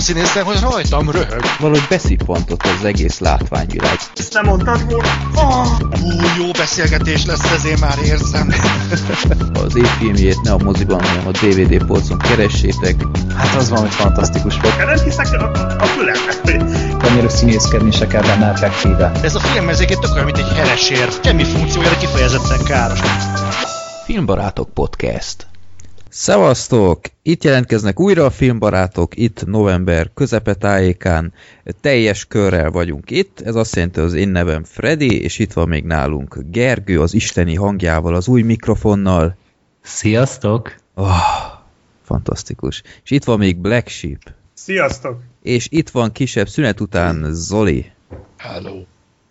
színészen, hogy rajtam röhög. Valahogy beszippantott az egész látványvilág. Ezt nem mondtad volna? Jó beszélgetés lesz, ezért már érzem. Az évfilmjét ne a moziban, hanem a DVD polcon keressétek. Hát az valami fantasztikus volt. Nem hiszek a fülemnek. Annyira színészkedni se kell benne effektíve. Ez a film ezeket tök olyan, mint egy heresér. Semmi funkciójára kifejezetten káros. Filmbarátok Podcast. Szevasztok! Itt jelentkeznek újra a Filmbarátok, itt november közepetájékán. Teljes körrel vagyunk itt, ez azt jelenti, az én nevem Freddy, és itt van még nálunk Gergő az isteni hangjával, az új mikrofonnal. Sziasztok! Fantasztikus. És itt van még Black Sheep. Sziasztok! És itt van kisebb szünet után Zoli. Hello.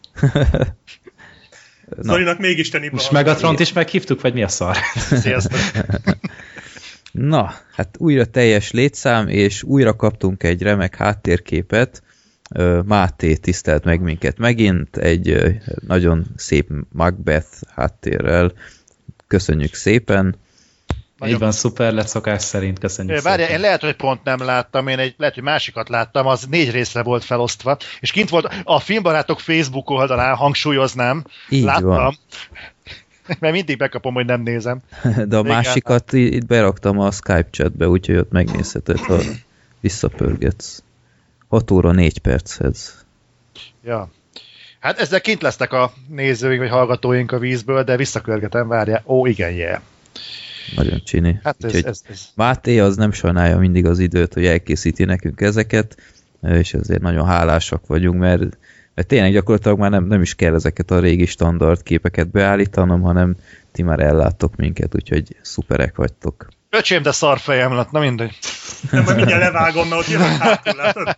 Zolinak még istenibb. Most Megatront is meghívtuk, vagy mi a szar? Sziasztok. Na, hát újra teljes létszám, és újra kaptunk egy remek háttérképet. Máté tisztelt meg minket megint, egy nagyon szép Macbeth háttérrel. Köszönjük szépen. Így van, szuper lett szokás szerint, köszönjük Várjál, szépen. én lehet, hogy pont nem láttam, lehet, hogy másikat láttam, az 4 részre volt felosztva, és kint volt a Filmbarátok Facebook oldalán, hangsúlyoznám, Így láttam, van. mert mindig bekapom, hogy nem nézem. De a másikat itt beraktam a Skype chatbe, úgyhogy ott megnézheted, ha visszapörgetsz. 6 óra 4 perchez. Ja. Hát ezzel kint lesznek a nézőink, vagy hallgatóink a vízből, de visszakörgetem, várjál. Ó, igen, yeah. Nagyon csini. Hát ez. Máté az nem sajnálja mindig az időt, hogy elkészíti nekünk ezeket, és ezért nagyon hálásak vagyunk, mert tényleg gyakorlatilag már nem is kell ezeket a régi standard képeket beállítanom, hanem ti már elláttok minket, úgyhogy szuperek vagytok. Öcsém, de szarfejem lett, na mindegy. Nem, majd mindjárt levágom, mert ott jön a hátul, látod?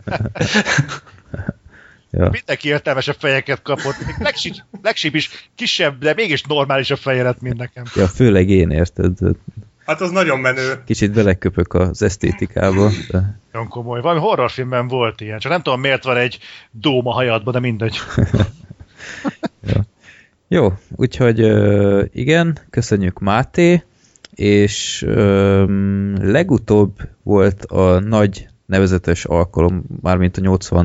Ja. Mindenki értelmesebb fejeket kapott. Legsíp is kisebb, de mégis normálisabb feje lett, mint nekem. Ja, főleg én, érted? Hát az nagyon menő. Kicsit beleköpök az esztétikába. De... Nagyon komoly. Valami horrorfilmben volt ilyen, csak nem tudom miért van egy dóm a hajadban, de mindegy. Ja. Jó, úgyhogy igen, köszönjük Máté, és legutóbb volt a nagy nevezetes alkalom, mármint a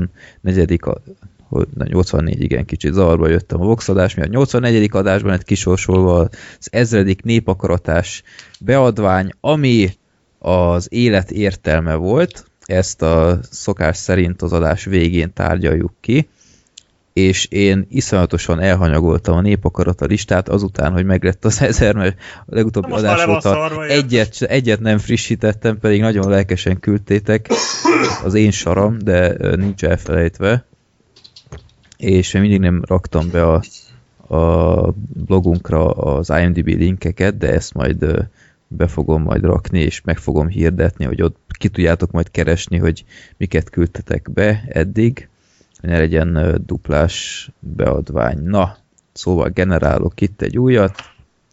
84, igen, kicsit zavarba jöttem a voxadás miatt. 84. adásban egy kisorsolva az 1000. népakaratás beadvány, ami az élet értelme volt. Ezt a szokás szerint az adás végén tárgyaljuk ki, és én iszonyatosan elhanyagoltam a népakarata listát azután, hogy meglett az 1000, mert a legutóbbi adás óta egyet nem frissítettem, pedig nagyon lelkesen küldtétek az én saram, de nincs elfelejtve. És mindig nem raktam be a blogunkra az IMDb linkeket, de ezt majd be fogom majd rakni, és meg fogom hirdetni, hogy ott ki tudjátok majd keresni, hogy miket küldtetek be eddig, ne legyen duplás beadvány. Na, szóval generálok itt egy újat.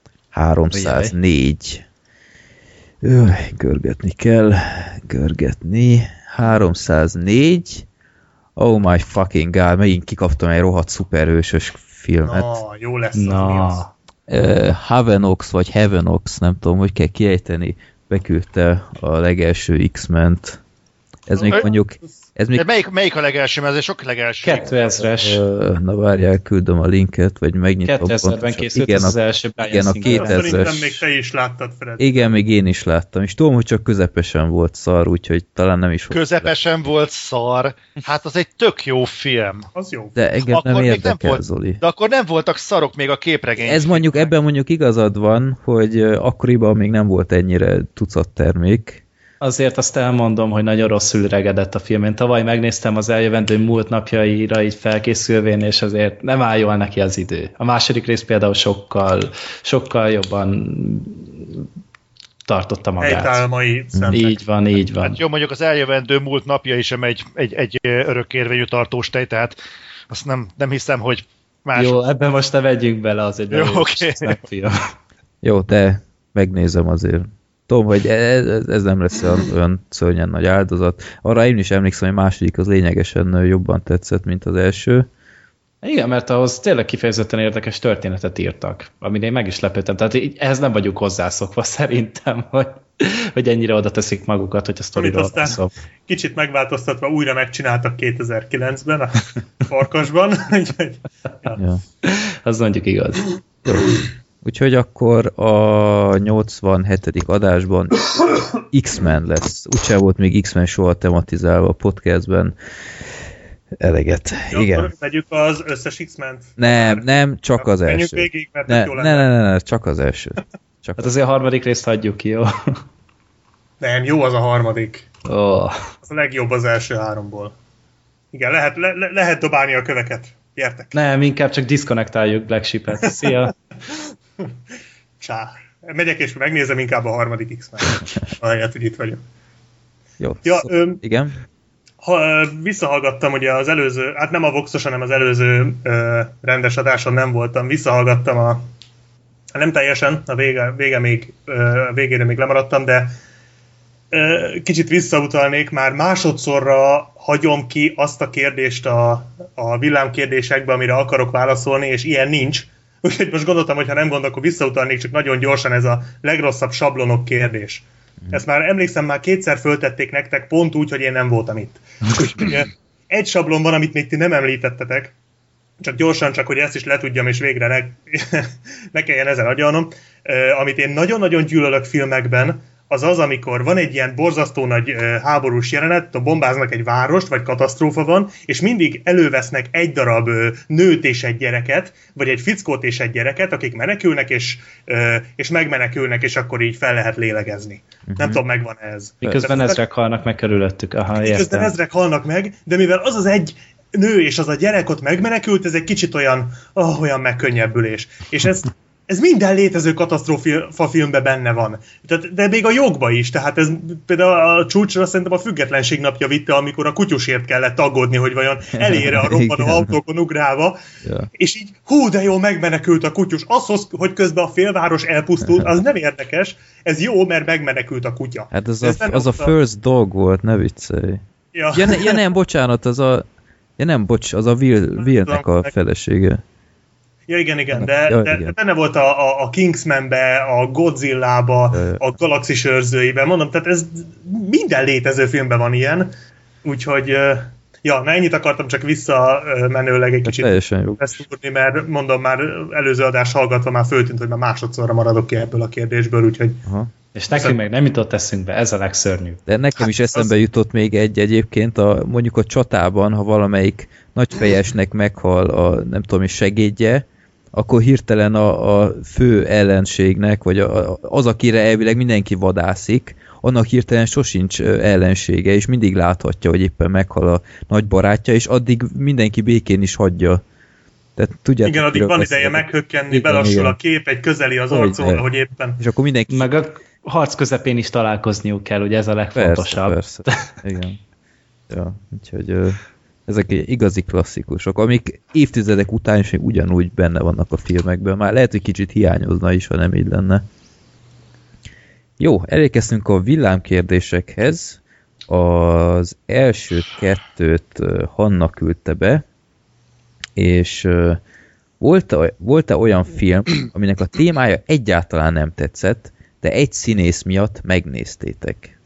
304. Görgetni kell. 304. Oh my fucking god, megint kikaptam egy rohadt szuperhősös filmet. Jó lesz az. Havenox vagy Heavenox, nem tudom, hogy kell kiejteni, beküldte a legelső X-ment. Ez még mondjuk... Melyik a legelső? Mert ez sok legelső. 2000-es. Na várjál, küldöm a linket, vagy megnyitom. 2000-ben készült igen, az első igen, a 2000-es. Szerintem még te is láttad, Fred. Igen, még én is láttam. És tudom, hogy csak közepesen volt szar, úgyhogy talán nem is volt. Közepesen volt szar? Hát az egy tök jó film. Az jó. De engem akkor nem még érdekel, volt, Zoli. De akkor nem voltak szarok még a képregény. Ez mondjuk, ebben mondjuk igazad van, hogy akkoriban még nem volt ennyire tucat termék. Azért azt elmondom, hogy nagyon rosszul regedett a film. Én tavaly megnéztem az eljövendő múlt napjaira így felkészülvén, és azért nem áll jól neki az idő. A második rész például sokkal jobban tartotta magát. Helytállmai szemnek. Így van. Hát jó, mondjuk az eljövendő múlt napja is sem egy örökkérvényű tartós tej, tehát azt nem hiszem, hogy más... Jó, ebben most ne vegyünk bele, az egy film. Jó, de megnézem azért. Tudom, hogy ez nem lesz olyan szörnyen nagy áldozat. Arra én is emlékszem, hogy a második az lényegesen jobban tetszett, mint az első. Igen, mert ahhoz tényleg kifejezetten érdekes történetet írtak, amin én meg is lepődtem. Tehát ehhez nem vagyunk hozzászokva szerintem, hogy hogy ennyire oda teszik magukat, hogy a sztoriról aztán szó. Kicsit megváltoztatva újra megcsináltak 2009-ben a Farkasban. Ja. Az mondjuk igaz. Jó. Úgyhogy akkor a 87. adásban X-Men lesz. Úgyse volt még X-Men soha tematizálva a podcastben. Eleget. Jó, Igen. akkor vegyük az összes X-ment? Nem, csak az Menjük első. végig, mert jól lenne. Ne, csak az első. Csak Hát azért a harmadik részt hagyjuk ki, jó? Nem, jó az a harmadik. Oh. Az a legjobb az első háromból. Igen, lehet dobálni a köveket. Gyertek. Nem, inkább csak diszkonektáljuk Black Sheep-et. Szia! Csá. Megyek és megnézem inkább a harmadik X-Men. Ahelyett, hogy itt vagyok. Jó. Ja, igen. Visszahallgattam ugye az előző, hát nem a Voxos, hanem az előző rendes adáson nem voltam. Visszahallgattam nem teljesen, a végére még lemaradtam, de kicsit visszautalnék, már másodszorra hagyom ki azt a kérdést a villámkérdésekbe, amire akarok válaszolni, és ilyen nincs. Úgyhogy most gondoltam, hogy ha nem gond, akkor visszautalnék, csak nagyon gyorsan ez a legrosszabb sablonok kérdés. Ezt már emlékszem, már kétszer föltették nektek, pont úgy, hogy én nem voltam itt. Úgyhogy egy sablon van, amit még ti nem említettetek, csak gyorsan, csak hogy ezt is letudjam, és végre ne kelljen ezen agyalnom. Amit én nagyon-nagyon gyűlölök filmekben, az az, amikor van egy ilyen borzasztó nagy háborús jelenet, bombáznak egy várost, vagy katasztrófa van, és mindig elővesznek egy darab nőt és egy gyereket, vagy egy fickót és egy gyereket, akik menekülnek, és megmenekülnek, és akkor így fel lehet lélegezni. Nem tudom, megvan ez. Miközben ezrek halnak meg körülöttük. Aha, miközben ezrek halnak meg, de mivel az egy nő és az a gyerek ott megmenekült, ez egy kicsit olyan megkönnyebbülés. És ez minden létező katasztrófa filmben benne van. De még a jogba is. Tehát ez például a csúcsra szerintem a Függetlenség napja vitte, amikor a kutyusért kellett aggódni, hogy vajon elére a robbanó autókon ugrálva. Ja. És így, de jó, megmenekült a kutyus. Az, hogy közben a félváros elpusztult, az nem érdekes. Ez jó, mert megmenekült a kutya. Hát az a First Dog volt, ne viccelj. Ja nem, bocsánat, az a Will-nek a felesége. Ja, igen, de benne volt a Kingsman-be, a Godzilla-ba, a Galaxis őrzőiben, mondom, tehát ez minden létező filmben van ilyen, úgyhogy ennyit akartam csak visszamenőleg egy kicsit ezt tudni, mert mondom, már előző adás hallgatva már föltűnt, hogy már másodszorra maradok ki ebből a kérdésből, úgyhogy... És nekünk meg nem jutott eszünkbe, ez a legszörnyűbb. De nekem is eszembe jutott még egyébként, mondjuk a csatában, ha valamelyik nagyfejesnek meghal nem tudom, és segédje, akkor hirtelen a fő ellenségnek, vagy az, akire elvileg mindenki vadászik, annak hirtelen sosincs ellensége, és mindig láthatja, hogy éppen meghal a nagy barátja, és addig mindenki békén is hagyja. Tehát, tudjátok, igen, addig van ideje meghökkenni, belassul a kép, egy közeli az arcon, hogy éppen... És akkor mindenki... Meg a harc közepén is találkozniuk kell, ugye ez a legfontosabb. Persze. Igen. Ja, úgyhogy... Ezek igazi klasszikusok, amik évtizedek után is ugyanúgy benne vannak a filmekben. Már lehet, hogy kicsit hiányozna is, ha nem így lenne. Jó, elérkeztünk a villámkérdésekhez. Az első kettőt Hanna küldte be, és volt-e olyan film, aminek a témája egyáltalán nem tetszett, de egy színész miatt megnéztétek?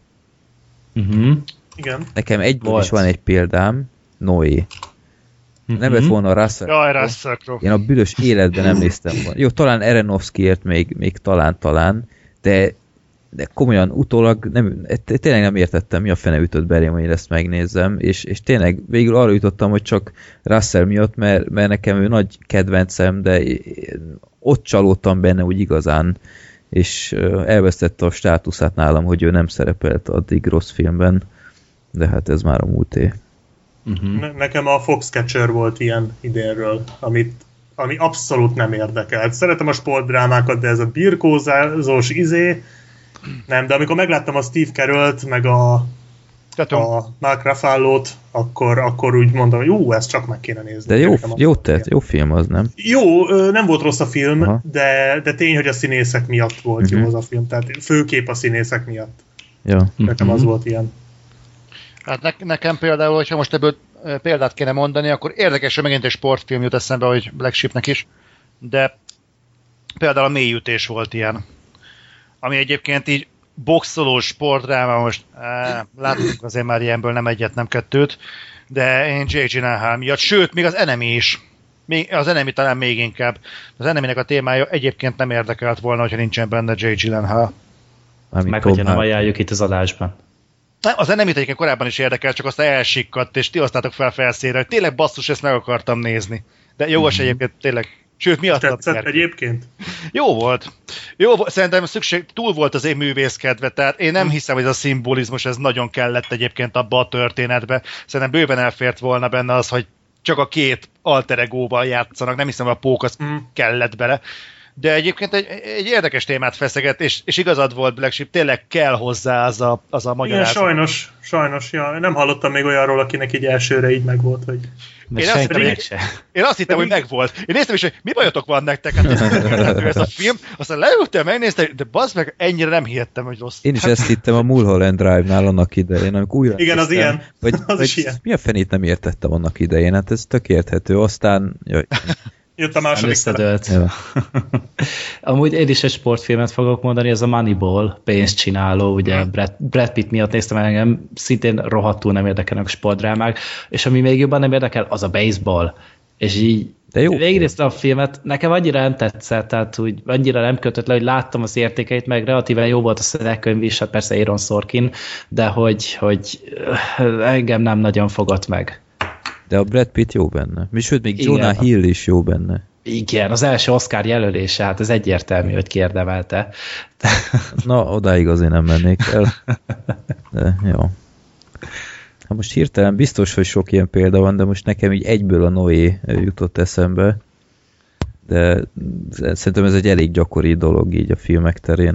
Igen. Nekem egyből is van egy példám, Noé. Nem lett volna a Russell Crowe. Én a büdös életben nem néztem volna. Jó, talán Aronofskyért még talán, de komolyan utólag tényleg nem értettem, mi a fene ütött belém, hogy én ezt megnézzem, és tényleg végül arra jutottam, hogy csak Russell miatt, mert nekem ő nagy kedvencem, de ott csalódtam benne úgy igazán, és elvesztette a státuszát nálam, hogy ő nem szerepelt addig rossz filmben, de hát ez már a múlté. Nekem a Foxcatcher volt ilyen idénről, ami abszolút nem érdekelt. Szeretem a sportdrámákat, de ez a birkózós nem, de amikor megláttam a Steve Carell-t, meg a Mark Ruffalo-t, akkor úgy mondom, hogy ezt csak meg kéne nézni. De jó film az, nem? Jó, nem volt rossz a film, de tény, hogy a színészek miatt volt jó az a film, tehát főképp a színészek miatt. Ja. Nekem az volt ilyen. Hát nekem például, hogyha most ebből példát kéne mondani, akkor érdekes, hogy megint egy sportfilm jut eszembe, hogy Black Sheepnek is, de például a Mélyütés volt ilyen. Ami egyébként így boxolós sportdráma, most látunk azért már ilyenből nem egyet, nem kettőt, de én Jake Gyllenhaal miatt, sőt, még az Enemy is. Az Enemy talán még inkább. Az Enemy-nek a témája egyébként nem érdekelt volna, hogyha nincsen benne Jake Gyllenhaal. Meg hogyha nem ajánljuk itt az adásban. Az Enemy-t egyébként korábban is érdekel, csak aztán elsikkadt, és ti hoztátok fel felszínre, hogy tényleg basszus, ezt meg akartam nézni. De jogos egyébként tényleg. Sőt, mi azt tetszett egyébként? Jó volt. Szerintem túl volt az én művészkedve, tehát én nem hiszem, hogy ez a szimbolizmus, ez nagyon kellett egyébként abba a történetbe. Szerintem bőven elfért volna benne az, hogy csak a két alter egóval játszanak, nem hiszem, hogy a pók az kellett bele. De egyébként egy érdekes témát feszeget, és igazad volt, Black Sheep, tényleg kell hozzá az a magyarázat. Igen, sajnos. Ja. Nem hallottam még olyanról, akinek így elsőre így megvolt, hogy... Én azt hittem, hogy megvolt. Én néztem is, hogy mi bajotok van nektek, hát ez a film, aztán leültem, megnéztem, de bazd meg, ennyire nem hihettem, hogy rossz. Én is ezt hittem a Mulholland Drive-nál annak idején, amikor újra... Igen, az ilyen. Vagy ilyen. Mi a fenét nem értettem annak idején, hát ez tök érthető, aztán... Jött a második összedőlt. Amúgy én is egy sportfilmet fogok mondani, ez a Moneyball, pénzcsináló, ugye Brad Pitt miatt néztem el, engem szintén rohadtul nem érdekelnek a sportdrámák, és ami még jobban nem érdekel, az a baseball. És így végignéztem a filmet, nekem annyira nem tetszett, tehát úgy annyira nem kötött le, hogy láttam az értékeit, meg relatíven jó volt a szövegkönyv is, hát persze Aaron Sorkin, de hogy engem nem nagyon fogott meg. De a Brad Pitt jó benne. Sőt, még Jonah Hill is jó benne. Igen, az első Oscar jelölése, hát ez egyértelmű, hogy kiérdemelte. Na, odáig azért nem mennék el. De jó. Hát most hirtelen biztos, hogy sok ilyen példa van, de most nekem így egyből a Noé jutott eszembe. De szerintem ez egy elég gyakori dolog így a filmek terén,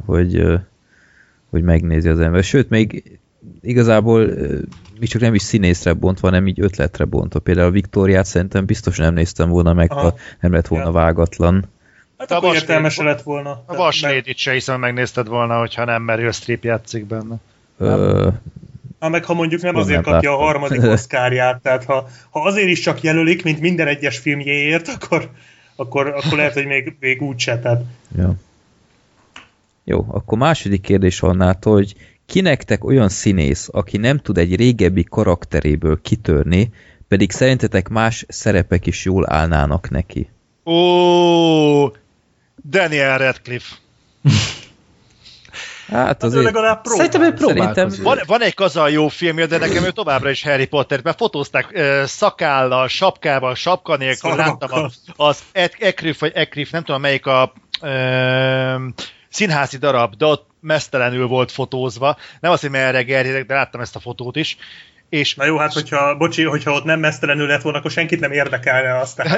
hogy megnézi az ember. Sőt, még igazából még csak nem is színészre bontva, hanem így ötletre bontva. Például a Viktóriát szerintem biztos nem néztem volna meg, ha nem lett volna vágatlan. Hát akkor értelmese lett volna. A Vaslédit se hiszem, megnézted volna, hogyha nem Meryl Streep játszik benne. Meg ha mondjuk nem azért kapja a harmadik Oscarját, tehát ha azért is csak jelölik, mint minden egyes filmjéért, akkor lehet, hogy még úgyse. Tehát. Ja. Jó, akkor második kérdés annától, hogy ki nektek olyan színész, aki nem tud egy régebbi karakteréből kitörni, pedig szerintetek más szerepek is jól állnának neki? Daniel Radcliffe. Hát azért... legalább Szerintem ő próbálkozik. Van egy kazal jó filmje, de nekem ő továbbra is Harry Potter, mert fotózták szakállal, sapkával, sapka nélkül, láttam az Ecriff, vagy Ecriff, nem tudom melyik a színházi darab, de ott mesztelenül volt fotózva. Nem azt, hogy merre gerjedek, de láttam ezt a fotót is. És na jó, hát hogyha ott nem mesztelenül lett volna, akkor senkit nem érdekelne aztán.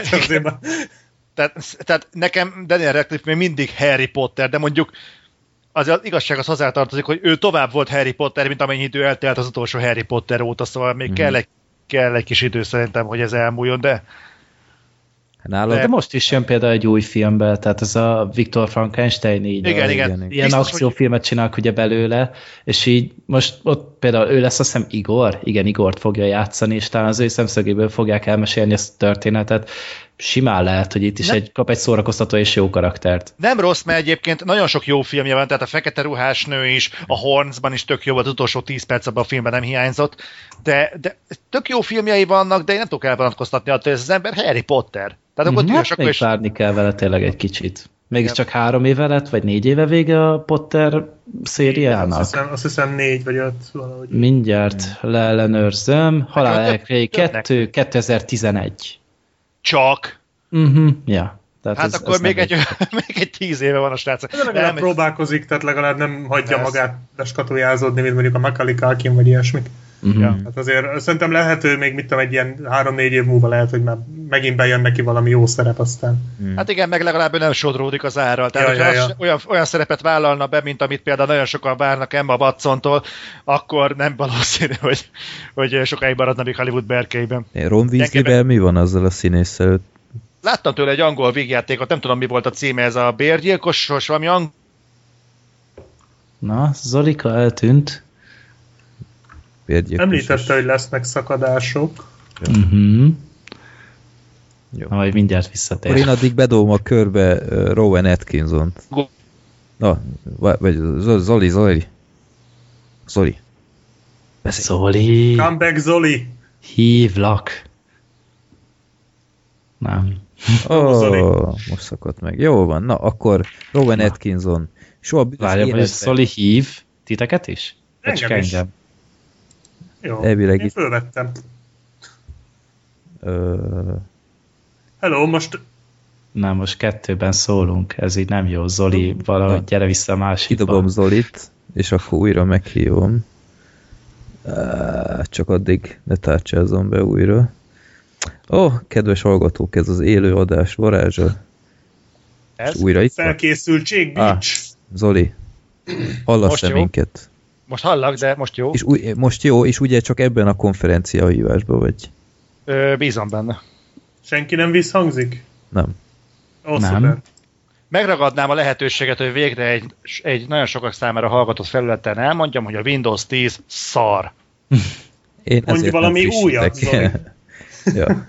Tehát nekem Daniel Radcliffe még mindig Harry Potter, de mondjuk az igazság az hozzátartozik, hogy ő tovább volt Harry Potter, mint amennyi idő eltelt az utolsó Harry Potter óta, szóval még kell egy kis idő szerintem, hogy ez elmúljon, de de most is jön például egy új filmbe, tehát ez a Viktor Frankenstein így. Igen. Ilyen akciófilmet csinálnak ugye belőle, és így most ott például ő lesz, azt hiszem Igor, igen, Igort fogja játszani, és talán az ő szemszögéből fogják elmesélni ezt a történetet. Simán lehet, hogy itt is kap egy szórakoztató és jó karaktert. Nem rossz, mert egyébként nagyon sok jó filmje van, tehát a Fekete ruhás nő is, a Hornsban is tök jó volt, az utolsó 10 perc abban a filmben nem hiányzott, de tök jó filmjei vannak, de én nem tudok elvonatkoztatni attól, hogy ez az ember Harry Potter. Tehát akkor még várni kell vele tényleg egy kicsit. Mégiscsak 3 éve lett, vagy 4 éve vége a Potter szériának? Azt hiszem 4 vagy 5 valahogy. Mindjárt leellenőrzöm. Halál-Ekrély 2011. Csak? Ja. Tehát hát akkor még egy 10 éve van a srác. De legalább próbálkozik, tehát legalább nem hagyja magát beskatujázódni, mint mondjuk a Macaulay Culkin, vagy ilyesmik. Ja. Hát azért szerintem lehető még mit tudom, egy ilyen 3-4 év múlva lehet, hogy már megint bejön neki valami jó szerep aztán. Hát igen, meg legalább ő nem sodródik az árral. Tehát olyan szerepet vállalna be, mint amit például nagyon sokan várnak Emma Watsontól, akkor nem valószínű, hogy sokáig maradna még Hollywood berkeiben. Ron Weasley-vel mi van azzal a színésszel? Láttam tőle egy angol vígjátékot, nem tudom mi volt a címe, ez a bérgyilkos, valami angol. Na, Zolika eltűnt. Említette, hogy lesznek szakadások. Jó. Majd mindjárt visszatér. Akkor én addig bedobom a körbe Rowan Atkinson-t. Na, vagy Zoli. Beszélj. Zoli, Come back, Zoli! hívlak. Nem. Zoli. Most szakadt meg. Jó van, na akkor Rowan Atkinson. Soha Várjál, hogy Zoli hív titeket is? Vagy csak Engem is. engem? Jó, Elvileg én itt- fölvettem. Hello, most Nem, most kettőben szólunk, ez így nem jó. Zoli, valahogy gyere vissza a másikba. kidobom Zolit, és akkor újra meghívom. Csak addig ne tárcsázzon be újra. Kedves hallgatók, ez az élő adás varázsa. És Ez? újra itt van? felkészültség, bitch! Zoli, hallasz-e Most jó? minket? Most hallak, de most jó. És most jó, és ugye csak ebben a konferencia hívásban vagy? Bízom benne. Senki nem visszhangzik? Nem. Ó, Nem. szuper. Megragadnám a lehetőséget, hogy végre egy nagyon sokak számára hallgatott felületen elmondjam, hogy a Windows 10 szar. Én Mondj ezért valami nem újat, frissítek. Ja,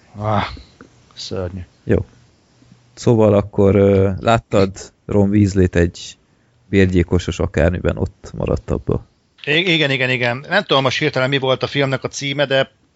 Szörnyű. jó. Szóval akkor láttad Ron Weasley-t egy bérgyilkosos akármiben, ott maradt abba. Igen. Nem tudom most hirtelen mi volt a filmnek a címe,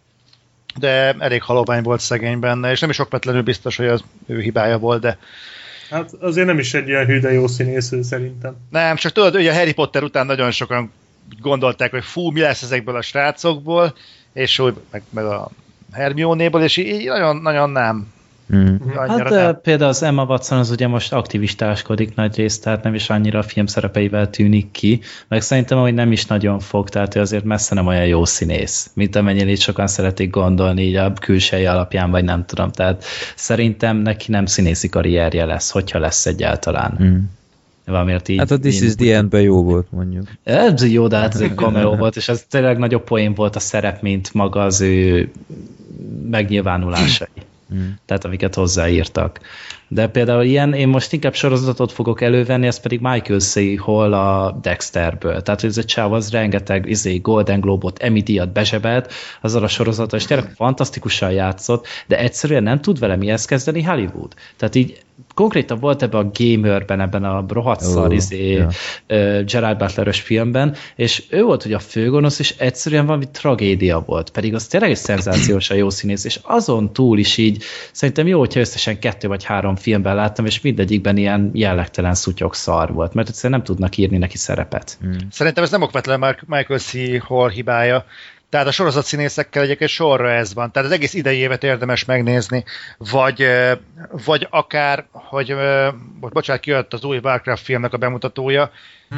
de elég halovány volt szegény benne, és nem is okvetlenül biztos, hogy az ő hibája volt, de Hát azért nem is egy olyan hű, de jó színésző szerintem. nem, csak tudod, hogy a Harry Potter után nagyon sokan gondolták, hogy fú, mi lesz ezekből a srácokból, és úgy, meg a Hermione-ból, és így nagyon nem. Annyira Hát nem. például az Emma Watson az ugye most aktivistáskodik nagy részt, tehát nem is annyira a film szerepeivel tűnik ki, meg szerintem, hogy nem is nagyon fog, tehát ő azért messze nem olyan jó színész, mint amennyire itt sokan szeretik gondolni így a külseje alapján, vagy nem tudom, tehát szerintem neki nem színészi karrierje lesz, hogyha lesz egyáltalán. Valamiért így... Hát a This is the End-ben jó volt, mondjuk. Ez jó, de hát ez egy cameo volt, és ez tényleg nagyobb poén volt a szerep, mint maga az ő megnyilvánulásai. Tehát amiket hozzáírtak. De például ilyen, én most inkább sorozatot fogok elővenni, ez pedig Michael C. Hall a Dexterből. Tehát ez a csáv az rengeteg Golden Globe-ot, Emmy-díjat bezsebelt azzal a sorozattal, és tényleg fantasztikusan játszott, de egyszerűen nem tud vele mihez kezdeni Hollywood. Tehát így konkrétan volt ebben a Gamerben, ebben a rohadt szar Gerard Butler-ös filmben, és ő volt ugye a főgonosz, és egyszerűen valami tragédia volt. Pedig az tényleg egy szenzációsan jó színész, és azon túl is így szerintem jó, hogyha összesen 2 vagy 3 filmben láttam, és mindegyikben ilyen jellegtelen szutyok szar volt, mert egyszerűen nem tudnak írni neki szerepet. Szerintem ez nem okvetlen Michael C. Hall hibája. Tehát a sorozatszínészekkel egyébként sorra ez van. Tehát az egész idei évet érdemes megnézni, vagy akár, hogy bocsánat, kijött az új Warcraft filmnek a bemutatója,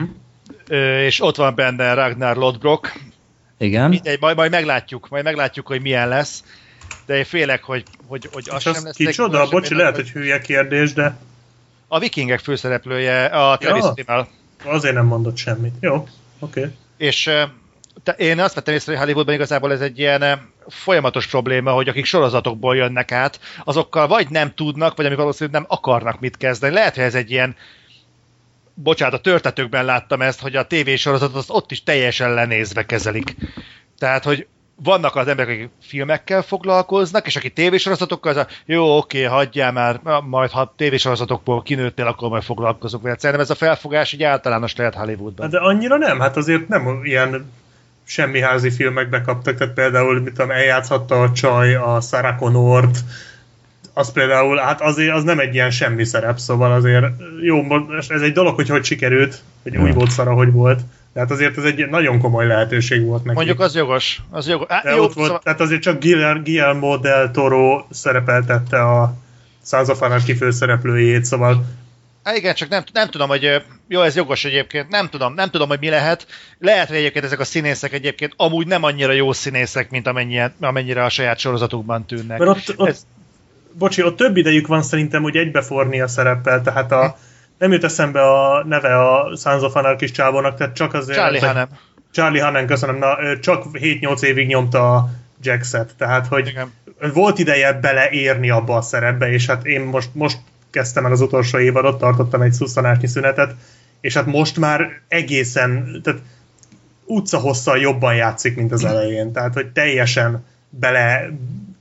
és ott van benne Ragnar Lodbrok. Igen. Mindegy, majd meglátjuk, hogy milyen lesz. De én félek, hogy az sem lesz. Kicsoda? Bocsi, lehet, hogy hülye kérdés, de... A Vikingek főszereplője, a Travis Fimmel. Azért nem mondott semmit. Jó, oké. És én azt vettem észre, hogy Hollywoodban igazából ez egy ilyen folyamatos probléma, hogy akik sorozatokból jönnek át, azokkal vagy nem tudnak, vagy amik valószínűleg nem akarnak mit kezdeni. Lehet, hogy ez egy ilyen, bocsánat, a Törtetőkben láttam ezt, hogy a tévésorozatot azt ott is teljesen lenézve kezelik. Tehát, hogy vannak az emberek, akik filmekkel foglalkoznak, és aki tévésorozatokkal, az jó, oké, hagyjál már, majd ha tévésorozatokból kinőttél, akkor majd foglalkozok vele. Szerintem ez a felfogás így általános lehet Hollywoodban. De annyira nem, hát azért nem ilyen semmiházi filmekbe kaptak, tehát például, mit tudom, eljátszhatta a csaj a Sarah Connort, az például, hát azért az nem egy ilyen semmi szerep, szóval azért jó, ez egy dolog, hogy sikerült, hogy úgy volt szar, ahogy volt. Tehát azért ez egy nagyon komoly lehetőség volt neki. Mondjuk az jogos. De jó, ott volt, tehát azért csak Guillermo del Toro szerepeltette a Sons of Anarchy főszereplőjét, szóval... Igen, csak nem tudom, hogy jó, ez jogos egyébként, nem tudom, hogy mi lehet. Lehet, hogy egyébként ezek a színészek egyébként amúgy nem annyira jó színészek, mint amennyire a saját sorozatukban tűnnek. Mert ott több idejük van szerintem, hogy egybeforni a szereppel, tehát nem jut eszembe a neve a Sons of Anarchy csávónak, tehát csak azért... Charlie Hunnam, köszönöm, csak 7-8 évig nyomta a Jackset, tehát hogy igen. Volt ideje beleérni abba a szerepbe, és hát én most kezdtem el az utolsó évadot, tartottam egy szusszanásnyi szünetet, és hát most már egészen, tehát utcahosszal jobban játszik, mint az elején, tehát hogy teljesen beleért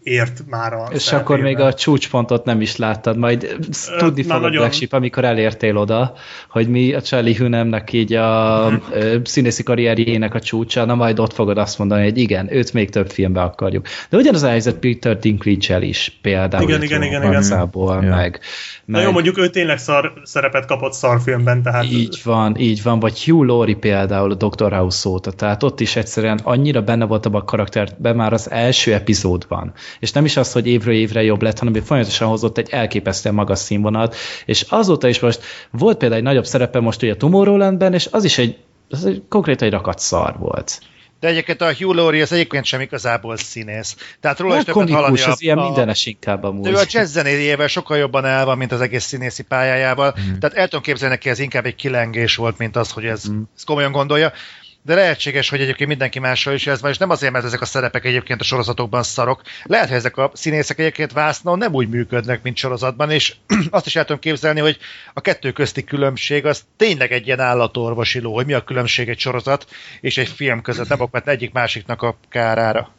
ért már a És akkor még a csúcspontot nem is láttad, majd tudni fogod nagyon... Black Sheep, amikor elértél oda, hogy mi a Charlie Hunnamnek így a színészi karrierjének a csúcsa, na majd ott fogod azt mondani, hogy igen, őt még több filmbe akarjuk. De ugyanaz a helyzet Peter Dinklage-el is például. Igen. Meg. Na jó, mondjuk ő tényleg szar szerepet kapott szarfilmben, tehát... Így van, vagy Hugh Laurie például a Dr. House óta, tehát ott is egyszerűen annyira benne volt abban a karakterben már az első epizódban. És nem is az, hogy évről évre jobb lett, hanem hogy folyamatosan hozott egy elképesztően magas színvonalat, és azóta is most volt például egy nagyobb szerepe most ugye a Tomorrowlandben, és az is konkrétan egy rakat szar volt. De egyébként a Hugh Laurie az egyébként sem igazából színész. Tehát róla is többet komikus, hallani az ilyen mindenes inkább amúgy. Ő a jazz zenéjével sokkal jobban el van, mint az egész színészi pályájával. Tehát el tudom képzelni neki, ez inkább egy kilengés volt, mint az, hogy ez komolyan gondolja. De lehetséges, hogy egyébként mindenki mással is ez van, és nem azért, mert ezek a szerepek egyébként a sorozatokban szarok. Lehet, hogy ezek a színészek egyébként vásznon nem úgy működnek, mint sorozatban, és azt is el tudom képzelni, hogy a kettő közti különbség az tényleg egy ilyen állatorvosi ló, hogy mi a különbség egy sorozat és egy film között, nem okvet egyik másiknak a kárára.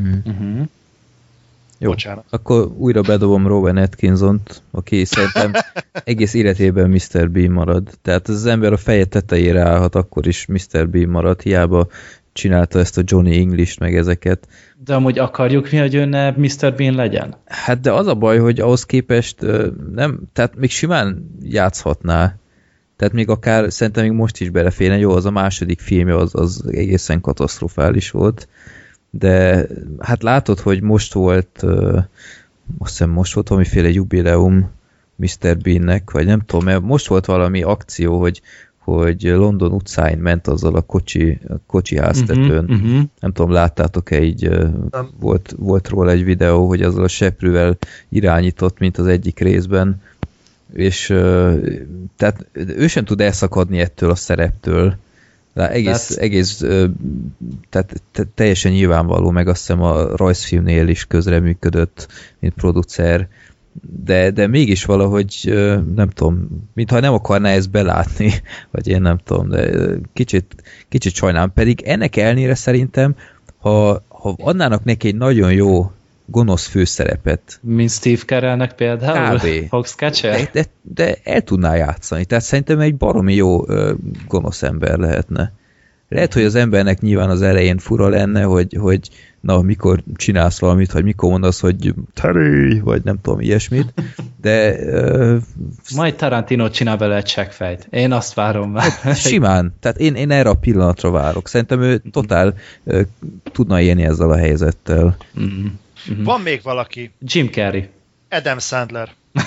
Jó, bocsánat. Akkor újra bedobom Rowan Atkinsont, aki szerintem egész életében Mr. Bean marad. Tehát az ember a feje tetejére állhat, akkor is Mr. Bean marad, hiába csinálta ezt a Johnny English-t, meg ezeket. De amúgy akarjuk mi, hogy ő ne Mr. Bean legyen? Hát de az a baj, hogy ahhoz képest nem, tehát még simán játszhatná. Tehát még akár szerintem még most is beleférne. Jó, az a második filmje az egészen katasztrofális volt. De hát látod, hogy most volt, azt hiszem most volt valamiféle jubileum Mr. Beannek, vagy nem tudom, mert most volt valami akció, hogy London utcáin ment azzal a kocsi háztetőn. Nem tudom, láttátok-e így, volt róla egy videó, hogy azzal a seprűvel irányított, mint az egyik részben, és tehát ő sem tud elszakadni ettől a szereptől. Egész tehát teljesen nyilvánvaló, meg azt hiszem a rajzfilmnél is közreműködött, mint producer, de mégis valahogy nem tudom, mintha nem akarná ezt belátni, vagy én nem tudom, de kicsit sajnálom, pedig ennek ellenére szerintem, ha adnának neki egy nagyon jó gonosz főszerepet. Mint Steve Carellnek például? Foxcatcher? De el tudná játszani. Tehát szerintem egy baromi jó gonosz ember lehetne. Lehet, hogy az embernek nyilván az elején fura lenne, hogy na, mikor csinálsz valamit, vagy mikor mondasz, hogy Terry, vagy nem tudom, ilyesmit, de... Majd Tarantino csinál vele egy csekkfejt. Én azt várom már. Simán. Tehát én erre a pillanatra várok. Szerintem ő totál tudna élni ezzel a helyzettel. Van még valaki. Jim Carrey. Adam Sandler.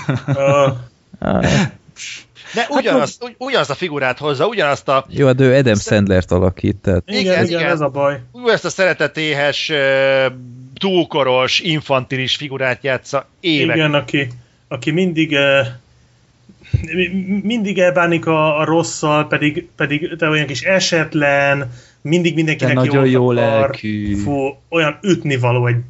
De ugyanazt a figurát hozza, ugyanazt a... Jó, de ő Adam Sandlert alakít, tehát... Igen, ez a baj. Ezt a szeretetéhes, túlkoros, infantilis figurát játsza évek. Igen, aki mindig elbánik a rosszal, pedig te olyan kis esetlen, mindig mindenkinek de nagyon jó lelkű. Fú, olyan ütnivaló egy...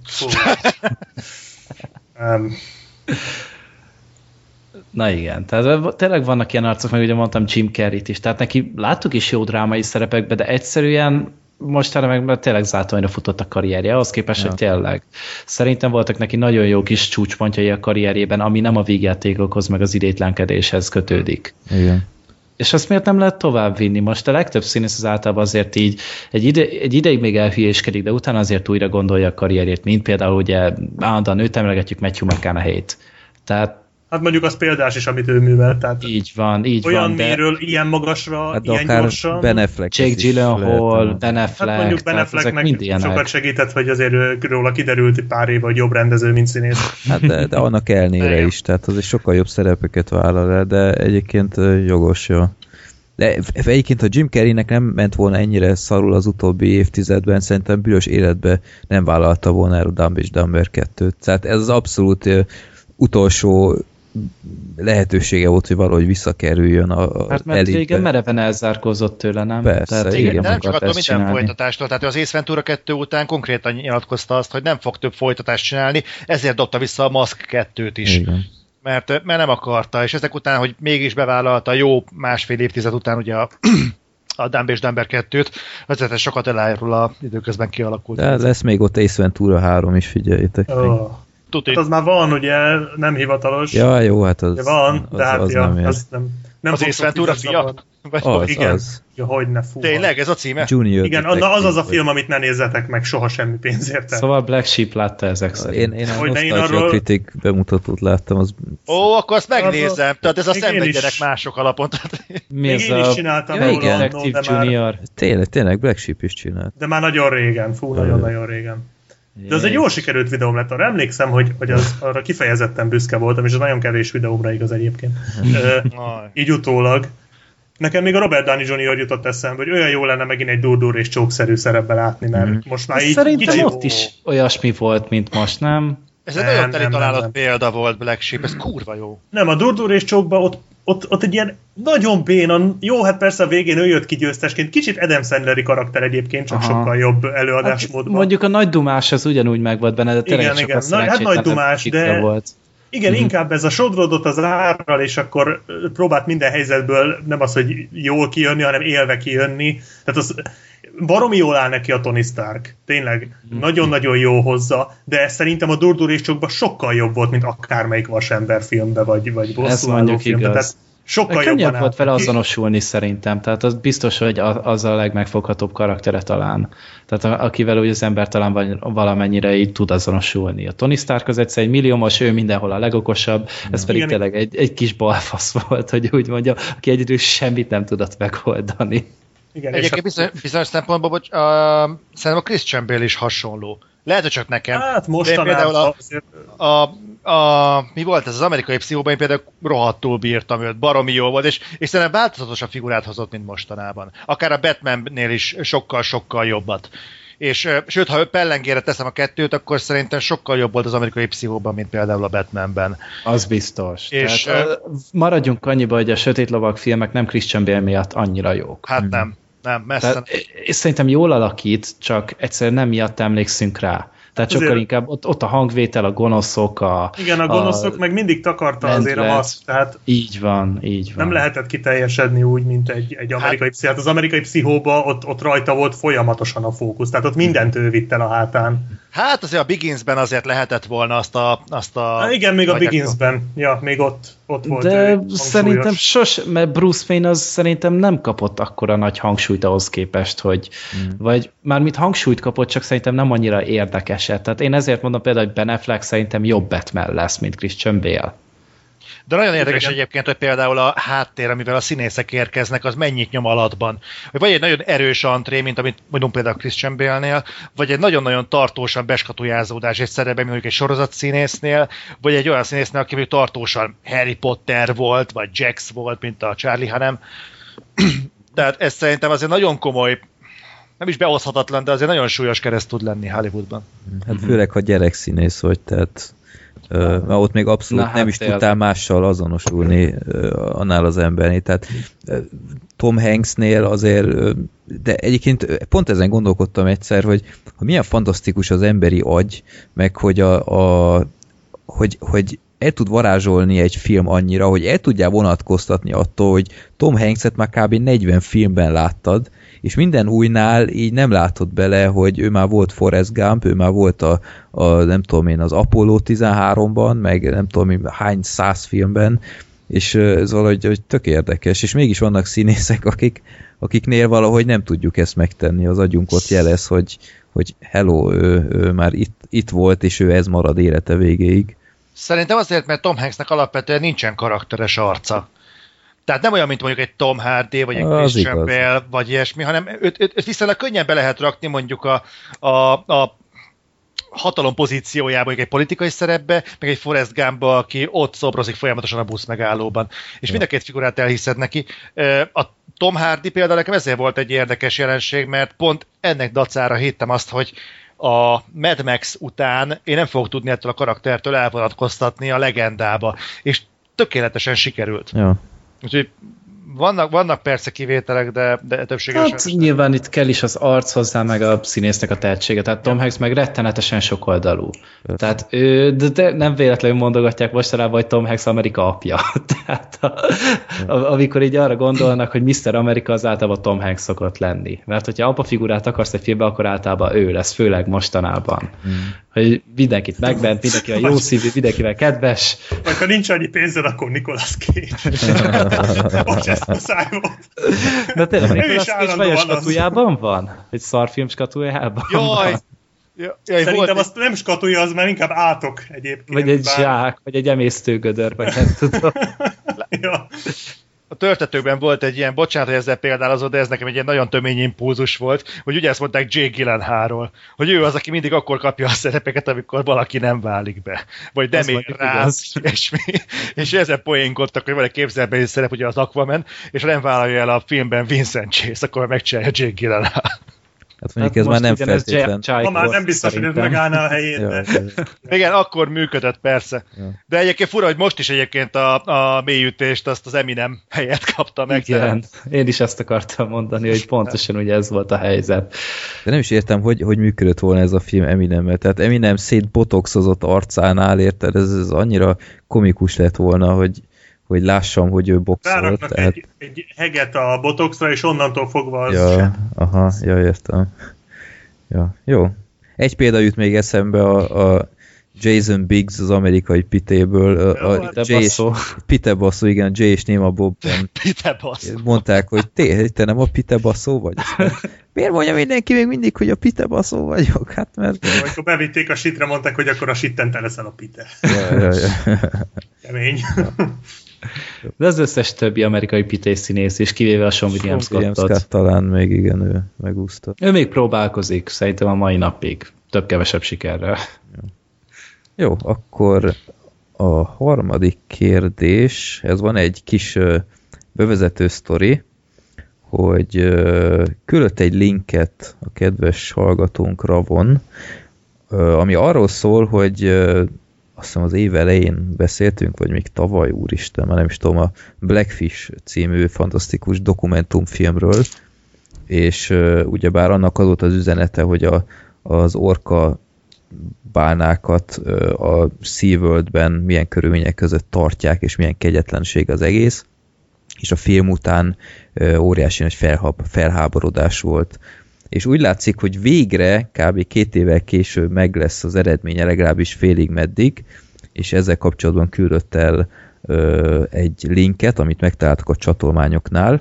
Na igen, tehát tényleg vannak ilyen arcok, meg ugye mondtam Jim Carrey-t is, tehát neki láttuk is jó drámai szerepekbe, de egyszerűen mostanra meg tényleg zátonyra futott a karrierje, ahhoz képest, hogy tényleg. Szerintem voltak neki nagyon jó kis csúcspontjai a karrierjében, ami nem a vígjátékokhoz, meg az idétlenkedéshez kötődik. Igen. És azt miért nem lehet tovább vinni? Most a legtöbb színész az általában azért így egy ideig még elhülyéskedik, de utána azért újra gondolja a karrierjét, mint például ugye állandóan őt emlegetjük Matthew McConaughey-t. Tehát hát mondjuk az példás is, amit ő művel. Tehát így van, olyan méről, ilyen magasra, hát ilyen gyorsan. Ben Affleck Jake Gyllenhaal, Ben Affleck. Hát mondjuk Ben Afflecknek sokat segített, hogy azért róla kiderült pár év, hogy jobb rendező, mint színész. Hát de annak elnére is, tehát azért sokkal jobb szerepeket vállal el, de egyébként jogos, jó. De egyébként, ha Jim Carreynek nem ment volna ennyire szarul az utóbbi évtizedben, szerintem büdös életbe nem vállalta volna el a Dumb és Dumber 2-t. Tehát ez az abszolút utolsó lehetősége volt, hogy valahogy visszakerüljön a hát mert régen mereven elzárkózott tőle, nem? Persze, tehát igen. Nem csak attól minden folytatástól, tehát az Ace Ventura 2 után konkrétan nyilatkozta azt, hogy nem fog több folytatást csinálni, ezért dobta vissza a Mask 2-t is. Igen. Mert nem akarta, és ezek után, hogy mégis bevállalta jó másfél évtized után ugye a Dumb és Dumber 2-t, azért sokat elárul a időközben kialakult. De lesz még ott Ace Ventura 3 is, figyeljétek. Tuti. Hát az már van, ugye, nem hivatalos. Ja, jó, hát az... Van, de hát az ja, nem az nem az Ace Ventura fia? Az, az. Ja, hogyne, fú. Tényleg, ez a címe? Junior Igen, Detective, az a film, amit ne nézzetek meg soha semmi pénzért. Szóval Black Sheep látta ezek szerint. Én a Nostalgia Critic bemutatót láttam, az... Ó, akkor azt megnézem. Tehát ez a még szenvedjenek mások alapon. Mi még ez én is a csináltam Ja, róla, igen. Detective de már, Junior? Tényleg Black Sheep is csinált. de már nagyon régen, nagyon-nagyon régen. De az egy jól sikerült videóm lett. Arra emlékszem, hogy arra kifejezetten büszke voltam, és az nagyon kevés videómra igaz egyébként. Így utólag. Nekem még a Robert Downey Jr. jutott eszembe, hogy olyan jó lenne megint egy durdur és csókszerű szerepbe látni, mert most már így... Szerintem ott is olyasmi volt, mint most, nem? Ez egy nagyon teli találat példa volt, Black Sheep, ez kurva jó. Nem, a durdur és csókban ott egy ilyen nagyon béna, jó, hát persze a végén ő jött ki győztesként, kicsit Adam Sandleri karakter egyébként, csak sokkal jobb előadásmódban. Hát, mondjuk a nagy dumás az ugyanúgy meg volt benne, de tényleg igen. Hát nagy dumás, de... volt. Igen, inkább ez a sodródott az árral, és akkor próbált minden helyzetből nem az, hogy jól kijönni, hanem élve kijönni. Tehát az baromi jól áll neki a Tony Stark. Tényleg nagyon-nagyon jó hozzá, de szerintem a Durdur és Csókban sokkal jobb volt, mint akármelyik Vasember filmbe, vagy bosszúálló filmbe. Tehát sokkal jobban könnyebb volt vele azonosulni szerintem, tehát az biztos, hogy az a legmegfoghatóbb karaktere talán. Tehát akivel úgy az ember talán valamennyire így tud azonosulni. A Tony Stark az egyszer egy milliómos, ő mindenhol a legokosabb, ez pedig igen, tényleg egy kis balfasz volt, hogy úgy mondja, aki egyedül semmit nem tudott megoldani. Igen, egyébként bizonyos szempontból, szerintem a Christian Bale is hasonló. Lehet, hogy csak nekem. Hát mostanában mi volt ez? Az Amerikai Pszichóban én például rohadtul bírtam őt, baromi jó volt, és szerintem változatosabb figurát hozott, mint mostanában. Akár a Batmannél is sokkal-sokkal jobbat. És sőt, ha pellengére teszem a kettőt, akkor szerintem sokkal jobb volt az Amerikai Pszichóban, mint például a Batmanben. Az biztos. És tehát, maradjunk annyiba, hogy a Sötét Lovag filmek nem Christian Bale miatt annyira jók. Hát nem, messze. Tehát, és szerintem jól alakít, csak egyszerűen nem miatt emlékszünk rá. Tehát sokkal inkább ott a hangvétel, a gonoszok, igen, a gonoszok meg mindig takarta azért a maszk, tehát így van. Nem lehetett kiteljesedni úgy, mint egy amerikai pszichó. Hát az Amerikai Pszichóba ott rajta volt folyamatosan a fókusz, tehát ott mindent ő vitt el a hátán. Hát azért a Beginsben azért lehetett volna azt a igen, még a Beginsben. Ja, még ott volt. De szerintem mert Bruce Wayne az szerintem nem kapott akkora nagy hangsúlyt ahhoz képest, hogy vagy mármint hangsúlyt kapott, csak szerintem nem annyira érdekeset. Tehát én ezért mondom például, hogy Ben Affleck szerintem jobb Batman lesz, mint Christian Bale. De nagyon érdekes egyébként, hogy például a háttér, amivel a színészek érkeznek, az mennyit nyom alatban. Vagy egy nagyon erős antré, mint amit mondunk például Christian Bale-nél, vagy egy nagyon-nagyon tartósan beskatujázódás egy szerepben, mondjuk egy sorozatszínésznél, vagy egy olyan színésznél, aki még tartósan Harry Potter volt, vagy Jax volt, mint a Charlie Hunnam. Tehát ez szerintem azért nagyon komoly, nem is behozhatatlan, de azért nagyon súlyos kereszt tud lenni Hollywoodban. Hát főleg, ha gyerekszínész vagy, tehát ott még abszolút nem is tudtál mással azonosulni annál az embernél. Tehát Tom Hanksnél azért, de egyébként pont ezen gondolkodtam egyszer, hogy milyen fantasztikus az emberi agy, meg hogy hogy el tud varázsolni egy film annyira, hogy el tudjál vonatkoztatni attól, hogy Tom Hankset már kb. 40 filmben láttad, és minden újnál így nem látod bele, hogy ő már volt Forrest Gump, ő már volt nem tudom én, az Apollo 13-ban, meg nem tudom hány 100 filmben, és ez valahogy hogy tök érdekes, és mégis vannak színészek, akiknél valahogy nem tudjuk ezt megtenni, az agyunk ott jelez, hogy hello, ő már itt volt, és ő ez marad élete végéig. Szerintem azért, mert Tom Hanksnek alapvetően nincsen karakteres arca. Tehát nem olyan, mint mondjuk egy Tom Hardy, vagy egy Christian Bale, vagy ilyesmi, hanem őt viszonylag könnyen be lehet rakni mondjuk a hatalom pozíciójába, mondjuk egy politikai szerepbe, meg egy Forrest Gumpba, aki ott szobrozik folyamatosan a buszmegállóban. És mind a két figurát elhiszed neki. A Tom Hardy például nekem ezért volt egy érdekes jelenség, mert pont ennek dacára hittem azt, hogy a Mad Max után én nem fogok tudni ettől a karaktertől elvonatkoztatni a legendába. És tökéletesen sikerült. Ja. Úgyhogy vannak persze kivételek, de többségesen... Hát nyilván itt kell is az arc hozzá, meg a színésznek a tehetsége. Tehát Tom Hanks meg rettenetesen sokoldalú. Tehát de nem véletlenül mondogatják mostanában, hogy Tom Hanks Amerika apja. Tehát amikor így arra gondolnak, hogy Mr. Amerika, az általában Tom Hanks szokott lenni. Mert hogyha apa figurát akarsz egy filmbe, akkor általában ő lesz, főleg mostanában. Hogy mindenkit megbent, mindenkivel jó szívű, mindenkivel kedves. Vagy ha nincs annyi pénzed, akkor Nicolas Cage. Most ezt a szájban. De tényleg Nicolas Cage vagy a skatujában van? Egy szarfilm skatujában? Jaj! Szerintem azt nem skatulja, az már inkább átok egyébként. Vagy egy zsák, vagy egy emésztőgödör, vagy nem tudom. Ja. A Törtetőkben volt egy ilyen, bocsánat, hogy ezzel példálozod, de ez nekem egy ilyen nagyon tömény impulzus volt, hogy ugye ezt mondták Jake Gyllenhaalról, hogy ő az, aki mindig akkor kapja a szerepeket, amikor valaki nem válik be. Vagy nem ér rá, és ezen poénkodtak, hogy van egy képzelbeli szerep, ugye az Aquaman, és nem vállalja el a filmben Vincent Chase, akkor megcsinálja Jake Gyllenhaal. Hát mondjuk ez már nem feltétlen. Ma már nem biztos, hogy ez megállna a helyét. Ja, igen, akkor működött, persze. Ja. De egyébként fura, hogy most is egyébként a mélyütést azt az Eminem helyet kapta meg. Igen, én is ezt akartam mondani, hogy pontosan ugye ez volt a helyzet. De nem is értem, hogy működött volna ez a film Eminemmel. Tehát Eminem szétbotoxozott arcánál, érted? Ez annyira komikus lett volna, hogy lássam, hogy ő boxol. Ráraknak tehát... egy heget a botoxra, és onnantól fogva az ja, értem. Ja, jó. Egy példa jut még eszembe a Jason Biggs az amerikai Pitéből. Pite Basszó, igen, Jay és Néma Bobben. Pite Basszó. Mondták, hogy te nem a Pite Basszó vagy? Miért mondja mindenki még mindig, hogy a Pite Basszó vagyok? Hát mert... Amikor bevitték a sitre, mondták, hogy akkor a sitten te leszel a Pite. Ja. Kemény. Ja. De az összes többi amerikai pités színész is, kivéve a Sean William Scottot. Talán még igen, ő megúszta. Ő még próbálkozik, szerintem a mai napig. Több-kevesebb sikerrel. Jó, akkor a harmadik kérdés, ez van egy kis bevezető sztori, hogy küldött egy linket a kedves hallgatónk Ravon, ami arról szól, hogy azt hiszem az év elején beszéltünk, vagy még tavaly, úristen, már nem is tudom, a Blackfish című fantasztikus dokumentumfilmről, és ugyebár annak az volt az üzenete, hogy az orka bálnákat a SeaWorldben milyen körülmények között tartják, és milyen kegyetlenség az egész, és a film után óriási nagy felháborodás volt. És úgy látszik, hogy végre kb. 2 évvel később meg lesz az eredménye, legalábbis félig meddig, és ezzel kapcsolatban küldött el egy linket, amit megtaláltak a csatolmányoknál.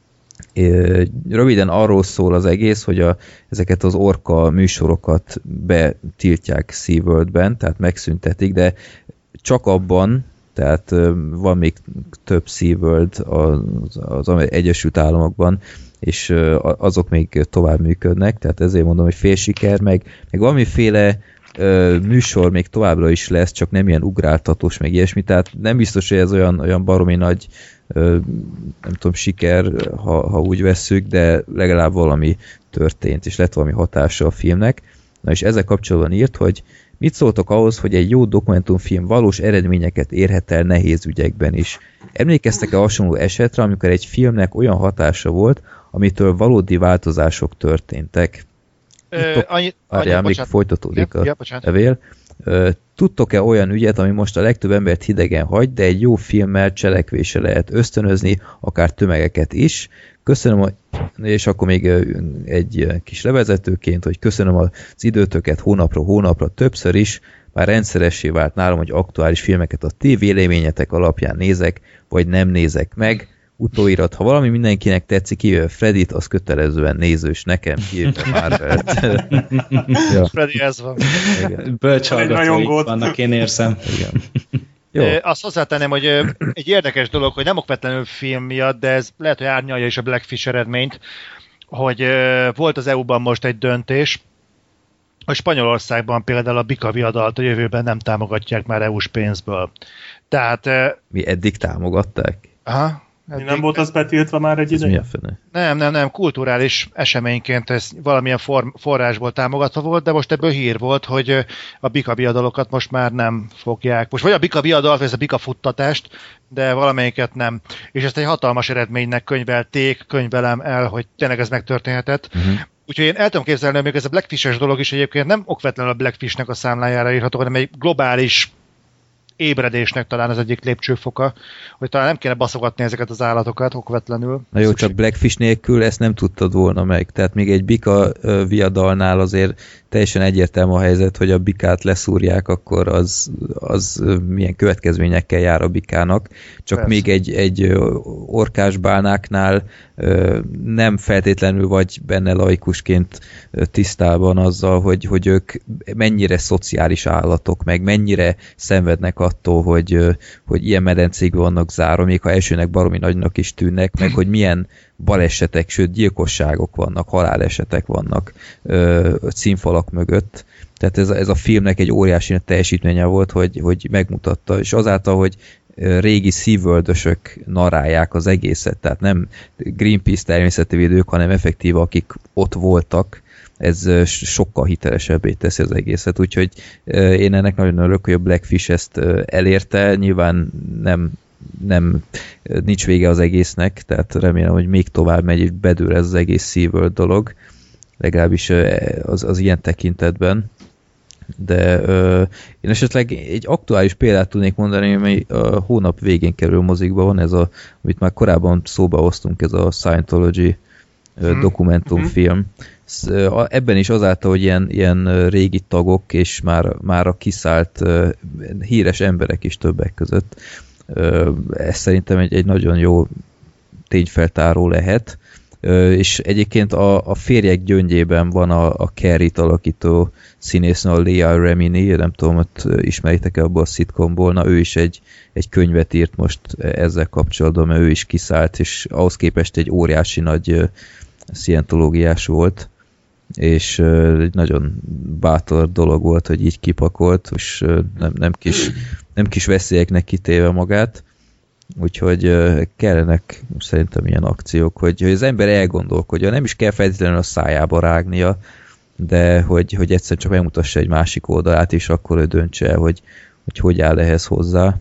Röviden arról szól az egész, hogy ezeket az orka műsorokat betiltják SeaWorldben, tehát megszüntetik, de csak abban, tehát van még több SeaWorld az Egyesült Államokban, és azok még tovább működnek, tehát ezért mondom, hogy fél siker, meg valamiféle műsor még továbbra is lesz, csak nem ilyen ugráltatós, meg ilyesmi, tehát nem biztos, hogy ez olyan baromi nagy nem tudom, siker, ha úgy vesszük, de legalább valami történt, és lett valami hatása a filmnek. Na és ezzel kapcsolatban írt, hogy mit szóltok ahhoz, hogy egy jó dokumentumfilm valós eredményeket érhet el nehéz ügyekben is? Emlékeztek-e hasonló esetre, amikor egy filmnek olyan hatása volt, amitől valódi változások történtek? Várjál, még folytatódik a levél. Tudtok-e olyan ügyet, ami most a legtöbb embert hidegen hagy, de egy jó filmmel cselekvésre lehet ösztönözni, akár tömegeket is? Köszönöm, és akkor még egy kis levezetőként, hogy köszönöm az időtöket hónapról hónapra többször is, már rendszeressé vált nálam, hogy aktuális filmeket a ti véleményetek alapján nézek, vagy nem nézek meg. Utóirat, ha valami mindenkinek tetszik, kivéve Freddyt, az kötelezően nézős nekem, kivéve Marvelt. Ja. Freddy, ez van. Bölcs hallgatóik vannak, én érzem. Igen. Jó. Azt hozzátenném, hogy egy érdekes dolog, hogy nem okvetlenül film miatt, de ez lehet, hogy árnyalja is a Blackfish eredményt, hogy volt az EU-ban most egy döntés, a Spanyolországban például a Bika viadalt a jövőben nem támogatják már EU-s pénzből. Tehát... Mi eddig támogatták? Aha. Nem volt az betiltva már egy ideje? Nem, kulturális eseményként ez valamilyen forrásból támogatva volt, de most ebből hír volt, hogy a bika viadalokat most már nem fogják. Most vagy a bika viadalt, vagy ez a bika futtatást, de valamelyiket nem. És ezt egy hatalmas eredménynek könyvelem el, hogy tényleg ez megtörténhetett. Úgyhogy én el tudom képzelni, hogy még ez a Blackfish-es dolog is egyébként nem okvetlenül a Blackfish-nek a számlájára írható, hanem egy globális ébredésnek talán az egyik lépcsőfoka, hogy talán nem kéne baszogatni ezeket az állatokat okvetlenül. Na jó, csak Blackfish nélkül ezt nem tudtad volna meg. Tehát még egy bika viadalnál azért teljesen egyértelmű a helyzet, hogy a bikát leszúrják, akkor az milyen következményekkel jár a bikának. Csak persze. Még egy orkásbálnáknál nem feltétlenül vagy benne laikusként tisztában azzal, hogy ők mennyire szociális állatok, meg mennyire szenvednek attól, hogy ilyen medencékben vannak zárva, még ha elsőnek baromi nagynak is tűnnek, meg hogy milyen balesetek, sőt gyilkosságok vannak, halálesetek vannak színfalak mögött. Tehát ez a filmnek egy óriási teljesítménye volt, hogy megmutatta, és azáltal, hogy régi SeaWorld-ösök narrálják az egészet, tehát nem Greenpeace természetvédők, hanem effektíve akik ott voltak, ez sokkal hitelesebbé teszi az egészet, úgyhogy én ennek nagyon örülök, hogy a Blackfish ezt elérte, nyilván nincs vége az egésznek, tehát remélem, hogy még tovább megy, és bedől ez az egész SeaWorld dolog, legalábbis az ilyen tekintetben. De én esetleg egy aktuális példát tudnék mondani, ami a hónap végén kerül mozikba, van ez amit már korábban szóba hoztunk, ez a Scientology dokumentumfilm. Ebben is azáltal, hogy ilyen régi tagok, és már a kiszállt híres emberek is többek között, ez szerintem egy nagyon jó tényfeltáró lehet, és egyébként a Férjek gyöngyében van a Carrie-t alakító színésznő, a Leah Remini, nem tudom, hogy ismeritek-e abból a szitkomból, na ő is egy könyvet írt most ezzel kapcsolatban, mert ő is kiszállt, és ahhoz képest egy óriási nagy szientológiás volt, és egy nagyon bátor dolog volt, hogy így kipakolt, és nem kis veszélyeknek kitéve magát, úgyhogy kellenek szerintem ilyen akciók, hogy az ember elgondolkodja, nem is kell feltétlenül a szájába rágnia, de hogy egyszer csak megmutassa egy másik oldalát, és akkor ő döntse el, hogy áll ehhez hozzá.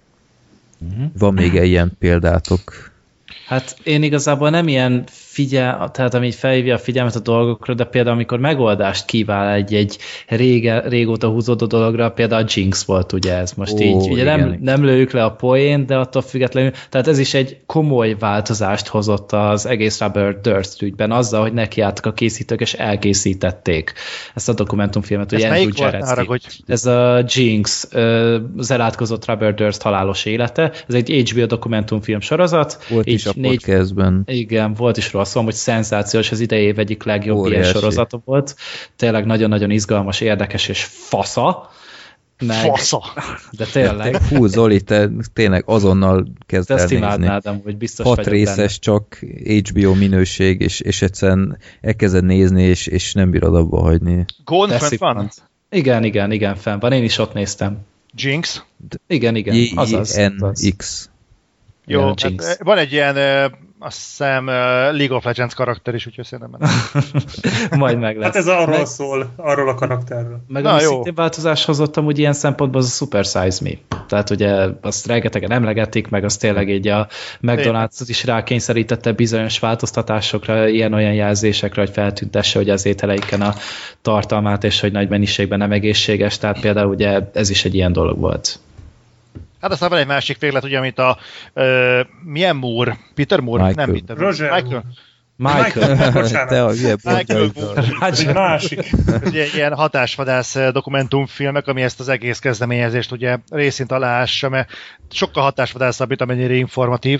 Van még ilyen példátok? Hát én igazából nem ilyen tehát ami felhívja a figyelmet a dolgokra, de például amikor megoldást kíván egy régóta húzódó dologra, például a Jinx volt ugye ez most így. Ugye nem lőjük le a poént, de attól függetlenül, tehát ez is egy komoly változást hozott az egész Rubber Durst ügyben, azzal, hogy nekiálltak a készítők, és elkészítették ezt a dokumentumfilmet. Ez melyik volt? Ez a Jinx, az elátkozott Rubber Durst halálos élete. Ez egy HBO dokumentumfilm sorozat. Volt is a podcastben. Igen, volt is róla szó, hogy szenzációs, az idei év egyik legjobb ilyen sorozata volt. Tényleg nagyon-nagyon izgalmas, érdekes és fasza. Fasza! De tényleg. Hú, Zoli, te tényleg azonnal kezd el nézni. Ezt imádnám, hogy biztos 6 részes benne. Csak HBO minőség, és egyszerűen elkezded nézni, és nem bírod abba hagyni. Gone fent van? Igen, fenn van. Én is ott néztem. Jinx? Igen, azaz. J-N-X. Jó, hát van egy ilyen azt hiszem League of Legends karakter is, úgyhogy szerintem majd meg lesz. Hát ez arról szól, arról a karakterről. Meg ami szintén változás hozott amúgy ilyen szempontból, az a Super Size Me. Tehát ugye azt rengetegen emlegetik, meg azt tényleg így a McDonald's is rákényszerítette bizonyos változtatásokra, ilyen-olyan jelzésekre, hogy feltüntesse, hogy az ételeiken a tartalmát, és hogy nagy mennyiségben nem egészséges. Tehát például ugye ez is egy ilyen dolog volt. Hát aztán van egy másik véglet, ugye, amit a milyen Moore? Peter Moore? Michael. Nem Peter. Roger Michael. Bocsánat. Te a hülye Michael Moore. Másik. Ugye ilyen hatásvadász dokumentumfilmek, ami ezt az egész kezdeményezést ugye részint aláássa, mert sokkal hatásvadászabb, mint amennyire informatív.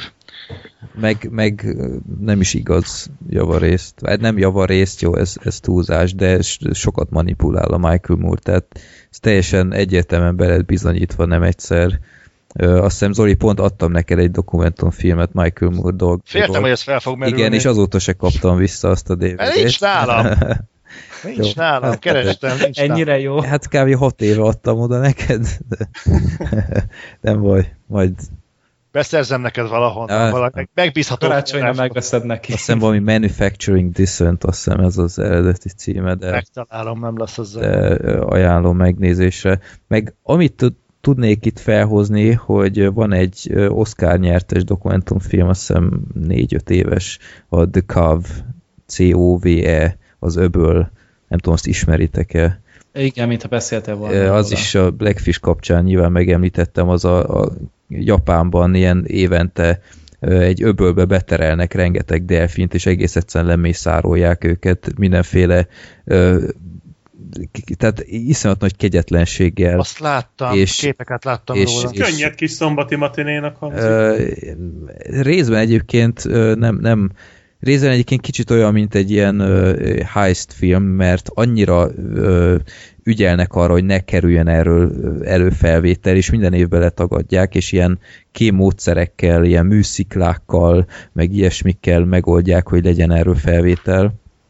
Meg nem is igaz javarészt. Hát nem javarészt, jó, ez túlzás, de sokat manipulál a Michael Moore, tehát ez teljesen egyértelműen be lett bizonyítva nem egyszer. Azt hiszem, Zoli, pont adtam neked egy dokumentumfilmet Michael Moore dolgokról. Féltem, hogy ez fel fog merülni. Igen, és azóta se kaptam vissza azt a DVD-t. Nincs nálam! Nincs nálam, kerestem, nincs ennyire nálam. jó. Hát kb. 6 éve adtam oda neked. De nem baj, majd Beszerzem neked valahonnan, valami megbízható. Karácsonyra megveszed neki. Azt hiszem valami Manufacturing Descent, azt hiszem ez az eredeti címe, de... Megtalálom, nem lesz az. De ajánlom megnézésre. Meg amit tudnék itt felhozni, hogy van egy Oscar nyertes dokumentumfilm, azt hiszem 4-5 éves, a The Cove, C-O-V-E, az öböl, nem tudom, azt ismeritek-e? Igen, mintha beszéltél volna. Az is a Blackfish kapcsán nyilván megemlítettem, az a Japánban ilyen évente egy öbölbe beterelnek rengeteg delfint, és egész egyszerűen lemészárolják őket mindenféle tehát iszonyat nagy kegyetlenséggel. Azt láttam, és, képeket láttam róla. Könnyed kis szombati matinénak hangzik. Részben egyébként nem részben egyébként kicsit olyan, mint egy ilyen heist film, mert annyira ügyelnek arra, hogy ne kerüljen erről előfelvétel, és minden évben letagadják, és ilyen kémmódszerekkel, ilyen műsziklákkal, meg ilyesmikkel megoldják, hogy legyen erről felvétel.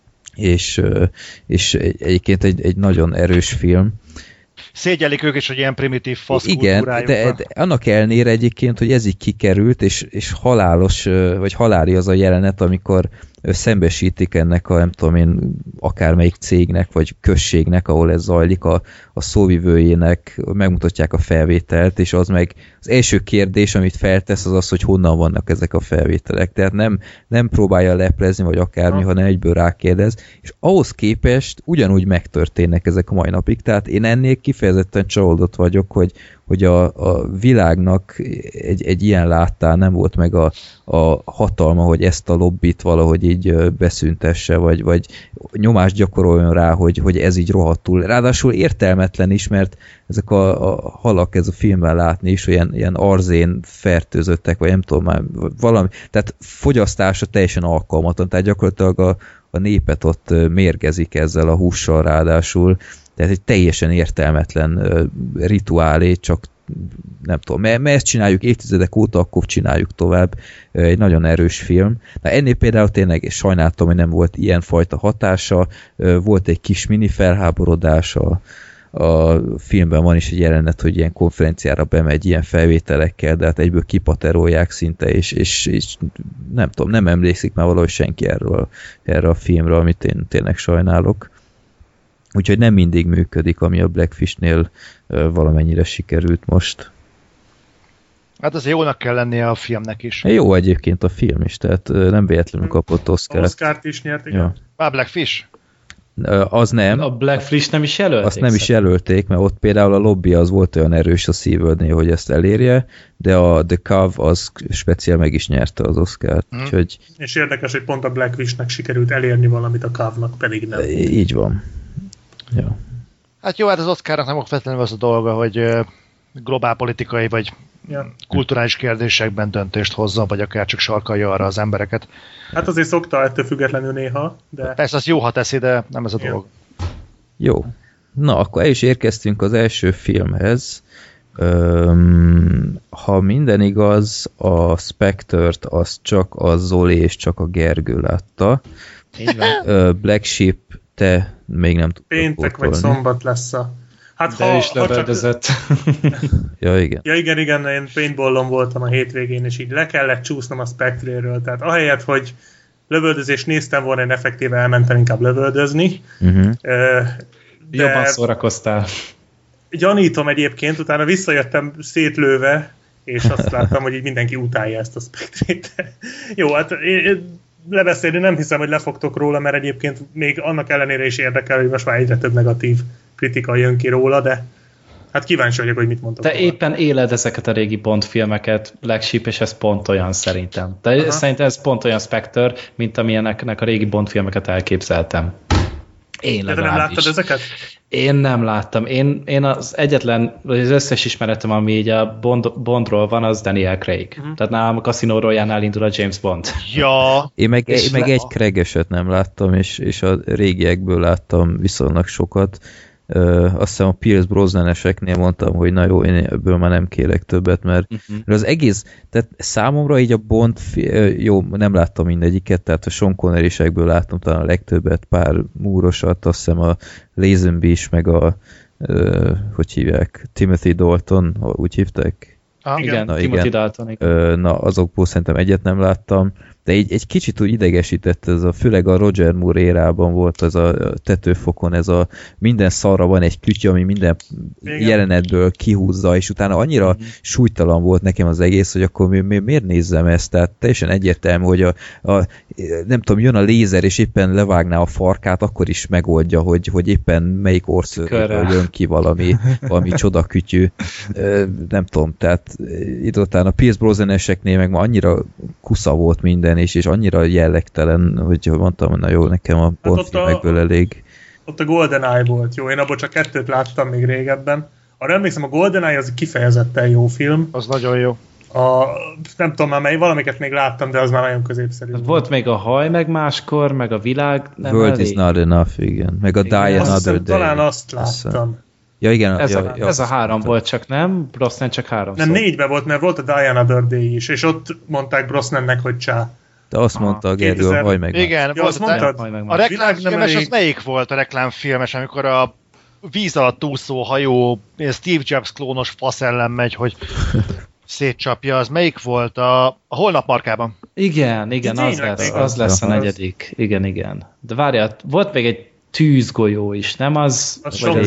És egyébként egy nagyon erős film. Szégyellik ők is, hogy ilyen primitív fasz igen, de annak ellenére egyébként, hogy ez így kikerült, és halálos, vagy halári az a jelenet, amikor szembesítik ennek a, nem tudom én, akármelyik cégnek, vagy községnek, ahol ez zajlik, a szóvivőjének megmutatják a felvételt, és az meg az első kérdés, amit feltesz, az az, hogy honnan vannak ezek a felvételek. Tehát nem próbálja leplezni, vagy akármi, hanem egyből rákérdez, és ahhoz képest ugyanúgy megtörténnek ezek a mai napig. Tehát én ennél kifejezetten csalódott vagyok, hogy a világnak egy ilyen láttán nem volt meg a hatalma, hogy ezt a lobbit valahogy így beszüntesse, vagy nyomást gyakoroljon rá, hogy ez így rohadtul. Ráadásul értelmetlen is, mert ezek a halak, ez a filmben látni is, ilyen arzén fertőzöttek, vagy nem tudom már, valami, tehát fogyasztása teljesen alkalmatlan, tehát gyakorlatilag a népet ott mérgezik ezzel a hússal ráadásul. Tehát egy teljesen értelmetlen rituálé, csak nem tudom, mert ezt csináljuk évtizedek óta, akkor csináljuk tovább. Egy nagyon erős film. Na ennél például tényleg sajnáltam, hogy nem volt ilyen fajta hatása. Volt egy kis mini felháborodás, a filmben van is egy jelenet, hogy ilyen konferenciára bemegy ilyen felvételekkel, de hát egyből kipaterolják szinte, és nem tudom, nem emlékszik már valahogy senki erre a filmre, amit én tényleg sajnálok. Úgyhogy nem mindig működik, ami a Blackfishnél valamennyire sikerült most. Hát azért jónak kell lennie a filmnek is. Jó egyébként a film is, tehát nem véletlenül kapott Oscart. Oscart is nyert, igen. Ja. A Blackfish? Az nem. A Blackfish nem is jelölték? Azt nem is jelölték, mert ott például a lobby az volt olyan erős a SeaWorldnél, hogy ezt elérje, de a The Cove az speciál meg is nyerte az Oscart. Úgyhogy... És érdekes, hogy pont a Blackfishnek sikerült elérni valamit, a Cove-nak pedig nem. Így van. Ja. Hát jó, hát az Oscarnak nem okvetlenül az a dolga, hogy globálpolitikai vagy kulturális kérdésekben döntést hozzon, vagy akár csak sarkalja arra az embereket. Hát azért szokta ettől függetlenül néha, de... Persze az jó, ha teszi, de nem ez a dolog. Jó. Na, akkor el is érkeztünk az első filmhez. Ha minden igaz, a Spectre-t az csak a Zoli és csak a Gergő látta. Black Sheep te még nem tudtad péntek vagy szombat lesz a... Hát de is lövöldözött. Csak... ja, igen. Ja, igen, én paintballon voltam a hétvégén, és így le kellett csúsznom a Spectre-ről, tehát ahelyett, hogy lövöldözést néztem volna, én effektíve elmentem inkább lövöldözni. Jobban szórakoztál. Gyanítom egyébként, utána visszajöttem szétlőve, és azt láttam, hogy így mindenki utálja ezt a Spectre-t. Jó, hát lebeszélni nem hiszem, hogy lefogtok róla, mert egyébként még annak ellenére is érdekel, hogy most már egyre több negatív kritika jön ki róla, de hát kíváncsi vagyok, hogy mit mondtok. Te róla. Éppen éled ezeket a régi Bond filmeket, Black Sheep, és ez pont olyan szerintem. De szerintem ez pont olyan Spectre, mint amilyeneknek a régi Bond filmeket elképzeltem. Én de te nem láttad ezeket? Én nem láttam. Én az egyetlen, vagy az összes ismeretem, ami így a Bondról van, az Daniel Craig. Tehát nálam a Casino Royale-nál indul a James Bond. Ja. Én meg egy Craig-eset nem láttam, és a régiekből láttam viszonylag sokat. Azt hiszem a Pierce Brosnan-eseknél mondtam, hogy na jó, én ebből már nem kérek többet, mert az egész, tehát számomra így a Bond, jó, nem láttam mindegyiket, tehát a Sean Connery-sekből láttam talán a legtöbbet, pár múrosat, azt hiszem a Lazenby is, meg a hogy hívják, Timothy Dalton, úgy hívták? Igen, Na, Timothy igen. Dalton. Igen. Na, azokból szerintem egyet nem láttam, de egy kicsit úgy idegesített, főleg a Roger Moore érában volt az a tetőfokon, ez a minden szarra van egy kütyű, ami minden jelenetből kihúzza, és utána annyira súlytalan volt nekem az egész, hogy akkor miért nézzem ezt? Tehát teljesen egyértelmű, hogy nem tudom, jön a lézer, és éppen levágná a farkát, akkor is megoldja, hogy éppen melyik orszőről jön ki valami csodakütyű. Nem tudom, tehát itt utána a Pierce Brosnan-eseknél meg ma annyira kusza volt minden, és annyira jellegtelen, hogy mondtam, na jó, nekem a Bond-filmekből elég. Ott a GoldenEye volt jó, én abból csak 2 láttam még régebben. Arra emlékszem, a GoldenEye az kifejezetten jó film. Az nagyon jó. Nem tudom már mely, valamiket még láttam, de az már nagyon középszerű. Volt még a Haj meg máskor, meg a Világ nem World elég. is not enough, igen. Meg a Die Another Day. Talán azt láttam. Ja, igen. Ez a 3 volt csak, nem? Brosnan csak 3 Nem, 4-ben volt, mert volt a Die Another Day is, és ott mondták Brosnannek, hogy csá. De azt mondta a Gergő, hogy meg. Igen, ja, volt a reklámfilmes, az melyik volt a reklámfilmes, amikor a víz alatt úszó hajó, Steve Jobs klónos fasz ellen megy, hogy szétcsapja, az melyik volt? A Holnap markában. Igen, az lesz a 4. Igen. De várjál, volt még egy tűzgolyó is, nem az?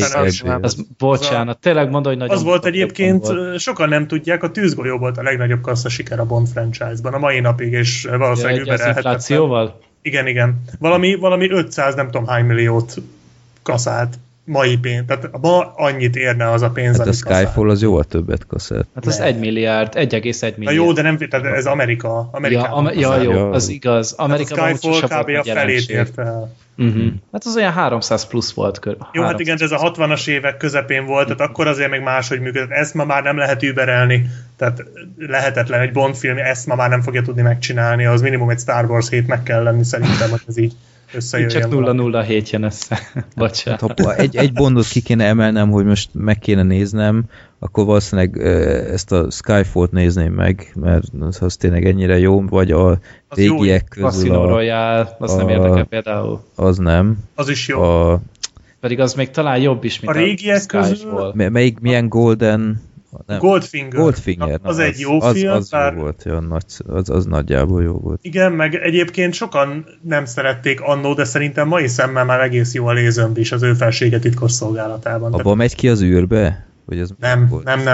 Bocsánat, tényleg mondom, hogy nagyon... Az volt egyébként, sokan nem tudják, a tűzgolyó volt a legnagyobb kassza siker a Bond franchise-ban, a mai napig, és valószínűleg überelhetetlen. Az inflációval? Igen. Valami 500 nem tudom hány milliót kaszált mai pénz. Tehát ma annyit érne az a pénz, hát a Skyfall kaszált. Az jóval többet kaszált. Hát az 1 milliárd, 1,1 milliárd. Na jó, de nem, tehát ez Amerika. Jó, az igaz. Amerikában hát a Skyfall kb. A felét érte el. Hát az olyan 300 plusz volt. Jó, hát igen, de ez a 60-as évek közepén volt, tehát akkor azért még máshogy működött. Ezt ma már nem lehet überelni, tehát lehetetlen egy Bond film, ezt ma már nem fogja tudni megcsinálni, az minimum egy Star Wars 7 meg kell lenni szerintem, hogy ez így összejöjjön. Csak 007 jön össze. Hát, egy Bondot ki kéne emelnem, hogy most meg kéne néznem, akkor valószínűleg ezt a Skyfall-t nézném meg, mert az tényleg ennyire jó, vagy a régiek közül Casino Royale, azt nem érdekel például. Az nem. Az is jó. Pedig az még talán jobb is, mint a régiek közül. Milyen Golden... Nem. Goldfinger. Az egy jó film. Az jó volt, az nagyjából jó volt. Igen, meg egyébként sokan nem szerették annó, de szerintem mai szemmel már egész jó a Lazenby is az ő felsége titkos szolgálatában. Abban megy ki az űrbe? Vagy az nem.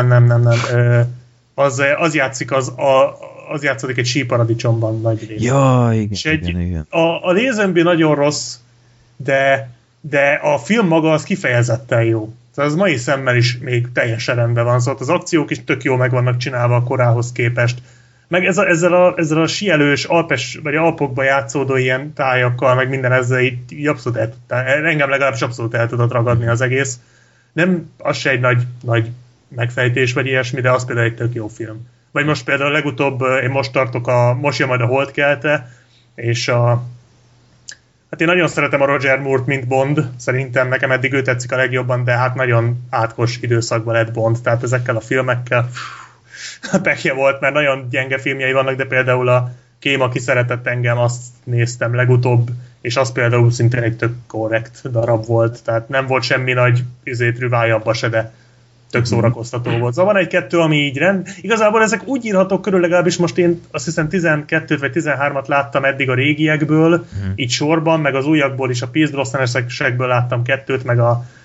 Az játszik, az játszódik egy síparadicsomban nagy rész. Ja, igen. A Lazenby nagyon rossz, de a film maga az kifejezetten jó. Tehát az mai szemmel is még teljesen rendben van, szóval az akciók is tök jó meg vannak csinálva a korához képest. Meg ezzel a síelős Alpes, vagy Alpokba játszódó ilyen tájakkal, meg minden ezzel így abszolút engem legalábbis abszolút el tudott ragadni az egész. Nem, az se egy nagy megfejtés, vagy ilyesmi, de az például egy tök jó film. Vagy most például legutóbb, én most jön majd a Holdkelte, és hát én nagyon szeretem a Roger Moore-t, mint Bond, szerintem nekem eddig ő tetszik a legjobban, de hát nagyon átkos időszakban lett Bond, tehát ezekkel a filmekkel pekje volt, mert nagyon gyenge filmjei vannak, de például a Kém, aki szeretett engem, azt néztem legutóbb, és az például szintén egy tök korrekt darab volt, tehát nem volt semmi nagy trüvája abba se, de tök szórakoztató volt. Szóval van egy-kettő, ami így Igazából ezek úgy írhatók körül, legalábbis most én azt hiszem 12 vagy 13-at láttam eddig a régiekből, így sorban, meg az újakból is, a Pierce Brosnan-esekből láttam 2-t, meg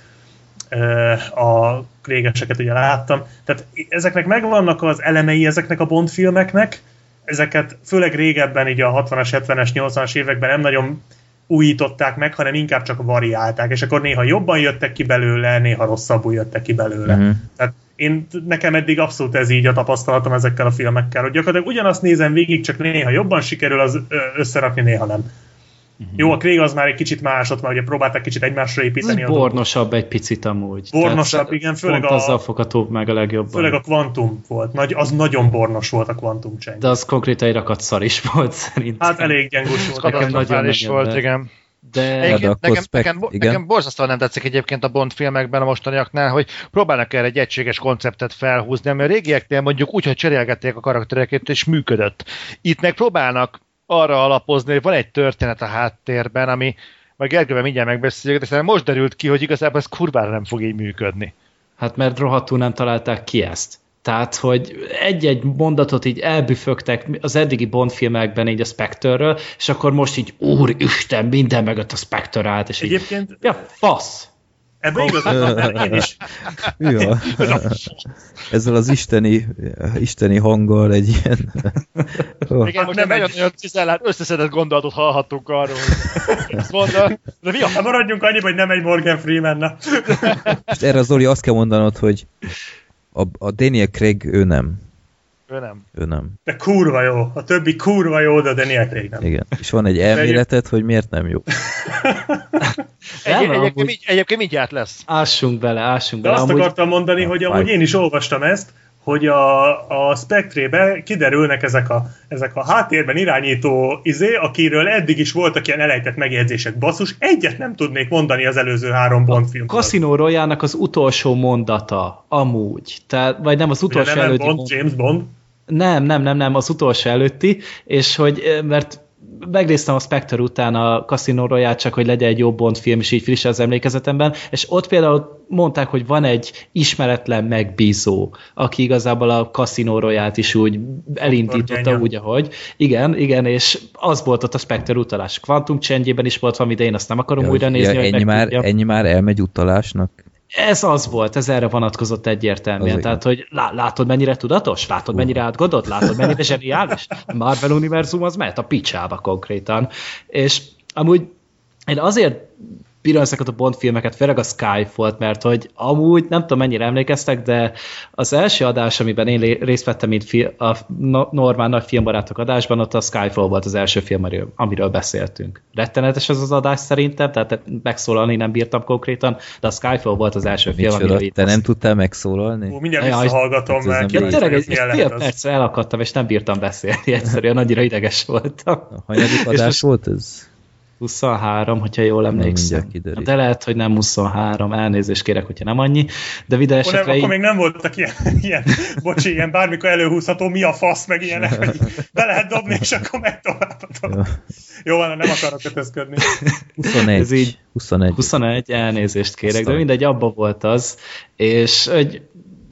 a régeseket ugye láttam. Tehát ezeknek megvannak az elemei ezeknek a Bond filmeknek, ezeket főleg régebben, így a 60-as, 70-es, 80-as években nem nagyon újították meg, hanem inkább csak variálták, és akkor néha jobban jöttek ki belőle, néha rosszabbul jöttek ki belőle. Tehát nekem eddig abszolút ez így a tapasztalatom ezekkel a filmekkel, hogy gyakorlatilag ugyanazt nézem végig, csak néha jobban sikerül az összerakni, néha nem. Jó, a Craig az már egy kicsit más, ott már ugye próbálták kicsit egymásra építeni. Ez bornosabb egy picit amúgy. Bornosabb, igen, főleg azzal foghatóbb meg a legjobban. Főleg a Quantum volt, az nagyon bornos volt a Quantum Change. De az konkrétan egy rakat szar is volt szerintem. Hát elég gyengus volt. Katasztrofális volt, igen. De nekem borzasztóan nem tetszik egyébként a Bond filmekben a mostaniaknál, hogy próbálnak erre egy egységes konceptet felhúzni, ami a régieknél mondjuk úgy, hogy cserélgették a karaktereket, és működött. Itt meg próbálnak arra alapozni, hogy van egy történet a háttérben, ami majd Gergővel mindjárt megbeszéljük, de szerintem most derült ki, hogy igazából ez kurvára nem fog így működni. Hát mert rohadtul nem találták ki ezt. Tehát, hogy egy-egy mondatot így elbüfögtek az eddigi Bond filmekben így a Spectre-ről, és akkor most így, úristen, minden mögött a Spectre állt, és így, Egyébként ja, fasz! ebben igazad van, mert én is. Ja. Ezzel az isteni hanggal egy ilyen... Igen, most nem egy olyan cizellált, összeszedett gondolatot hallhattunk arról, hogy ezt mondta. De mi a... Hát maradjunk annyiba, hogy nem egy Morgan Freeman, na. Most erre Zoli azt kell mondanod, hogy a Daniel Craig, ő nem. Ő nem. De kurva jó. A többi kurva jó, de a Daniel Craig nem. Igen. És van egy elméleted, hogy miért nem jó. Egyébként mindjárt lesz. Ássunk bele. De azt akartam mondani, hogy amúgy én is olvastam ezt, hogy a Spectre-be kiderülnek ezek a háttérben irányító akiről eddig is voltak ilyen elejtett megjegyzések. Basszus, egyet nem tudnék mondani az előző 3 Bond filmről. Casino Royale-nak az utolsó mondata, amúgy. Tehát, vagy nem az utolsó nem előtti Bond, James Bond? Nem, az utolsó előtti, és hogy, mert megnéztem a Spectre után a Casino Royale, csak hogy legyen egy jó Bond film, és így friss az emlékezetemben, és ott például mondták, hogy van egy ismeretlen megbízó, aki igazából a Casino Royale-t is úgy elindította úgy, ahogy. Igen, és az volt ott a Spectre utalás. Quantum Change-ében is volt valami, de én azt nem akarom újra nézni, hogy ennyi már elmegy utalásnak? Ez az volt, ez erre vonatkozott egyértelműen. Az tehát, hogy látod, mennyire tudatos? Látod, mennyire átgondollt? Látod, mennyire zseniális? A Marvel univerzum az mehet a picsába konkrétan. És amúgy én azért bírom ezeket a Bond filmeket, főleg a Skyfall-t, mert hogy amúgy, nem tudom mennyire emlékeztek, de az első adás, amiben én részt vettem, mint a normál nagy filmbarátok adásban, ott a Skyfall volt az első film, amiről beszéltünk. Rettenetes ez az adás szerintem, tehát megszólalni nem bírtam konkrétan, de a Skyfall volt az első film, amiről itt... Te nem tudtál megszólalni? Mindjárt visszahallgatom, mert tényleg egy fél percre elakadtam, és nem bírtam beszélni, egyszerűen annyira ideges voltam. A hanyadik adás volt ez? 23, hogyha jól emlékszem. De lehet, hogy nem 23, elnézést kérek, hogyha nem annyi, de videó esetre akkor még nem voltak ilyen bármikor előhúzható, mi a fasz, meg ilyenek, hogy be lehet dobni, és akkor meg tovább. Jó van, nem akarok kötözködni. 21. Ez így 21, elnézést kérek, de mindegy, abba volt az, és hogy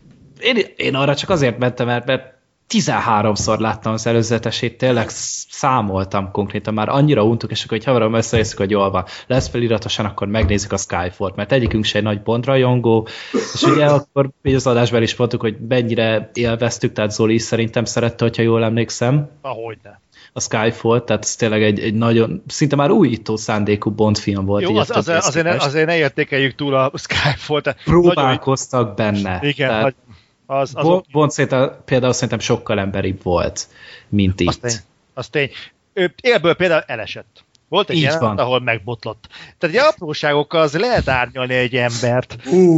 én arra csak azért mentem, mert 13-szor láttam az előzetesét, tényleg számoltam konkrétan, már annyira untuk, és akkor, hogy havarom összejösszük, hogy jól van, lesz feliratosan, akkor megnézzük a Skyfall-t, mert egyikünk se egy nagy Bond rajongó, és ugye akkor az adásban is mondtuk, hogy mennyire élveztük, tehát Zoli is szerintem szerette, hogyha jól emlékszem. Ahogyne. A Skyfall, tehát ez tényleg egy nagyon, szinte már újító szándékú Bond film volt. Jó, azért ne értékeljük túl a Skyfall-t. Próbálkoztak benne. Igen, tehát, Bond például szerintem sokkal emberibb volt, mint itt. Az tény. Ő élből például elesett. Volt egy jelenet, ahol megbotlott. Tehát egy apróságokkal az lehet árnyalni egy embert.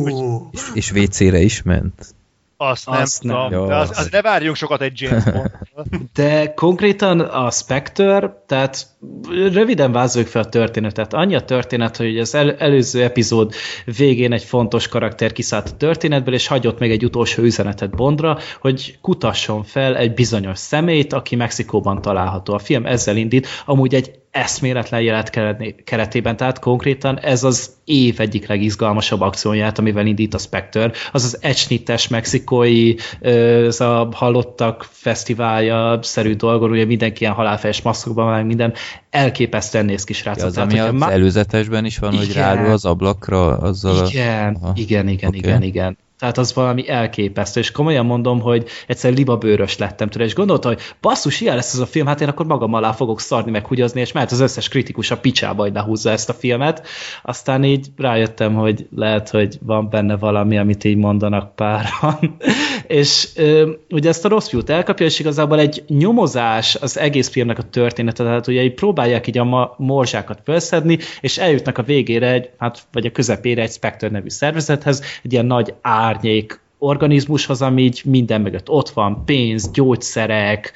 És WC-re is ment. Azt nem. Az ne várjunk sokat egy James Bond. De konkrétan a Spectre, tehát röviden vázoljuk fel a történetet. Annyi a történet, hogy az előző epizód végén egy fontos karakter kiszállt a történetből, és hagyott még egy utolsó üzenetet Bondra, hogy kutasson fel egy bizonyos személyt, aki Mexikóban található. A film ezzel indít, amúgy egy eszméletlen jelet keretében, tehát konkrétan ez az év egyik legizgalmasabb akcióját, amivel indít a Spectre, az az egysnittes mexikói, ez a halottak fesztiválja-szerű dolgon, ugye mindenki ilyen halálfejes maszkokban, meg minden elképesztően néz ki, srácok. Az, ami az előzetesben is van, hogy ráül az ablakra, azzal Igen. Tehát az valami elképesztő, és komolyan mondom, hogy egyszer libabőrös lettem tőle, és gondoltam, hogy basszus, ilyen lesz ez a film, hát én akkor magam alá fogok szarni, meg hugyozni, és mert az összes kritikus a picsába, hogy lehúzza ezt a filmet. Aztán így rájöttem, hogy lehet, hogy van benne valami, amit így mondanak páran. És ugye ezt a rossz fiút elkapja, és igazából egy nyomozás az egész filmnek a története, tehát ugye így próbálják így a morzsákat felszedni, és eljutnak a végére, vagy a közepére egy Spectre nevű szervezethez, egy ilyen nagy árnyék organizmushoz, ami így minden mögött ott van, pénz, gyógyszerek,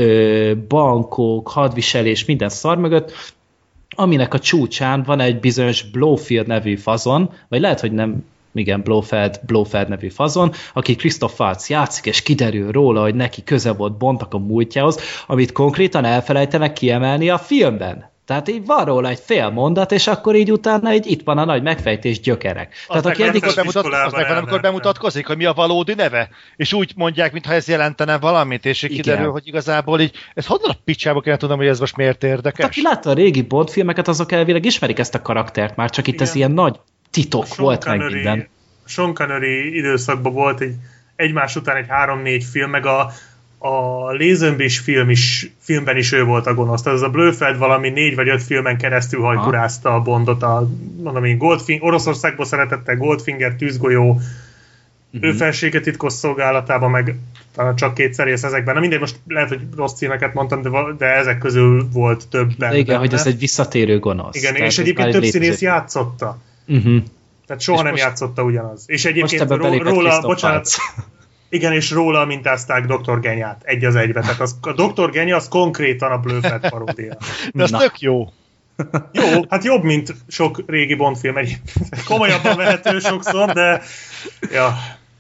bankok, hadviselés, minden szar mögött, aminek a csúcsán van egy bizonyos Blofeld nevű fazon, vagy lehet, hogy nem, igen, Blofeld nevű fazon, aki Christoph Waltz játszik, és kiderül róla, hogy neki köze volt Bondnak a múltjához, amit konkrétan elfelejtenek kiemelni a filmben. Tehát így van róla egy fél mondat, és akkor így utána itt van a nagy megfejtés gyökerek. Tehát aki eddig amikor bemutatkozik, hogy mi a valódi neve, és úgy mondják, mintha ez jelentene valamit, és kiderül, hogy igazából így, ez honnan a picsába kéne tudnom, hogy ez most miért érdekes? Hát, aki látta a régi Bond filmeket, azok elvileg ismerik ezt a karaktert már, csak itt ez ilyen nagy titok volt meg minden. Sean Connery időszakban volt egymás után egy 3-4 film, meg a Lazenby filmben is ő volt a gonosz. Tehát ez a Blofeld valami 4 vagy 5 filmen keresztül hajkurázta a Bondot, mondom én, Oroszországból szeretette Goldfinger, Tűzgolyó, ő felsége titkos szolgálatában, meg talán csak 2 rész ezekben. Na mindegy, most lehet, hogy rossz címeket mondtam, de ezek közül volt több benne. Igen, hogy ez egy visszatérő gonosz. Igen, és egyébként több színész játszotta. Tehát soha nem játszotta ugyanaz. És egyébként róla, bocsánat, igen, és róla mintázták Dr. Genyát, egy az egybe. Tehát a Dr. Genya az konkrétan a Blofeld paródia. De az tök jó. Jó, hát jobb, mint sok régi Bond film egyébként. Komolyabban vehető sokszor, de ja.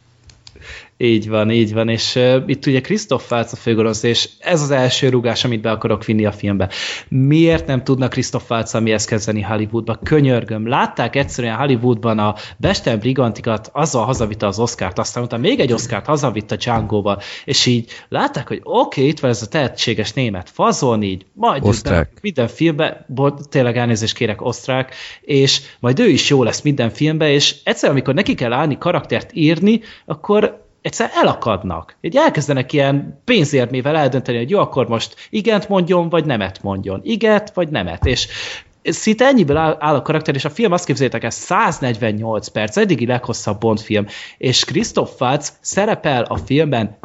Így van, és itt ugye Christoph Waltz a főgonosz, és ez az első rúgás, amit be akarok vinni a filmbe. Miért nem tudnak Christoph Waltz mihez kezdeni Hollywoodba? Könyörgöm, látták egyszerűen Hollywoodban a Besten Brigantikat, azzal hazavitte az Oscart, aztán utána még egy Oscart hazavitte Django-val, és így látták, hogy oké, itt van ez a tehetséges német fazon, így majd minden filmben, tényleg elnézést kérek, osztrák, és majd ő is jó lesz minden filmben, és egyszer, amikor neki kell állni karaktert írni, akkor egyszer elakadnak. Így elkezdenek ilyen pénzérmével eldönteni, hogy jó, akkor most igent mondjon, vagy nemet mondjon. Iget, vagy nemet. És szinte ennyiből áll a karakter, és a film, azt képzeljétek el, 148 perc, eddigi leghosszabb Bond film, és Christoph Waltz szerepel a filmben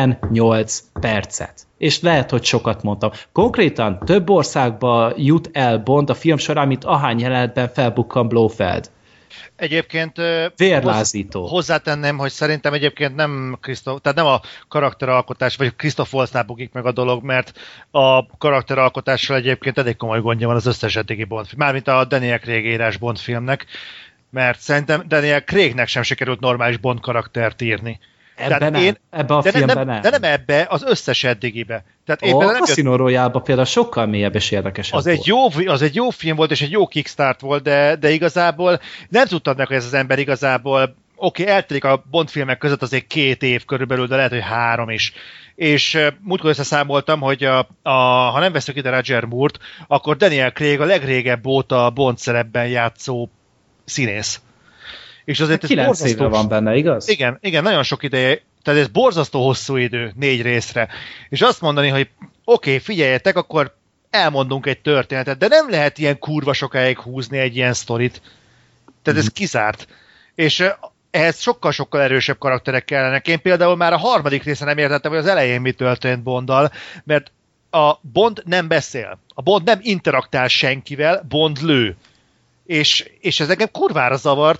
18 percet. És lehet, hogy sokat mondtam. Konkrétan több országba jut el Bond a film során, mint ahány jelenetben felbukkan Blofeld. Egyébként vérlázító. Hozzátenném, hogy szerintem egyébként tehát nem a karakteralkotás, vagy Christoph Waltznál bukik meg a dolog, mert a karakteralkotással egyébként elég komoly gondja van az összes eddigi Bond film. Mármint a Daniel Craig írás Bond filmnek, mert szerintem Daniel Craignek sem sikerült normális Bond karaktert írni. Ebben a filmben nem. De nem ebbe, az összes eddigibe. Tehát a Casino Royale-ban például sokkal mélyebb és érdekesebb az egy jó film volt, és egy jó kickstart volt, de igazából nem tudtad meg, hogy ez az ember igazából, eltelik a Bond filmek között azért 2 év körülbelül, de lehet, hogy 3 is. És múltkor összeszámoltam, hogy ha nem veszük ide Roger Moore-t, akkor Daniel Craig a legrégebb óta Bond szerepben játszó színész. És azért 9 évre van benne, igaz? Igen, nagyon sok ideje, tehát ez borzasztó hosszú idő 4 részre. És azt mondani, hogy figyeljetek, akkor elmondunk egy történetet, de nem lehet ilyen kurva sokáig húzni egy ilyen sztorit. Tehát ez kizárt. És ehhez sokkal-sokkal erősebb karakterek kellenek. Én például már a 3. részen nem értettem, hogy az elején mi történt Bonddal, mert a Bond nem beszél. A Bond nem interaktál senkivel, Bond lő. És ez engem kurvára zavart,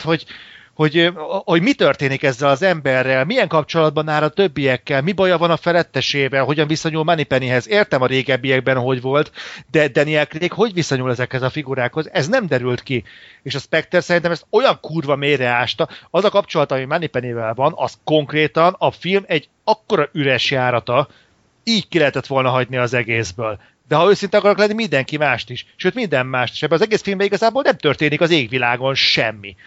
hogy mi történik ezzel az emberrel, milyen kapcsolatban áll a többiekkel, mi baja van a felettesével, hogyan viszonyul Moneypennyhez. Értem a régebbiekben, hogy volt, de Daniel Craig hogy viszonyul ezekhez a figurákhoz, ez nem derült ki. És a Spectre szerintem ezt olyan kurva mélyre ásta, az a kapcsolat, ami Moneypennyvel van, az konkrétan a film egy akkora üres járata, így ki lehetett volna hagyni az egészből. De ha őszinte akarok lenni, mindenki mást is. Sőt, minden mást is. Ebben az egész filmben igazából nem történik az égvilágon semmi.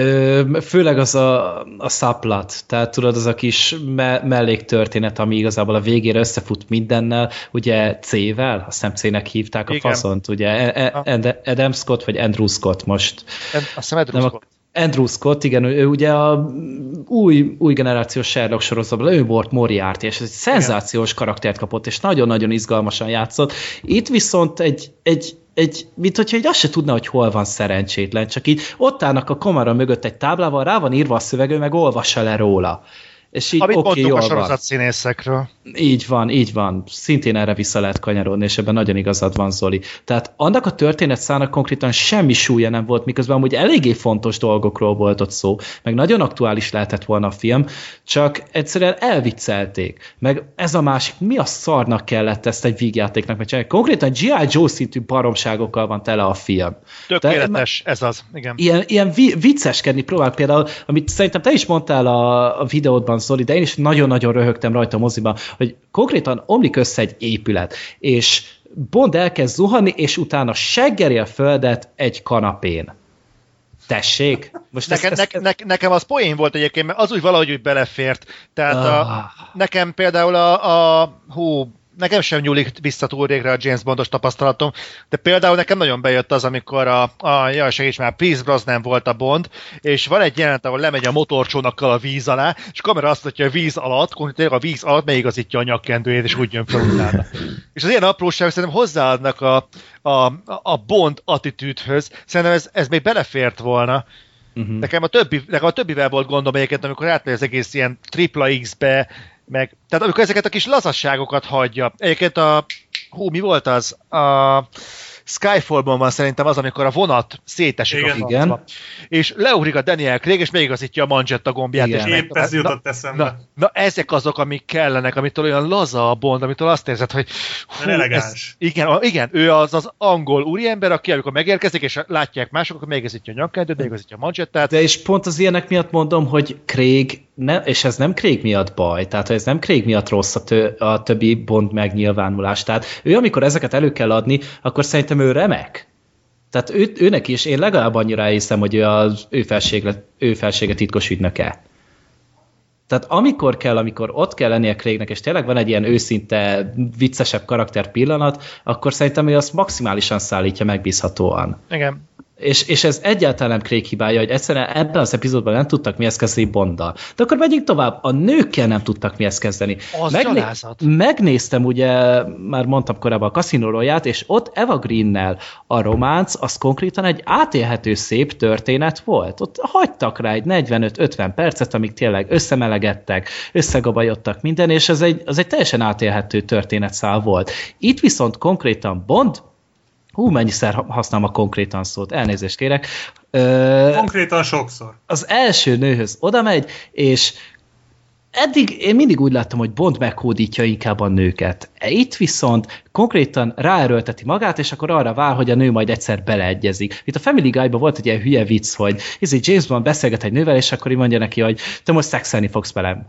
Főleg az a subplot. Tehát tudod, az a kis melléktörténet, ami igazából a végére összefut mindennel, ugye C-vel, azt hiszem C-nek hívták a faszont, ugye Adam Scott, vagy Andrew Scott most. Azt hiszem Andrew Scott. Andrew Scott, igen, ő ugye a új generációs Sherlock sorozatban, ő volt Moriarty, és ez egy szenzációs karaktert kapott, és nagyon-nagyon izgalmasan játszott. Itt viszont mint hogyha így azt se tudna, hogy hol van szerencsétlen, csak így ott állnak a kamera mögött egy táblával, rá van írva a szöveg, ő meg olvassa le róla. És így amit mondtunk jól a sorozatszínészekről. Így van. Szintén erre vissza lehet kanyarodni, és ebben nagyon igazad van, Zoli. Tehát annak a történetszának konkrétan semmi súlya nem volt, miközben amúgy eléggé fontos dolgokról volt ott szó, meg nagyon aktuális lehetett volna a film, csak egyszerűen elviccelték. Meg ez a másik, mi a szarnak kellett ezt egy vígjátéknak megcsinálni? Konkrétan G.I. Joe szintű baromságokkal van tele a film. Tökéletes, ez az, igen. Ilyen vicceskedni próbál például, amit szerintem te is mondtál a videódban, Zoli, de én is nagyon-nagyon röhögtem rajta a moziban, hogy konkrétan omlik össze egy épület, és Bond elkezd zuhanni, és utána seggeri a földet egy kanapén. Tessék? Most nekem az poén volt egyébként, mert az úgy valahogy úgy belefért. Tehát nekem például nekem sem nyúlik vissza túl régre a James Bondos tapasztalatom, de például nekem nagyon bejött az, amikor jaj, segíts már, Pierce Brosnan volt a Bond, és van egy jelenet, ahol lemegy a motorcsónakkal a víz alá, és a kamera azt mutatja, a víz alatt, konkrétan a víz alatt megigazítja a nyakkendőjét, és úgy jön fel utána. És az ilyen apróságok szerintem hozzáadnak a Bond attitűdhöz, szerintem ez még belefért volna. Uh-huh. Nekem a többivel volt gondom egyébként, amikor átmegy az egész ilyen tripla X-be, tehát amikor ezeket a kis lazasságokat hagyja. Egyébként mi volt az? A Skyfallban van szerintem az, amikor a vonat szétesik a francba. És leugrik a Daniel Craig, és megigazítja a manzsetta gombját. Igen. Épp ez jutott eszembe. Na, ezek azok, amik kellenek, amitől olyan laza a Bond, amitől azt érzed, hogy elegáns. Igen, ő az angol úriember, aki amikor megérkezik, és látják mások, akkor megigazítja a nyakkendőt, megigazítja a manzsettát. De és pont az ilyenek miatt mondom, hogy Craig, és ez nem Craig miatt baj, tehát ez nem Craig miatt rossz a többi Bond megnyilvánulás. Tehát ő, amikor ezeket elő kell adni, akkor szerintem ő remek. Tehát őnek is, én legalább annyira elhiszem, hogy ő felsége titkos ügynöke. Tehát amikor ott kell lennie Craignek, és tényleg van egy ilyen őszinte, viccesebb karakter pillanat, akkor szerintem ő azt maximálisan szállítja megbízhatóan. Igen. És ez egyáltalán nem Craig hibája, hogy egyszerűen ebben az epizódban nem tudtak mihez kezdeni Bonddal. De akkor megyünk tovább, a nőkkel nem tudtak mihez kezdeni. Megnéztem, ugye, már mondtam korábban a Casino Royale-t, és ott Eva Greennel a románc, az konkrétan egy átélhető szép történet volt. Ott hagytak rá egy 45-50 percet, amíg tényleg összemelegedtek, összegabajodtak minden, és az egy teljesen átélhető történetszál volt. Itt viszont konkrétan Bond, mennyiszer használom a konkrétan szót, elnézést kérek. Konkrétan sokszor. Az első nőhöz oda megy, és eddig én mindig úgy láttam, hogy Bond meghódítja inkább a nőket. Itt viszont konkrétan ráerőlteti magát, és akkor arra vár, hogy a nő majd egyszer beleegyezik. Itt a Family Guy-ban volt egy ilyen hülye vicc, hogy James Bond beszélget egy nővel, és akkor így mondja neki, hogy te most szexelni fogsz velem.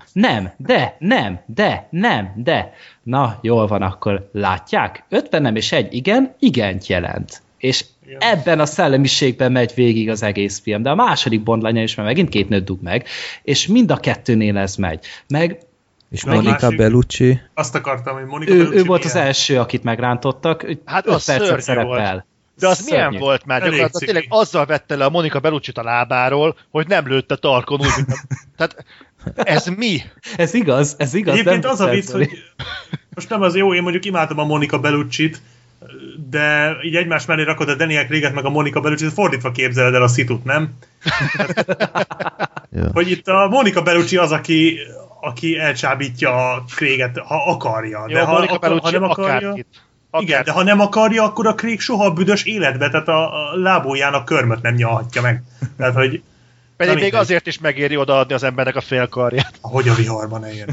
Nem. Na, jól van, akkor látják? 50 nem és egy igent jelent. És ebben a szellemiségben megy végig az egész film. De a második Bond lányon is már megint 2 nőt dug meg, és mind a 2-nél ez megy. És Monica Bellucci. Azt akartam, hogy Monica Bellucci ő volt az első, akit megrántottak. Hát az percet szerepel. Volt. De az szörnyű. Milyen volt már? Gyakorlatilag tényleg azzal vette le a Monica Bellucci-t a lábáról, hogy nem lőtte tarkon úgy, tehát ez mi? Ez igaz. Egyébként az a vicc, hogy most nem az jó, én mondjuk imádom a Monica Bellucci-t, de így egymás mellé rakod a Daniel Craig-et meg a Monica Bellucci-t, fordítva képzeled el a szitut, nem? Hogy itt a Monica Bellucci az, aki elcsábítja a Craig-et, ha akarja. De jó, ha nem akarja... Igen, de ha nem akarja, akkor a Craig soha a büdös életbe, tehát a lábójának körmöt nem nyalhatja meg. Tehát, hogy... Pedig még azért is megéri odaadni az embernek a félkarját. Ahogy a viharban eljön.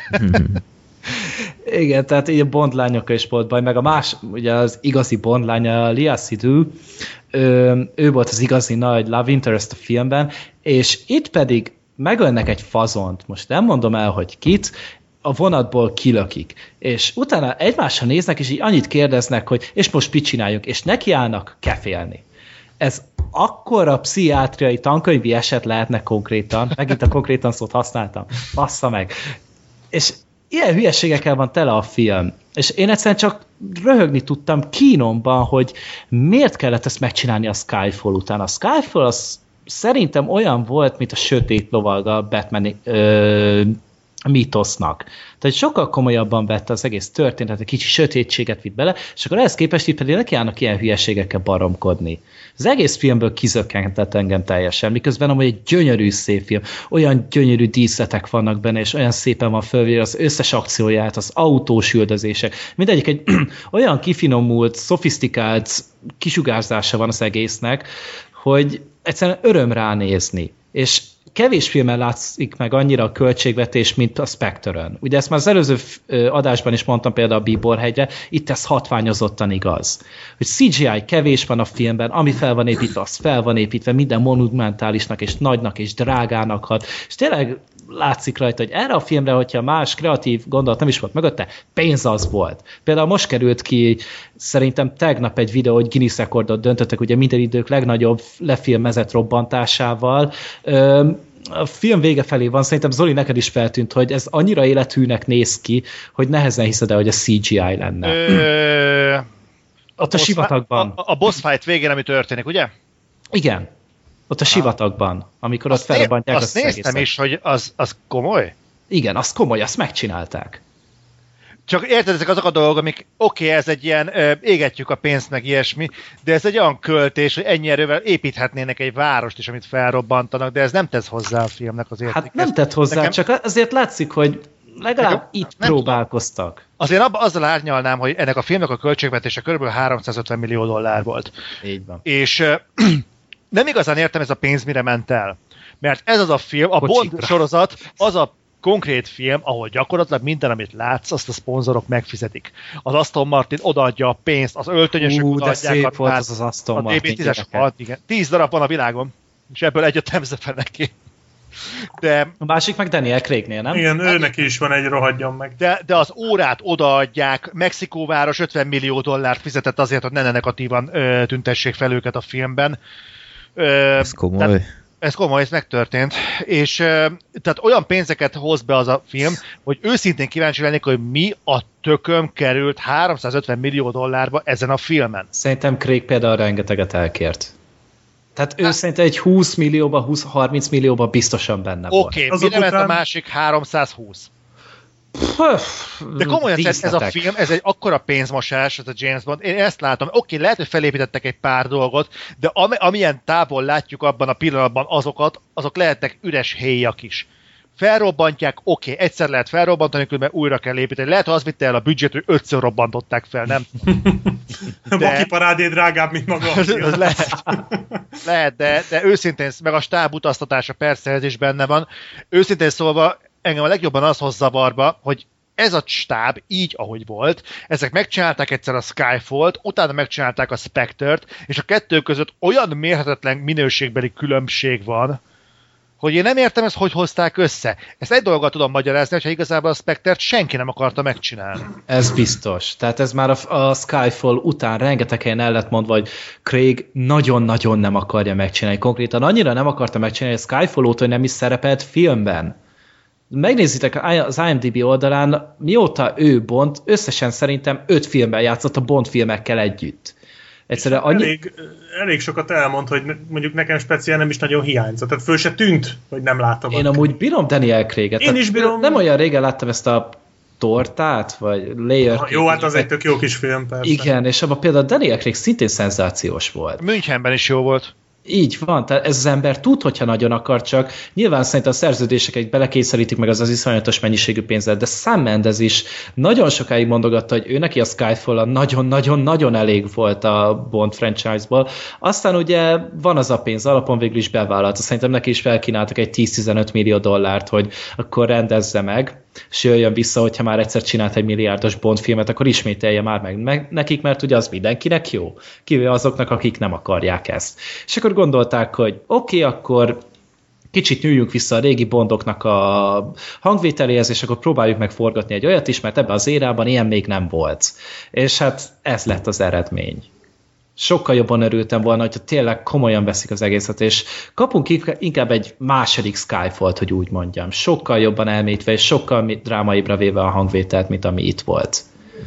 Igen, tehát így a Bond lányokkal is volt baj, meg ugye az igazi Bond lánya, Lea Seydoux, ő volt az igazi nagy love interest a filmben, és itt pedig megölnek egy fazont, most nem mondom el, hogy kit, a vonatból kilökik, és utána egymásra néznek, és így annyit kérdeznek, hogy és most mit csináljunk, és nekiállnak kefélni. Ez akkora pszichiátriai tankönyvi eset lehetne konkrétan, megint a konkrétan szót használtam, bassza meg. És ilyen hülyeségekkel van tele a film. És én egyszerűen csak röhögni tudtam kínomban, hogy miért kellett ezt megcsinálni a Skyfall után. A Skyfall az szerintem olyan volt, mint a sötét lovalga a Batman mítosznak. Tehát sokkal komolyabban vette az egész történetet, egy kicsi sötétséget vitt bele, és akkor ehhez képest itt pedig nekiállnak ilyen hülyeségekkel baromkodni. Az egész filmből kizökkentett engem teljesen, miközben amúgy egy gyönyörű szép film, olyan gyönyörű díszletek vannak benne, és olyan szépen van fölvéve az összes akcióját, az autós üldözések, mindegyik egy olyan kifinomult, szofisztikált kisugárzása van az egésznek, hogy egyszerűen öröm ránézni. És kevés filmen látszik meg annyira a költségvetés, mint a Spectre-ön. Ugye ezt már az előző adásban is mondtam például a Bíborhegyre, itt ez hatványozottan igaz. Hogy CGI kevés van a filmben, ami fel van építve, az fel van építve, minden monumentálisnak és nagynak és drágának hat. És tényleg látszik rajta, hogy erre a filmre, hogyha más kreatív gondolat nem is volt mögötte, pénz az volt. Például most került ki szerintem tegnap egy videó, hogy Guinness rekordot döntöttek, ugye minden idők legnagyobb lefilmezett robbantásával. A film vége felé van, szerintem Zoli, neked is feltűnt, hogy ez annyira élethűnek néz ki, hogy nehezen hiszed el, hogy a CGI lenne. Ott a sivatagban. A boss fight végén, ami történik, ugye? Igen. Ott a sivatagban, amikor ott felrobbantják azt néztem is, hogy az komoly? Igen, az komoly, azt megcsinálták. Csak érted, ezek azok a dolgok, amik ez egy ilyen égetjük a pénzt, meg ilyesmi, de ez egy olyan költés, hogy ennyi erővel építhetnének egy várost is, amit felrobbantanak, de ez nem tesz hozzá a filmnek az értékhez. Hát nem tett hozzá, csak azért látszik, hogy legalább itt próbálkoztak. Azért azzal árnyalnám, hogy ennek a filmnek a költségvetése kb. 350 millió dollár volt. Így van. És nem igazán értem, ez a pénz mire ment el. Mert ez az a film, a Bond sorozat, az a konkrét film, ahol gyakorlatilag minden, amit látsz, azt a szponzorok megfizetik. Az Aston Martin odaadja a pénzt, az öltönyösök odaadják a pénzt, az Aston Martin. Igen. 10 darab van a világon, és ebből egyet nem zepel neki. De, a másik meg Daniel Craignél, nem? Igen, őnek is van egy rohadjon meg. De az órát odaadják, Mexikóváros 50 millió dollárt fizetett azért, hogy ne negatívan tüntessék fel őket a filmben. Ez komoly. Ez komoly, ez megtörtént. És tehát olyan pénzeket hoz be az a film, hogy őszintén kíváncsi lennék, hogy mi a tököm került 350 millió dollárba ezen a filmen. Szerintem Craig például rengeteget elkért. Tehát ő szerintem egy 20 millióba, 20-30 millióba biztosan benne volt. Oké, mire ment a másik 320? De komolyan ez a film, ez egy akkora pénzmosás, ez a James Bond, én ezt látom. Oké, lehet, hogy felépítettek egy pár dolgot, de amilyen távol látjuk abban a pillanatban azok lehetnek üres héjak is. Felrobbantják, oké, egyszer lehet felrobbantani, különben újra kell építeni. Lehet, hogy az vitte el a büdzsét, hogy 5-ször robbantották fel, nem? Baki parádé drágább, mint maga. Lehet, de őszintén, meg a stáb utaztatása persze ez is benne van. Őszintén szólva, engem a legjobban az hoz zavarba, hogy ez a stáb így, ahogy volt, ezek megcsinálták egyszer a Skyfall-t, utána megcsinálták a Spectre-t, és a kettő között olyan mérhetetlen minőségbeli különbség van, hogy én nem értem ezt, hogy hozták össze. Ezt egy dolgot tudom magyarázni, hogyha igazából a Spectre-t senki nem akarta megcsinálni. Ez biztos. Tehát ez már a Skyfall után rengeteg helyen el lett mondva, hogy Craig nagyon-nagyon nem akarja megcsinálni. Konkrétan annyira nem akarta megcsinálni a Skyfall óta, hogy nem is szerepelt filmben. Megnézitek az IMDb oldalán, mióta ő Bond, összesen szerintem 5 filmben játszott a Bond filmekkel együtt. Egyszerűen elég sokat elmond, hogy mondjuk nekem speciál nem is nagyon hiányzott. Tehát föl se tűnt, hogy nem látom. Én amúgy bírom Daniel Craig-et. Én is bírom. Nem olyan régen láttam ezt a tortát, vagy layer. Jó, hát az egy tök jó kis film, persze. Igen, és abban például Daniel Craig szintén szenzációs volt. Münchenben is jó volt. Így van, tehát ez az ember tud, hogyha nagyon akar, csak nyilván szerintem a szerződéseket belekényszerítik meg az iszonyatos mennyiségű pénzzel, de Sam Mendes is nagyon sokáig mondogatta, hogy ő neki a Skyfall nagyon-nagyon-nagyon elég volt a Bond franchise-ból. Aztán ugye van az a pénz, alapon végül is bevállalta. Szerintem neki is felkínáltak egy 10-15 millió dollárt, hogy akkor rendezze meg, és jöjjön vissza, hogyha már egyszer csinált egy milliárdos Bond filmet, akkor ismételje már meg nekik, mert ugye az mindenkinek jó, kivéve azoknak, akik nem akarják ezt. És akkor gondolták, hogy oké, akkor kicsit nyúljunk vissza a régi Bondoknak a hangvételéhez, és akkor próbáljuk meg forgatni egy olyat is, mert ebben az érában ilyen még nem volt. És hát ez lett az eredmény. Sokkal jobban örültem volna, hogyha tényleg komolyan veszik az egészet, és kapunk inkább egy második Skyfall-t, hogy úgy mondjam. Sokkal jobban elmélyítve, és sokkal drámaibbra véve a hangvételt, mint ami itt volt.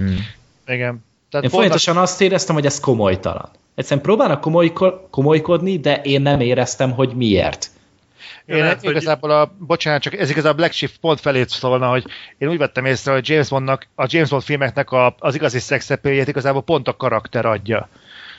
Igen. Tehát én folyamatosan azt éreztem, hogy ez komolytalan. Egyszerűen próbálnak komolykodni, de én nem éreztem, hogy miért. Én lehet, igazából bocsánat, csak ez igazából Black Shift pont felé szólna, hogy én úgy vettem észre, hogy a James Bond filmeknek az igazi szexepéljét igazából pont a karakter adja.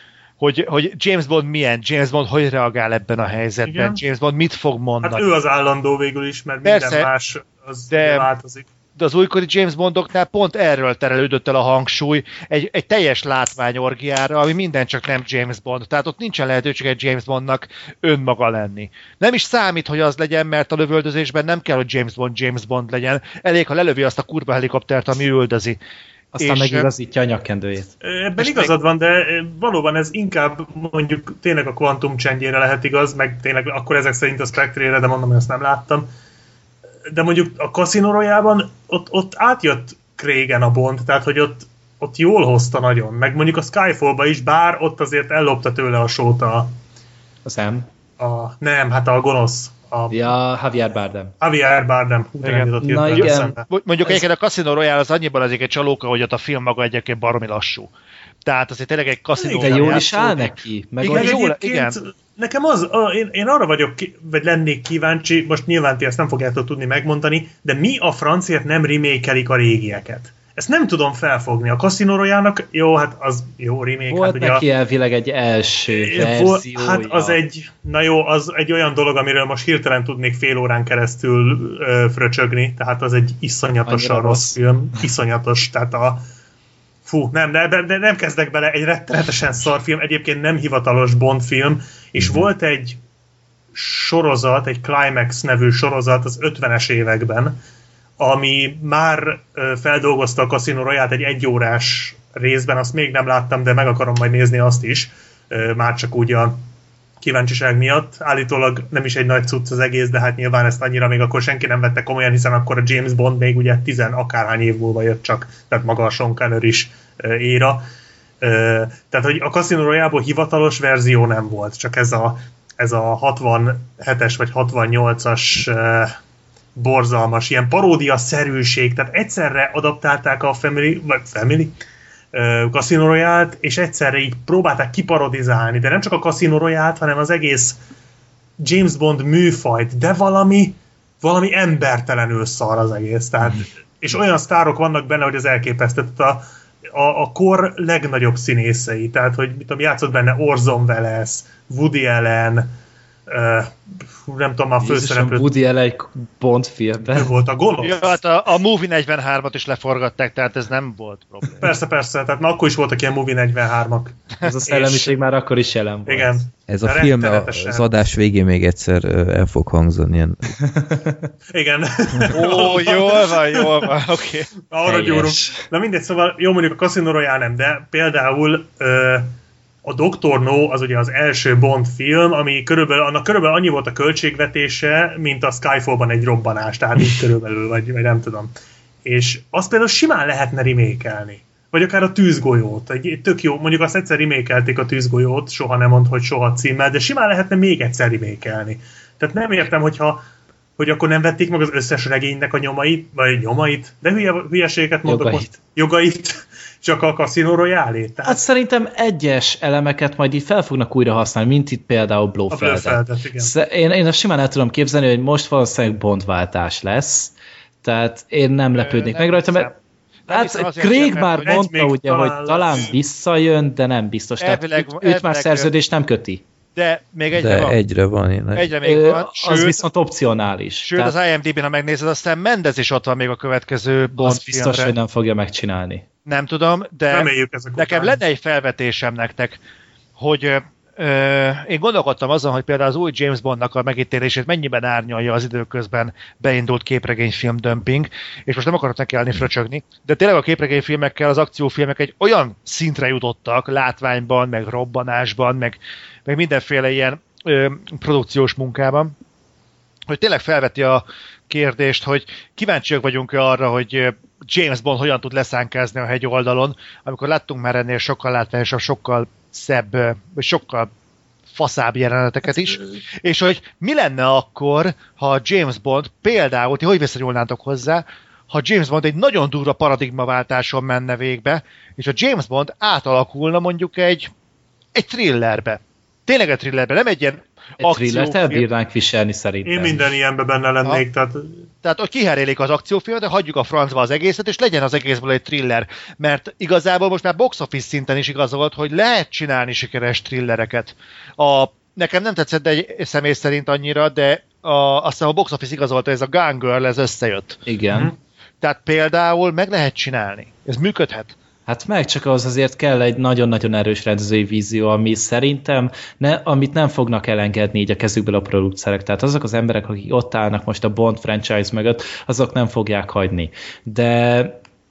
Hogy James Bond milyen, James Bond hogy reagál ebben a helyzetben, igen. James Bond mit fog mondani. Hát ő az állandó végül is, mert persze, minden más az változik. De az újkori James Bondoknál pont erről terelődött el a hangsúly egy teljes látványorgiára, ami minden csak nem James Bond. Tehát ott nincsen lehetőség egy James Bondnak önmaga lenni. Nem is számít, hogy az legyen, mert a lövöldözésben nem kell, hogy James Bond legyen. Elég, ha lelövi azt a kurva helikoptert, ami üldözi. Aztán megigazítja a nyakkendőjét. Ebben igazad van, de valóban ez inkább mondjuk tényleg a Quantum Change-ére lehet igaz, meg tényleg akkor ezek szerint a Spectre-ére, de mondom, hogy ezt nem láttam. de mondjuk a Casino Royale-ban ott átjött Cragen a Bond, tehát hogy ott jól hozta nagyon, meg mondjuk a Skyfall-ba is, bár ott azért ellopta tőle a sót Az M. Nem, hát a gonosz. Ja, Javier Bardem. Javier Bardem. Na igen. Mondjuk egyébként a Casino Royale az annyiban azért egy csalóka, hogy ott a film maga egyébként baromi lassú. Tehát azért tényleg egy Casino Royale. De jól is áll neki. Meg igen. Nekem én arra vagyok, vagy lennék kíváncsi, most nyilván ti ezt nem fogjátok tudni megmondani, de mi a franciát nem remake-elik a régieket? Ezt nem tudom felfogni. A Casino Royale-nak, jó, hát az jó remake. Volt hát neki elvileg egy első verziója. Hát az az egy olyan dolog, amiről most hirtelen tudnék fél órán keresztül fröcsögni, tehát az egy iszonyatosan rossz film. Iszonyatos, tehát de nem kezdek bele, egy rettenetesen szar film, egyébként nem hivatalos Bond film, és volt egy sorozat, egy Climax nevű sorozat az 50-es években, ami már feldolgozta a Casino Royale-t egy egyórás részben, azt még nem láttam, de meg akarom majd nézni azt is, már csak úgy a kíváncsiság miatt. Állítólag nem is egy nagy cucc az egész, de hát nyilván ezt annyira még akkor senki nem vette komolyan, hiszen akkor a James Bond még ugye 10 akárhány év múlva jött csak, tehát maga a Sean Connery is éra. Tehát, hogy a Casino Royale-ból hivatalos verzió nem volt, csak ez a 67-es vagy 68-as borzalmas, ilyen paródia-szerűség, tehát egyszerre adaptálták a Family Casino Royale-t, és egyszerre így próbálták kiparodizálni, de nem csak a Casino Royale-t, hanem az egész James Bond műfajt, de valami embertelenül szar az egész, tehát, és olyan sztárok vannak benne, hogy az elképesztő, a kor legnagyobb színészei, tehát, hogy mit tudom, játszott benne Orson Welles, Woody Allen, nem tudom, a főszereplőt. Woody Allen egy Bond filmben. Ő volt a gonosz. Ja, hát a Movie 43-at is leforgatták, tehát ez nem volt probléma. Persze, tehát már akkor is voltak ilyen Movie 43-ak. Ez a szellemiség már akkor is jelen volt. Igen. Ez a film az adás végén még egyszer el fog hangzani. Ilyen. Igen. Ó, jól van, oké. Arra gyúrunk. Na mindegy, szóval jó, mondjuk a Casino Royale nem, de például a Dr. No az ugye az első Bond film, ami körülbelül annyi volt a költségvetése, mint a Skyfall-ban egy robbanás, tehát így körülbelül, vagy nem tudom. És azt például simán lehetne remake-elni. Vagy akár a Tűzgolyót. Egy tök jó, mondjuk azt egyszer remake-elték a Tűzgolyót, soha nem mond, hogy soha címmel, de simán lehetne még egyszer remake-elni. Tehát nem értem, hogy akkor nem vették meg az összes regénynek a nyomait, de hülyeségeket mondok most. Jogait. Csak a Casino Royale-ét. Tehát... Hát szerintem egyes elemeket majd így fel fognak újra használni, mint itt például Blofeld-et. Én azt simán el tudom képzelni, hogy most valószínűleg Bondváltás lesz, tehát én nem lepődnék meg rajta, mert hát Craig már mondta ugye, hogy talán visszajön, de nem biztos. Tehát őt már szerződést nem köti. De még egyre van. Egyre van. Egyre még van. Az viszont opcionális. Sőt, tehát... az IMDb-n, ha megnézed, aztán Mendez is ott van még a következő Bond az biztos, filmre. Hogy nem fogja megcsinálni. Nem tudom, de nekem lenne egy felvetésem nektek, hogy én gondolkodtam azon, hogy például az új James Bondnak a megítélését mennyiben árnyalja az időközben beindult képregényfilm dömping, és most nem akarok nekiállni fröcsögni, de tényleg a képregényfilmekkel az akciófilmek egy olyan szintre jutottak látványban, meg robbanásban, meg mindenféle ilyen produkciós munkában, hogy tényleg felveti a kérdést, hogy kíváncsiak vagyunk arra, hogy James Bond hogyan tud leszánkázni a hegyoldalon, amikor láttunk már ennél sokkal látványosabb, sokkal szebb, vagy sokkal faszább jeleneteket is, és hogy mi lenne akkor, ha James Bond például, ti hogy viszonyulnátok hozzá, ha James Bond egy nagyon durva paradigmaváltáson menne végbe, és a James Bond átalakulna mondjuk egy thrillerbe. Tényleg egy thrillerbe, nem egy ilyen thrillert elbírnánk viselni szerintem. Én minden ilyenben benne lennék. Tehát, hogy kiherélik az akciófilmet, de hagyjuk a francba az egészet, és legyen az egészből egy thriller. Mert igazából most már box office szinten is igazolt, hogy lehet csinálni sikeres thrillereket. Nekem nem tetszett egy személy szerint annyira, de azt hiszem a box office igazolta, ez a Gone Girl, ez összejött. Igen. Tehát például meg lehet csinálni. Ez működhet. Hát meg csak az azért kell egy nagyon-nagyon erős rendezői vízió, ami szerintem amit nem fognak elengedni így a kezükből a producerek. Tehát azok az emberek, akik ott állnak most a Bond franchise mögött, azok nem fogják hagyni. De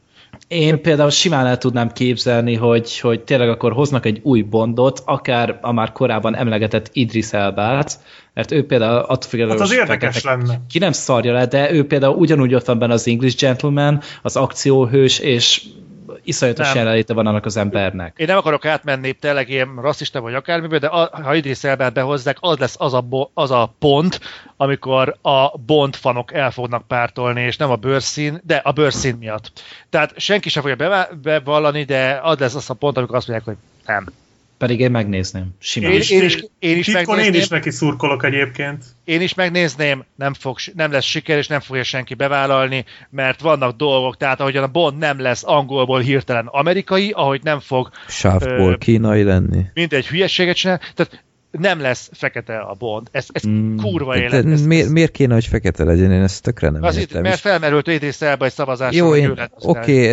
Én például simán el tudnám képzelni, hogy tényleg akkor hoznak egy új Bondot, akár a már korábban emlegetett Idris Elbát, mert ő például attól függetlenül... Hát az érdekes lenne. Ki nem szarja le, de ő például ugyanúgy ott van benne az English Gentleman, az akcióhős, és iszonyatos jelenléte van annak az embernek. Én nem akarok átmenni tényleg ilyen rasszista vagy akármiből, de ha Idris Elbát behozzák, az lesz az a pont, amikor a Bond fanok el fognak pártolni, és nem a bőrszín, de a bőrszín miatt. Tehát senki sem fogja bevallani, de az lesz az a pont, amikor azt mondják, hogy nem. Pedig én megnézném. Simán. Én is neki szurkolok egyébként. Én is megnézném, nem lesz siker, és nem fogja senki bevállalni, mert vannak dolgok, tehát ahogyan a Bond nem lesz angolból hirtelen amerikai, ahogy nem fog sávból kínai lenni. Mindegy hülyeséget csinál, tehát nem lesz fekete a Bond. Ez kurva élet. Miért kéne, hogy fekete legyen? Én ezt tökre nem értem. Mert felmerült Idris Elba egy szavazásra. Jó, oké,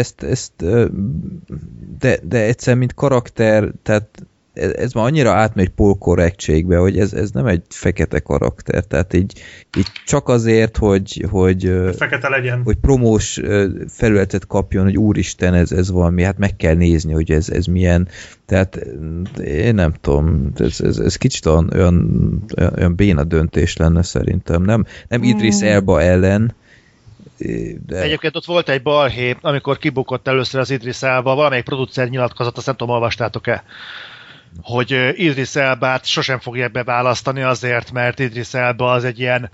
de egyszer, mint karakter, tehát ez már annyira átmegy polkorrektségbe, hogy ez nem egy fekete karakter, tehát így csak azért, hogy fekete legyen. Hogy promós felületet kapjon, hogy úristen, ez valami, hát meg kell nézni, hogy ez milyen, tehát én nem tudom, ez kicsit olyan béna döntés lenne szerintem, nem Idris Elba ellen, de... Egyébként ott volt egy balhé, amikor kibukott először az Idris Elba, valamelyik producer nyilatkozott, azt nem tudom, olvastátok-e, hogy Idris Elbát sosem fogják beválasztani azért, mert Idris Elba az egy ilyen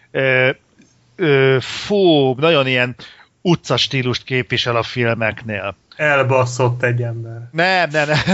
nagyon ilyen utca stílust képvisel a filmeknél. Elbasszott egy ember. Nem.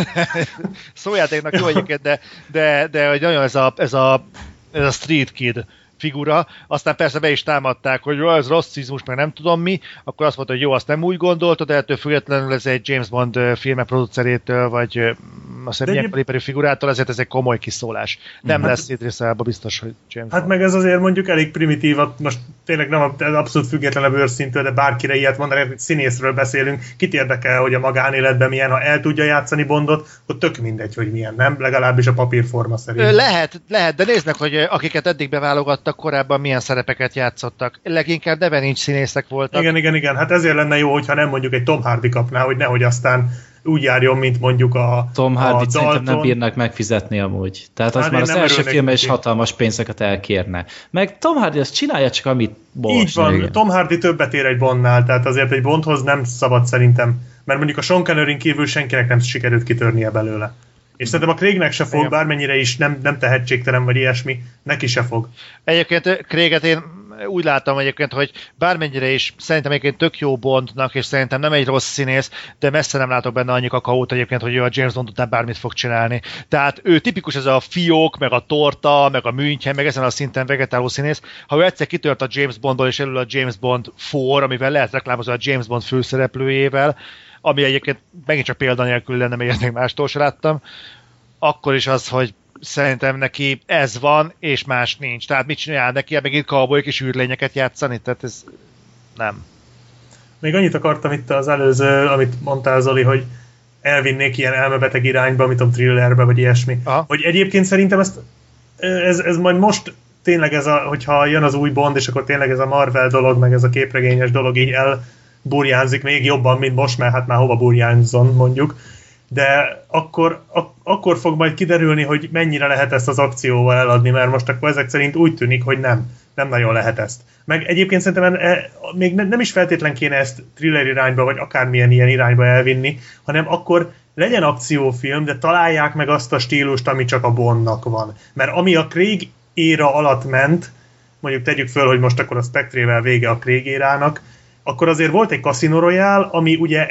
Szójátéknak jó egyébként, de hogy nagyon ez a street kid figura, aztán persze be is támadták, hogy ez rasszizmus, meg nem tudom mi, akkor azt mondta, hogy jó, azt nem úgy gondoltad, de ettől függetlenül ez egy James Bond filmek producerétől, vagy azt hiszem ilyen kaliberű figurától, ezért ez egy komoly kiszólás. Nem lesz Idris Elba biztos, hogy James Bond. Hát meg ez azért mondjuk elég primitív, most tényleg nem abszolút független a bőrszintől, de bárkire ilyet mondani, hogy színészről beszélünk, kit érdekel, hogy a magánéletben milyen, ha el tudja játszani Bondot, akkor tök mindegy, hogy milyen, nem? Legalábbis a papírforma szerint. Lehet, de nézd meg, hogy akiket eddig beválogattak, korábban milyen szerepeket játszottak. Leginkább neve nincs színészek voltak. Igen. Hát ezért lenne jó, hogyha nem mondjuk egy Tom Hardy kapná, hogy nehogy aztán úgy járjon, mint mondjuk a Tom Hardy szerintem nem bírnak megfizetni amúgy. Tehát az már az első filmben is hatalmas pénzeket elkérne. Meg Tom Hardy azt csinálja csak, amit most. Így van, igen. Tom Hardy többet ér egy Bondnál, tehát azért egy Bondhoz nem szabad szerintem, mert mondjuk a Sean Connery kívül senkinek nem sikerült kitörnie belőle. És szerintem a Craignek se fog, bármennyire is nem tehetségtelen vagy ilyesmi, neki se fog. Egyébként Craiget én úgy látom egyébként, hogy bármennyire is szerintem egyébként tök jó Bondnak, és szerintem nem egy rossz színész, de messze nem látok benne annyi kakaót egyébként, hogy ő a James Bond után bármit fog csinálni. Tehát ő tipikus ez a fiók, meg a torta, meg a München, meg ezen a szinten vegetáló színész. Ha ő egyszer kitört a James Bondból, és elől a James Bond 4, amivel lehet reklámozni a James Bond főszereplőjével, ami egyébként megint csak példanélkül lenne, még ezt még mástól se láttam, akkor is az, hogy szerintem neki ez van, és más nincs. Tehát mit csinál neki? Megint cowboyok és űrlényeket játszani? Tehát ez nem. Még annyit akartam itt az előző, amit mondtál, Zoli, hogy elvinnék ilyen elmebeteg irányba, mit tudom, thrillerbe, vagy ilyesmi. Aha. Hogy egyébként szerintem ez majd most tényleg hogyha jön az új Bond, és akkor tényleg ez a Marvel dolog, meg ez a képregényes dolog így elburjánzik még jobban, mint most, mert hát már hova burjánzzon, mondjuk. De akkor fog majd kiderülni, hogy mennyire lehet ezt az akcióval eladni, mert most akkor ezek szerint úgy tűnik, hogy nem nagyon lehet ezt. Meg egyébként szerintem még nem is feltétlen kéne ezt thriller irányba, vagy akármilyen ilyen irányba elvinni, hanem akkor legyen akciófilm, de találják meg azt a stílust, ami csak a Bondnak van. Mert ami a Craig éra alatt ment, mondjuk tegyük föl, hogy most akkor a Spectre-vel vége a Craig érának, akkor azért volt egy Casino Royale, ami ugye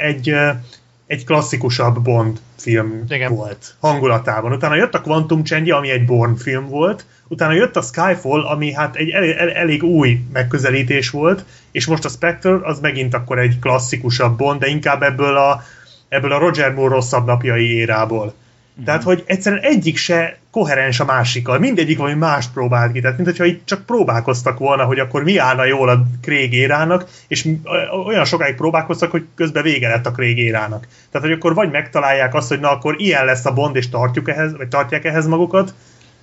egy klasszikusabb Bond film volt hangulatában. Utána jött a Quantum Change, ami egy Bourne film volt, utána jött a Skyfall, ami hát egy elég új megközelítés volt, és most a Spectre az megint akkor egy klasszikusabb Bond, de inkább ebből a Roger Moore rosszabb napjai érából. Tehát, hogy egyszerűen egyik se koherens a másikkal. Mindegyik valami mást próbált ki. Tehát, mintha itt csak próbálkoztak volna, hogy akkor mi állna jól a Craig érának, és olyan sokáig próbálkoztak, hogy közben vége lett a Craig érának. Tehát, hogy akkor vagy megtalálják azt, hogy na, akkor ilyen lesz a Bond, és tartják ehhez magukat,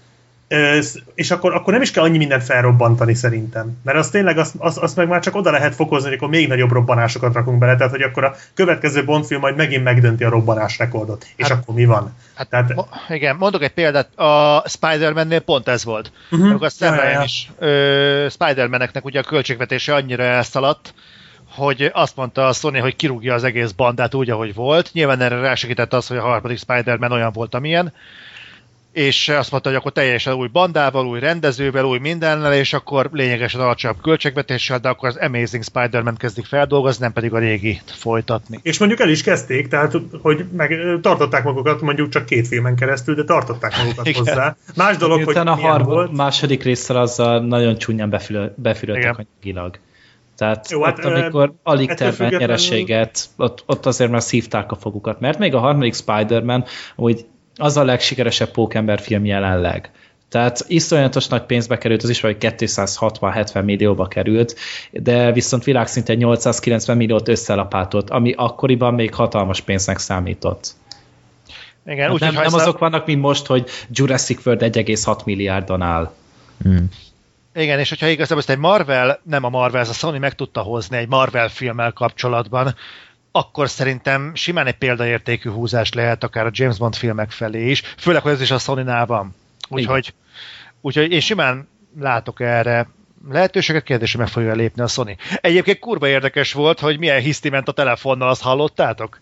És akkor nem is kell annyi mindent felrobbantani szerintem. Mert az tényleg azt meg már csak oda lehet fokozni, hogy akkor még nagyobb robbanásokat rakunk bele, tehát hogy akkor a következő Bond film majd megint megdönti a robbanás rekordot. És akkor mi van? Tehát... Igen, mondok egy példát, a Spider-Man-nél pont ez volt. Amikor a Sam Raimi is Spider-Man-eknek ugye a költségvetése annyira elszaladt, hogy azt mondta a Sony, hogy kirúgja az egész bandát úgy, ahogy volt. Nyilván erre rásegített az, hogy a harmadik Spider-Man olyan volt, amilyen. És azt mondta, hogy akkor teljesen új bandával, új rendezővel, új mindennel, és akkor lényegesen alacsonyabb költségvetéssel, de akkor az Amazing Spider-Man kezdik feldolgozni, nem pedig a régit folytatni. És mondjuk el is kezdték, tehát hogy tartották magukat, mondjuk csak 2 filmen keresztül, de tartották magukat hozzá. Más dolog, hogy a második résszel azzal nagyon csúnyán befürödtek anyagilag. Tehát jó, ott, amikor alig termelt nyereséget, ott azért már szívták a fogukat, mert még a harmadik Spider-Man, úgy az a legsikeresebb pókember film jelenleg. Tehát iszonyatos nagy pénzbe került, az is vagy 260-70 millióba került, de viszont világszinten 890 milliót összelapátolt, ami akkoriban még hatalmas pénznek számított. Igen, úgy, nem azok vannak, mint most, hogy Jurassic World 1,6 milliárdon áll. Igen, és hogyha igazából ezt egy Marvel, nem a Marvel, ez a Sony meg tudta hozni egy Marvel filmmel kapcsolatban, akkor szerintem simán egy példaértékű húzás lehet akár a James Bond filmek felé is, főleg, hogy ez is a Sonynál van. Úgyhogy én simán látok erre lehetőséget, kérdés, hogy meg fogja lépni a Sony. Egyébként kurva érdekes volt, hogy milyen hiszti ment a telefonnal, azt hallottátok?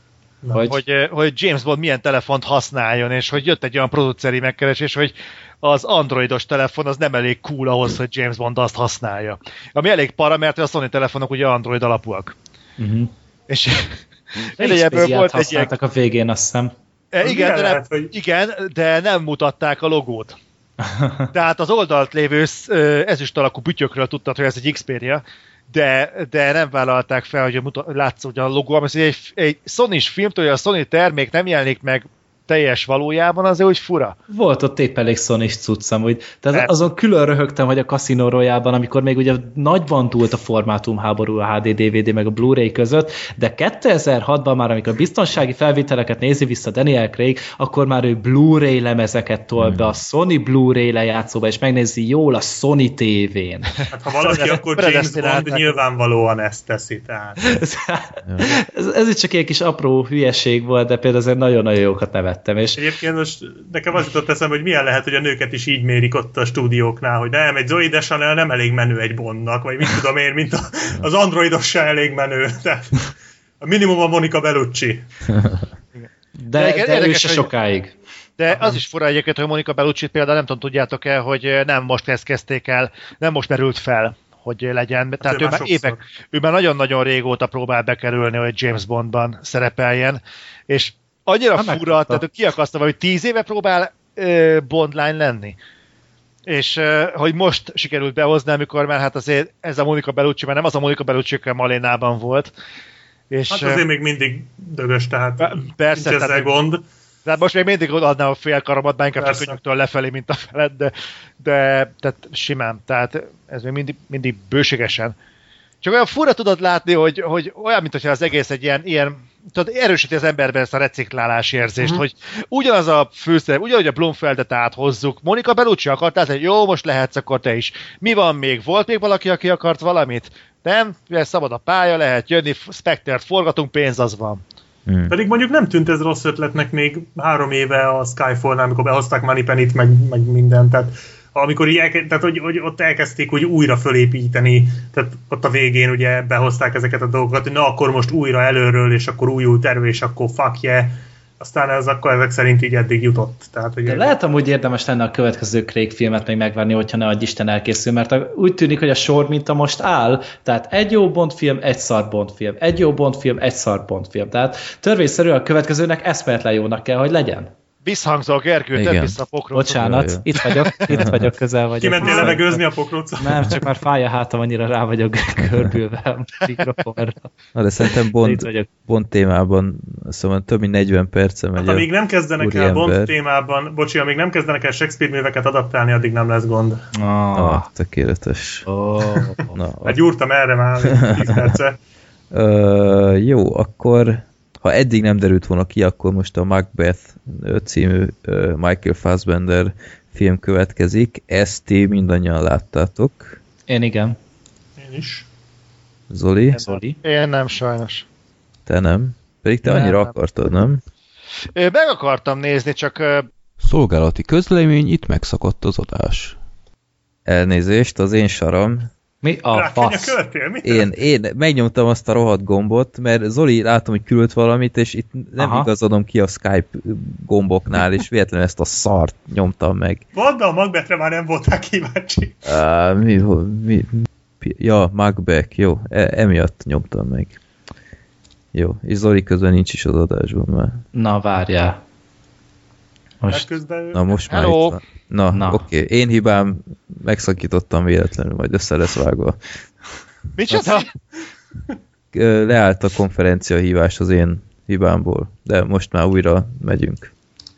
Hogy James Bond milyen telefont használjon, és hogy jött egy olyan produceri megkeresés, hogy az androidos telefon az nem elég cool ahhoz, hogy James Bond azt használja. Ami elég para, mert a Sony telefonok ugye android alapúak. És ebből volt egy ilyen... a végén, azt hiszem. Igen, de nem mutatták a logót. Tehát az oldalt lévő ezüst alakú bütyökről tudtad, hogy ez egy Xperia, de nem vállalták fel, hogy látszó, hogy a logó, az egy Sony-s filmtől, hogy a Sony termék nem jelenik meg teljes valójában, azért úgy fura. Volt ott épp elég Sony-s cuccam, úgy. Tehát azon külön röhögtem, hogy a Casino Royale-ban, amikor még ugye nagyban túlt a formátumháború a HD, DVD meg a Blu-ray között, de 2006-ban már, amikor a biztonsági felvételeket nézi vissza Daniel Craig, akkor már ő Blu-ray lemezeket tol be a Sony Blu-ray lejátszóba, és megnézi jól a Sony tévén. Hát ha valaki, akkor James Bond nyilvánvalóan ezt teszi. Ez itt csak egy kis apró hülyeség volt, de például azért nagyon-nagyon jókat nevettem. És egyébként most nekem az jutott eszembe, hogy milyen lehet, hogy a nőket is így mérik ott a stúdióknál, hogy nem, egy Zoe Deschanel nem elég menő egy Bondnak, vagy mit tudom én, mint az androidos se elég menő. Tehát a minimum a Monica Bellucci. De ő se sokáig. De az is fura egyébként, hogy Monica Bellucci például nem tudom, tudjátok-e, hogy nem most kezdték el, nem most merült fel, hogy legyen. Tehát ő már nagyon-nagyon régóta próbál bekerülni, hogy James Bondban szerepeljen, és annyira fura, tehát kiakasztva, hogy 10 éve próbál Bondlány lenni. És hogy most sikerült behozni, amikor már hát azért ez a Monica Bellucci, mert nem az a Monica Bellucci, aki a Malénában volt. És, hát azért még mindig dögös, tehát persze, nincs ezzel gond. De most még mindig adnám a fél karomat, már inkább csak könnyűktől lefelé, mint a felett, de tehát simán, tehát ez még mindig bőségesen. Csak olyan fura tudod látni, hogy olyan, mintha az egész egy ilyen tudod, erősíti az emberben ezt a reciklálási érzést, hogy ugyanaz a főszerep, ugyanúgy a Blomfeldet áthozzuk. Monica Bellucci akartál, hogy jó, most lehetsz, akkor te is. Mi van még? Volt még valaki, aki akart valamit? Nem? Szabad a pálya, lehet jönni, Spectre-t forgatunk, pénz az van. Pedig mondjuk nem tűnt ez rossz ötletnek még 3 éve a Skyfall-nál, amikor behozták Moneypennyt, meg mindent, tehát amikor tehát, hogy ott elkezdték úgy újra fölépíteni, tehát ott a végén ugye behozták ezeket a dolgokat, hogy na akkor most újra előről, és akkor újul terve, és akkor fuck yeah. Aztán ez akkor ezek szerint így eddig jutott. Tehát, hogy lehet amúgy érdemes lenne a következő Craig filmet még megvárni, hogyha ne adj Isten elkészül, mert úgy tűnik, hogy a sor minta most áll, tehát egy jó Bond film, egy szar Bond film, egy jó Bond film, egy szar Bond film. Tehát törvényszerűen a következőnek eszméletlen jónak kell, hogy legyen. Visszhangzol, Gergő, tedd vissza a pokrócot. Bocsánat, itt vagyok, közel vagyok. Kimentél levegőzni a pokrócot? Nem, csak már fáj a hátam, annyira rá vagyok körbülve a mikrofonra. Na, de szerintem Bond témában szóval több mint 40 perce megy. Hát, amíg nem kezdenek el Bond témában, amíg nem kezdenek el Shakespeare műveket adaptálni, addig nem lesz gond. Tökéletes. Hát gyúrtam erre már 10 perce. Jó, akkor ha eddig nem derült volna ki, akkor most a Macbeth című Michael Fassbender film következik. Ezt ti mindannyian láttátok. Én igen. Én is. Zoli? Zoli? Én nem, sajnos. Te nem? Pedig te annyira akartad, nem? Meg akartam nézni, csak... Szolgálati közlemény, itt megszakadt az adás. Elnézést, az én saram. Mi a fasz? Én megnyomtam azt a rohadt gombot, mert Zoli látom, hogy küldött valamit, és itt nem igazodom ki a Skype gomboknál, és véletlenül ezt a szart nyomtam meg. Mondd, a Macbethre már nem voltál kíváncsi. Ja, Macbeth, jó. Emiatt nyomtam meg. Jó, és Zoli közben nincs is az adásban már. Na, várjál. Na, most már itt van. Na. Oké. Én hibám, megszakítottam véletlenül, majd össze lesz vágva. Micsoda? Leállt a konferencia hívás az én hibámból, de most már újra megyünk.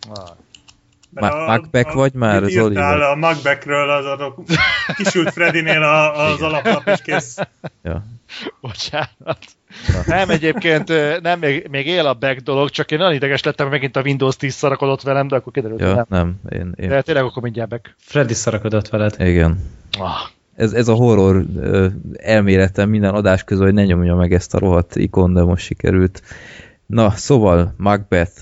Macbeth vagy már, Zoli? A Macbethről az kisült Fredinél az alaplap is kész. Ja. Bocsánat. Nem, egyébként nem, még él a back dolog, csak én nagyon ideges lettem, hogy megint a Windows 10 szarakodott velem, de akkor kiderült, ja, nem. Én. De tényleg akkor mindjárt back. Freddy szarakodott veled. Igen. Ez a horror elméletem minden adás közül, hogy ne nyomja meg ezt a rohadt ikon, de most sikerült. Na, szóval Macbeth.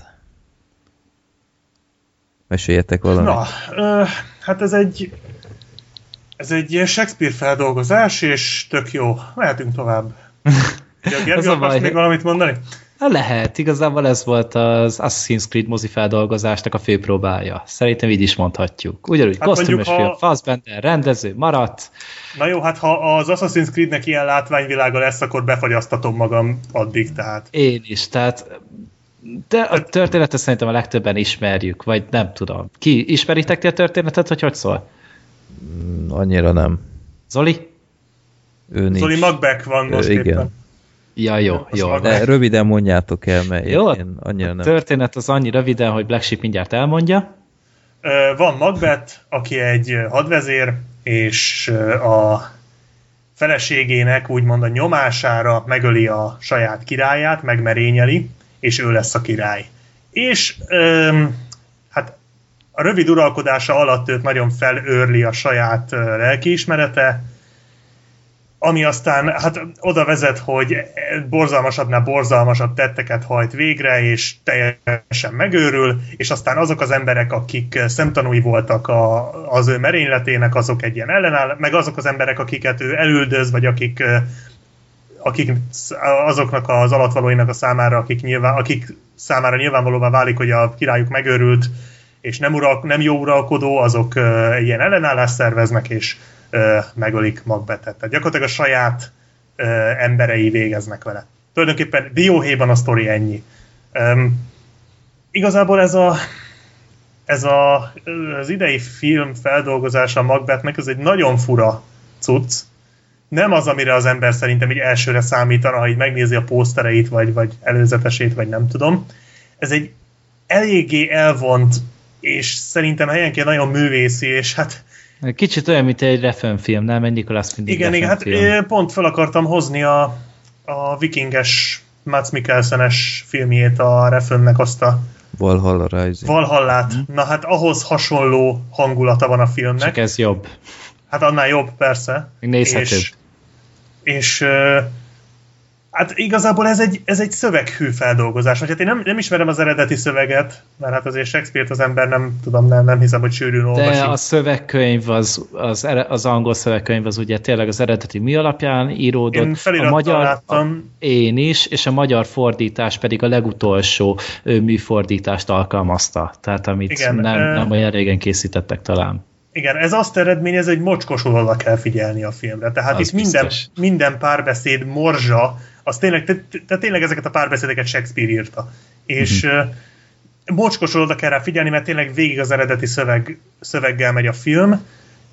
Meséljetek valamit. Na, hát ez egy Shakespeare feldolgozás, és tök jó. Mehetünk tovább. Gergő, akarsz még valamit mondani? Lehet, igazából ez volt az Assassin's Creed mozi feldolgozásnak a főpróbája. Szerintem így is mondhatjuk. Ugyanúgy hát kosztümös film, Fassbender, rendező, maradt. Na jó, hát ha az Assassin's Creednek ilyen látványvilága lesz, akkor befagyasztatom magam addig, tehát. Én is, tehát de a történetet szerintem a legtöbben ismerjük, vagy nem tudom. Ki, ismeritek ti a történetet, hogy szól? Annyira nem. Zoli? Zoli Macbeth van most éppen. Ja, jó. De röviden mondjátok el, mert én annyira nem. A történet az annyi röviden, hogy Black Sheep mindjárt elmondja. Van Macbeth, aki egy hadvezér, és a feleségének úgymond a nyomására megöli a saját királyát, megmerényeli, és ő lesz a király. És hát a rövid uralkodása alatt őt nagyon felőrli a saját lelkiismerete, ami aztán hát oda vezet, hogy borzalmasabbnál borzalmasabb tetteket hajt végre, és teljesen megőrül, és aztán azok az emberek, akik szemtanúi voltak az ő merényletének, azok egy ilyen ellenáll, meg azok az emberek, akiket ő elüldöz, vagy akik azoknak az alatvalóinak a számára, akik számára nyilvánvalóvá válik, hogy a királyuk megőrült, és nem jó uralkodó, azok ilyen ellenállást szerveznek, és megölik Macbethet. Tehát gyakorlatilag a saját emberei végeznek vele. Tulajdonképpen dióhéjban a sztori ennyi. Igazából az idei film feldolgozása Macbethnek, ez egy nagyon fura cucc. Nem az, amire az ember szerintem így elsőre számítana, ha így megnézi a pósztereit, vagy előzetesét, vagy nem tudom. Ez egy eléggé elvont, és szerintem helyenként nagyon művészi, és hát kicsit olyan, mint egy Refn film, nem? Egy Nicolas mindig igen, hát pont fel akartam hozni a vikinges Mads Mikkelsenes filmjét, a Refnnek azt a Valhalla Rising. Valhallát. Na hát ahhoz hasonló hangulata van a filmnek. Csak ez jobb. Hát annál jobb, persze. Még nézhetőbb. És hát igazából ez egy szöveghű feldolgozás. Hát én nem ismerem az eredeti szöveget, mert hát azért Shakespeare-t az ember nem hiszem, hogy sűrűn olvasik. De a szövegkönyv, az angol szövegkönyv az ugye tényleg az eredeti mi alapján íródott. Én felirattal láttam. Én is, és a magyar fordítás pedig a legutolsó műfordítást alkalmazta. Tehát amit igen, nem olyan régen készítettek talán. Igen, ez azt eredményez, hogy mocskosul oda kell figyelni a filmre. Tehát az itt minden párbeszéd morzsa, az tényleg ezeket a párbeszédeket Shakespeare írta. És mocskosul oda kell rá figyelni, mert tényleg végig az eredeti szöveggel megy a film.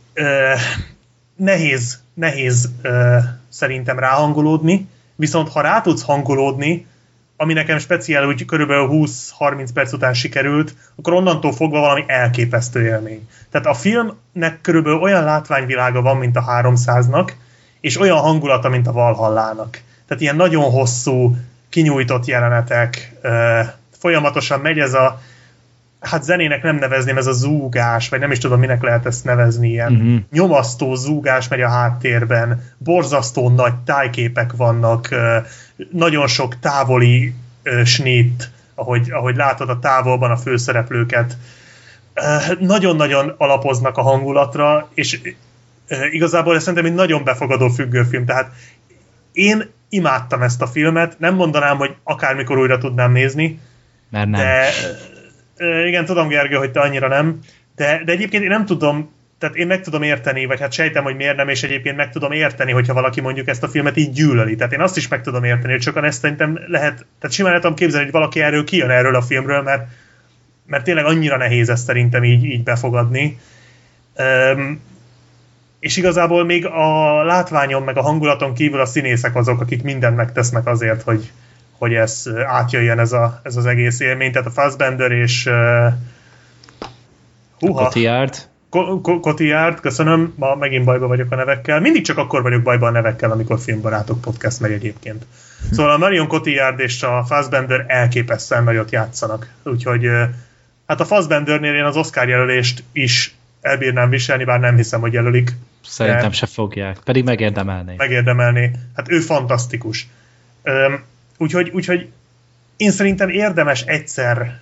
Nehéz szerintem ráhangolódni, viszont ha rá tudsz hangolódni, ami nekem speciál úgy körülbelül 20-30 perc után sikerült, akkor onnantól fogva valami elképesztő élmény. Tehát a filmnek körülbelül olyan látványvilága van, mint a 300-nak, és olyan hangulata, mint a Valhallának. Tehát ilyen nagyon hosszú, kinyújtott jelenetek, folyamatosan megy ez hát zenének nem nevezném, ez a zúgás, vagy nem is tudom, minek lehet ezt nevezni, ilyen nyomasztó zúgás megy a háttérben, borzasztó nagy tájképek vannak, nagyon sok távoli snit, ahogy látod a távolban a főszereplőket. Nagyon-nagyon alapoznak a hangulatra, és igazából szerintem egy nagyon befogadó függőfilm, tehát én imádtam ezt a filmet, nem mondanám, hogy akármikor újra tudnám nézni, mert nem. De igen, tudom, Gergő, hogy te annyira nem, de egyébként én nem tudom, tehát én meg tudom érteni, vagy hát sejtem, hogy miért nem, és egyébként meg tudom érteni, hogyha valaki mondjuk ezt a filmet így gyűlöli. Tehát én azt is meg tudom érteni, hogy sokan ezt szerintem lehet, tehát simán el tudom képzelni, hogy valaki erről kijön erről a filmről, mert tényleg annyira nehéz ezt szerintem így befogadni. És igazából még a látványon, meg a hangulaton kívül a színészek azok, akik mindent megtesznek azért, hogy ez átjöjjön ez az egész élmény. Tehát a Fassbender és Cotillard, köszönöm, ma megint bajba vagyok a nevekkel. Mindig csak akkor vagyok bajba a nevekkel, amikor Filmbarátok podcast megy egyébként. Szóval a Marion Cotillard és a Fassbender elképesztően nagyot játszanak. Úgyhogy hát a Fassbendernél én az Oscar jelölést is elbírnám viselni, bár nem hiszem, hogy jelölik. Szerintem se fogják, pedig megérdemelné. Hát ő fantasztikus. Úgyhogy én szerintem érdemes egyszer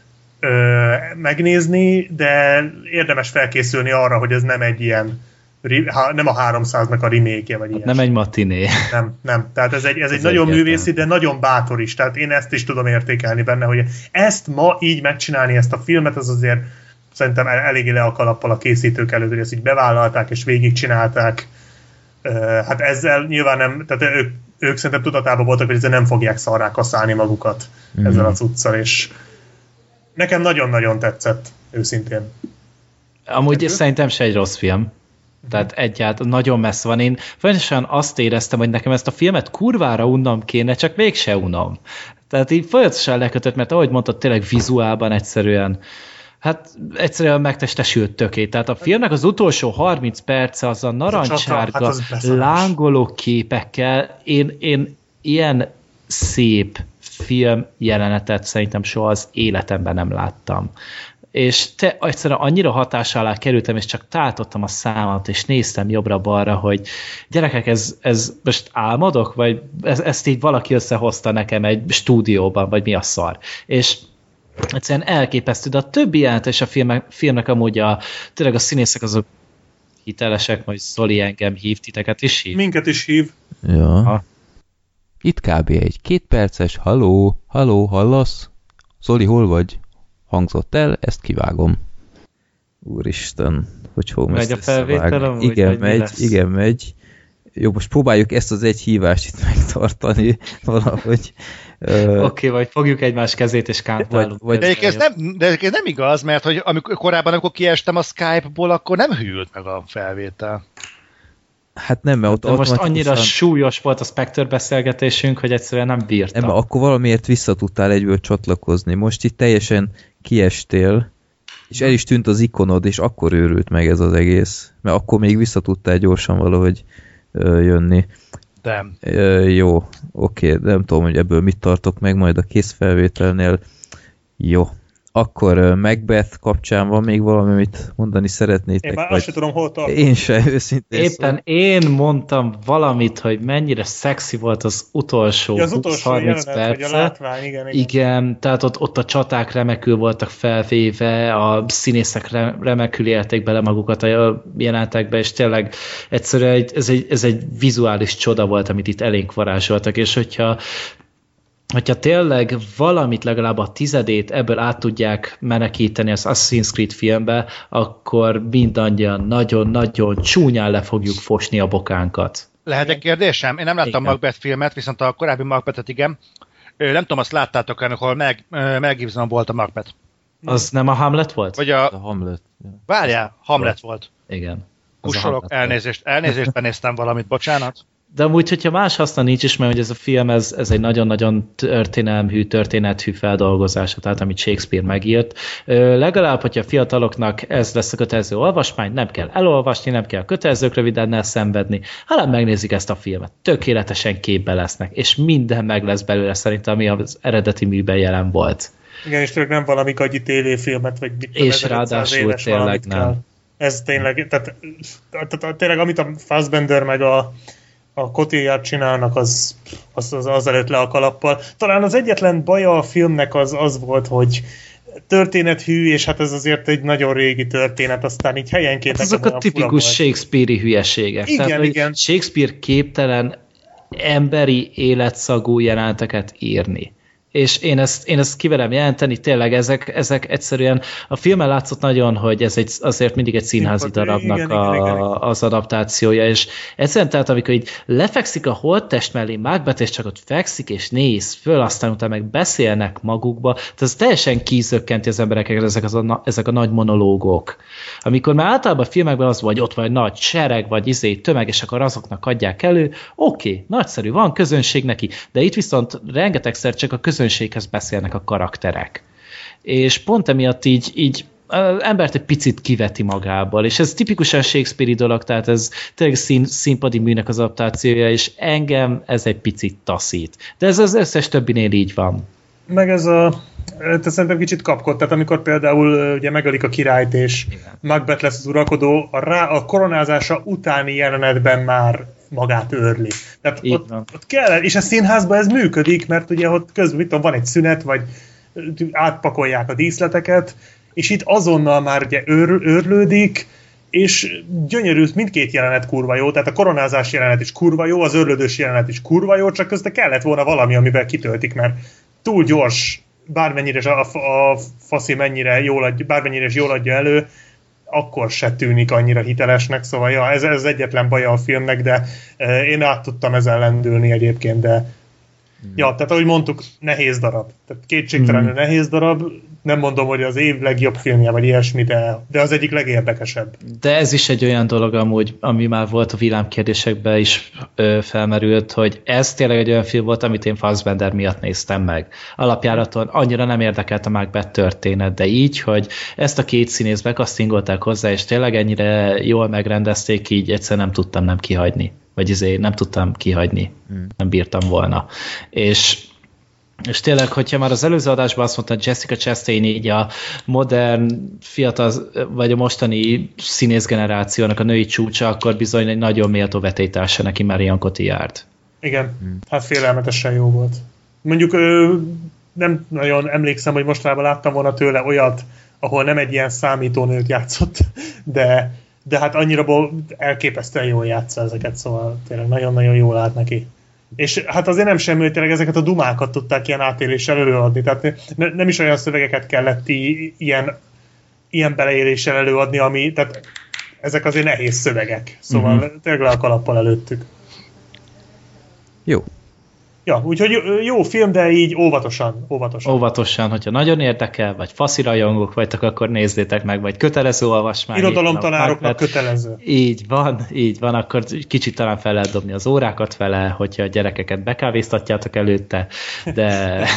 megnézni, de érdemes felkészülni arra, hogy ez nem egy ilyen, nem a 300-nak a remake-je, vagy ilyen. Nem egy matiné. Nem. Tehát ez egy nagyon művészi, de nagyon bátor is. Tehát én ezt is tudom értékelni benne, hogy ezt ma így megcsinálni, ezt a filmet, az azért szerintem eléggé le a kalappal a készítők előtt, hogy ezt így bevállalták és végigcsinálták. Hát ezzel nyilván nem, tehát ők szerintem tudatában voltak, hogy ezzel nem fogják szarrá kaszálni magukat ezzel a cuccal, és nekem nagyon-nagyon tetszett, őszintén. Amúgy szerintem se egy rossz film. Tehát egyáltalán nagyon messze van. Én folyamatosan azt éreztem, hogy nekem ezt a filmet kurvára unnom kéne, csak mégse unom. Tehát így folyamatosan lekötött, mert ahogy mondtad, tényleg vizuálban egyszerűen megtestesült töké. Tehát a filmnek az utolsó 30 perce az a narancsárga, lángoló képekkel. Én ilyen szép film jelenetet szerintem soha az életemben nem láttam. És egyszerűen annyira hatás alá kerültem, és csak táltottam a számat, és néztem jobbra-balra, hogy gyerekek, ez most álmodok? Vagy ezt így valaki összehozta nekem egy stúdióban, vagy mi a szar? És egyszerűen elképesztő, de a többi jelent, és a filmnek amúgy tényleg a színészek azok hitelesek, majd Zoli engem hív, titeket is hív? Minket is hív. Ja. Itt kb. Egy 2 perces halló, hallasz? Zoli, hol vagy? Hangzott el, ezt kivágom. Úristen, hogy fogom megy ezt a felvételem? Igen, megy. Jó, most próbáljuk ezt az egy hívást itt megtartani valahogy. Oké, vagy fogjuk egymás kezét és kántálunk. De egyébként nem igaz, mert hogy amikor kiestem a Skype-ból, akkor nem hűlt meg a felvétel. Hát nem, mert ott most annyira súlyos volt a Spectre beszélgetésünk, hogy egyszerűen nem bírtam. Nem, akkor valamiért vissza tudtál egyből csatlakozni. Most itt teljesen kiestél, és el is tűnt az ikonod, és akkor őrült meg ez az egész. Mert akkor még vissza tudtál gyorsan valahogy jönni. Jó, oké, nem tudom, hogy ebből mit tartok meg majd a készfelvételnél. Jó. Akkor Macbeth kapcsán van még valami, amit mondani szeretnétek? Én már azt sem tudom, hol tartok. Én sem, őszintén éppen én mondtam valamit, hogy mennyire szexi volt az utolsó 20-30 perce. Igen, tehát ott a csaták remekül voltak felvéve, a színészek remekül élték bele magukat a jelenetekbe, és tényleg egyszerűen ez egy vizuális csoda volt, amit itt elénk varázsoltak, és hogyha tényleg valamit legalább a 10-ét ebből át tudják menekíteni az Assassin's Creed filmbe, akkor mindannyian nagyon-nagyon csúnyán le fogjuk fosni a bokánkat. Lehet egy kérdésem? Én nem láttam Macbeth filmet, viszont a korábbi Macbethet igen. Nem tudom, azt láttátok, amikor Mel Gibson volt a Macbeth. Az nem a Hamlet volt? Vagy a Hamlet. Várjál, Hamlet volt. Igen. Kussolok, elnézést, benéztem valamit, bocsánat. De amúgy, hogyha más haszna nincs is, mert hogy ez a film, ez egy nagyon-nagyon történethű feldolgozása, tehát amit Shakespeare megírt. Legalább, hogyha a fiataloknak ez lesz a kötelező olvasmány, nem kell elolvasni, nem kell kötelezők rövidennel szenvedni, hanem megnézik ezt a filmet. Tökéletesen képbe lesznek, és minden meg lesz belőle szerintem, ami az eredeti műben jelen volt. Igen, és tényleg nem valami gagyi tévéfilmet, vagy és ráadásul tényleg nem. Kell. Ez tényleg, tehát tényleg amit a Fassbender meg a Cotillard csinálnak, az előtt le a kalappal. Talán az egyetlen baja a filmnek az volt, hogy történethű, és hát ez azért egy nagyon régi történet, aztán így helyenként... Hát azok a tipikus Shakespeare-i hülyeségek. Igen, tehát, igen. Shakespeare képtelen emberi életszagú jeleneteket írni. És én ezt kivelem jelenteni, tényleg ezek egyszerűen, a filmen látszott nagyon, hogy ez azért mindig egy színházi darabnak igen. Az adaptációja, és egyszerűen tehát amikor így lefekszik a holttest mellé Macbeth, és csak ott fekszik, és néz föl, aztán utána meg beszélnek magukba, tehát ez teljesen kizökkenti az embereket ezek a nagy monológok. Amikor már általában a filmekben az vagy ott vagy nagy sereg, vagy tömeg, és akkor azoknak adják elő, oké, nagyszerű, van közönség neki, de itt viszont rengetegszer csak a közönséghez beszélnek a karakterek. És pont emiatt így az embert egy picit kiveti magából, és ez tipikusan Shakespeare-i dolog, tehát ez tényleg színpadi műnek az adaptációja, és engem ez egy picit taszít. De ez az összes többinél így van. Meg ez szerintem kicsit kapkod, tehát amikor például ugye megölik a királyt, és Macbeth lesz az uralkodó, a koronázása utáni jelenetben már magát őrli. Tehát ott kell, és a színházban ez működik, mert ugye ott közben van egy szünet, vagy átpakolják a díszleteket, és itt azonnal már ugye őrlődik, és gyönyörű, mindkét jelenet kurva jó, tehát a koronázás jelenet is kurva jó, az őrlődős jelenet is kurva jó, csak közte kellett volna valami, amivel kitöltik, mert túl gyors, bármennyire a faszi bármennyire is jól adja elő, akkor se tűnik annyira hitelesnek, szóval ja, ez egyetlen baja a filmnek, de én át tudtam ezzel lendülni egyébként, de ja, tehát ahogy mondtuk, nehéz darab. Tehát kétségtelenül nehéz darab, nem mondom, hogy az év legjobb filmje, vagy ilyesmi, de az egyik legérdekesebb. De ez is egy olyan dolog amúgy, ami már volt a villámkérdésekben is felmerült, hogy ez tényleg egy olyan film volt, amit én Fassbender miatt néztem meg. Alapjáraton annyira nem érdekelt a Macbeth történet, de így, hogy ezt a két színész bekasztingolták hozzá, és tényleg ennyire jól megrendezték, így egyszer nem tudtam nem kihagyni. Vagy nem tudtam kihagyni. Nem bírtam volna. És tényleg, hogyha már az előző adásban azt mondta, Jessica Chastain így a modern, fiatal, vagy a mostani színészgenerációnak a női csúcsa, akkor bizony egy nagyon méltó vetélytársa neki Marion Cotillard. Igen, hát félelmetesen jó volt. Mondjuk nem nagyon emlékszem, hogy mostanában láttam volna tőle olyat, ahol nem egy ilyen számítónőt játszott, de hát annyira elképesztően jól játsza ezeket, szóval tényleg nagyon-nagyon jól állt neki. És hát azért nem semmi, hogy tényleg ezeket a dumákat tudták ilyen átéléssel előadni, tehát nem is olyan szövegeket kellett ilyen beleéléssel előadni, tehát ezek azért nehéz szövegek, szóval tényleg le a kalappal előttük. Jó. Ja, úgyhogy jó film, de így óvatosan. Óvatosan, hogyha nagyon érdekel, vagy faszi rajongók vagytok, akkor nézzétek meg, vagy kötelező olvasmány. Irodalomtanároknak kötelező. Így van, akkor kicsit talán fel lehet dobni az órákat vele, hogyha a gyerekeket bekávéztatjátok előtte, de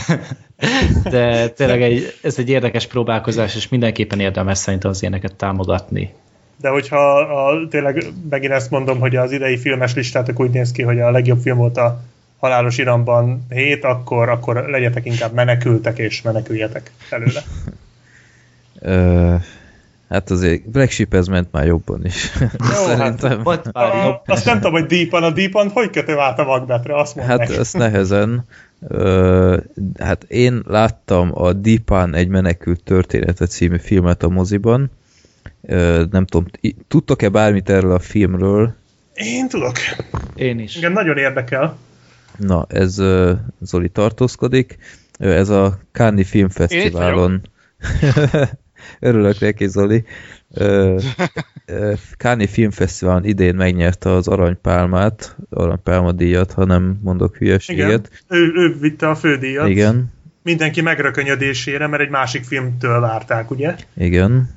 tényleg ez egy érdekes próbálkozás, és mindenképpen érdemes szerintem az ilyeneket támogatni. De hogyha tényleg megint ezt mondom, hogy az idei filmes listátok úgy néz ki, hogy a legjobb film volt a Halálos Iramban 7, akkor legyetek inkább menekültek, és meneküljetek előle. Hát azért Black Sheep ez ment már jobban is. Jó, szerintem. Azt nem tudom, hogy a Deepan hogy kötő át a Macbethre, azt mondd Hát ezt nehezen. Hát én láttam a Deepan egy menekült története című filmet a moziban. Nem tudom, tudtok-e bármit erről a filmről? Én tudok. Én is. Igen, nagyon érdekel. Na, ez Zoli tartózkodik. Ez a Cannes Filmfesztiválon. Örülök neki, Zoli. Cannes Filmfesztiválon idén megnyerte az Aranypálma díjat, ha nem mondok hülyeséget. Igen, ő vitte a fődíjat. Igen. Mindenki megrökönyödésére, mert egy másik filmtől várták, ugye? Igen.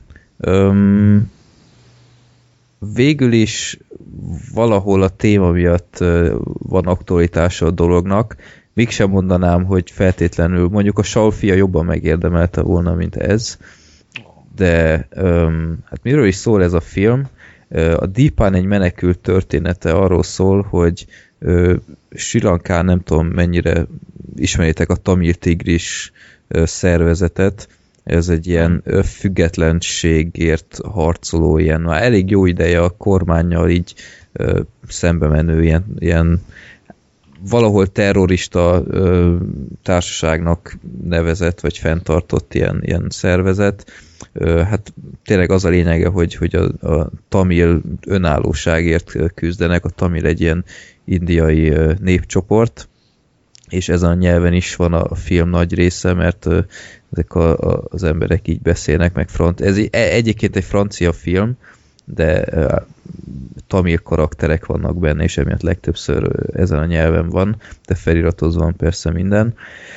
Végül is valahol a téma miatt van aktualitása a dolognak. Mégsem mondanám, hogy feltétlenül, mondjuk a Saul fia jobban megérdemelte volna, mint ez. De hát miről is szól ez a film? A Deepan egy menekült története arról szól, hogy Sri Lankán, nem tudom mennyire ismeritek a Tamil tigris szervezetet. Ez egy ilyen függetlenségért harcoló, ilyen már elég jó ideje a kormánnyal így szembe menő, ilyen valahol terrorista társaságnak nevezett, vagy fenntartott ilyen szervezet. Hát tényleg az a lényege, hogy a tamil önállóságért küzdenek. A tamil egy ilyen indiai népcsoport, és ezen a nyelven is van a film nagy része, mert ezek az emberek így beszélnek, meg ez egyébként egy francia film, de tamil karakterek vannak benne, és emiatt legtöbbször ezen a nyelven van, de feliratozva van persze minden.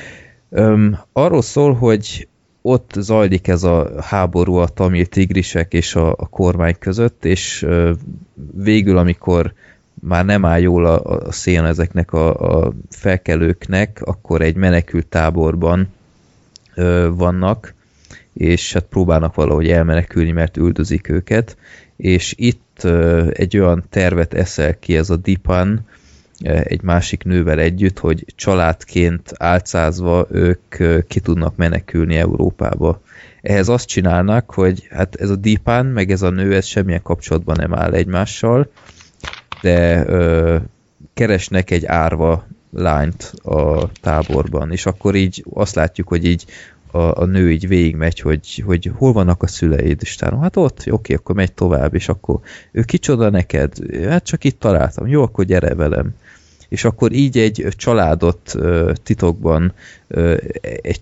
Arról szól, hogy ott zajlik ez a háború a tamil tigrisek és a kormány között, és végül, amikor már nem áll jól a szén ezeknek a felkelőknek, akkor egy menekült táborban vannak, és hát próbálnak valahogy elmenekülni, mert üldözik őket, és itt egy olyan tervet eszel ki ez a Dipan egy másik nővel együtt, hogy családként álcázva ők ki tudnak menekülni Európába. Ehhez azt csinálnak, hogy hát ez a Dipan, meg ez a nő, ez semmilyen kapcsolatban nem áll egymással, de keresnek egy árva lányt a táborban, és akkor így azt látjuk, hogy így a nő így végigmegy, hogy hol vannak a szüleid, és tárom, hát ott, oké, akkor megy tovább, és akkor ő kicsoda neked? Hát csak itt találtam, jó, akkor gyere velem. És akkor így egy családot titokban, egy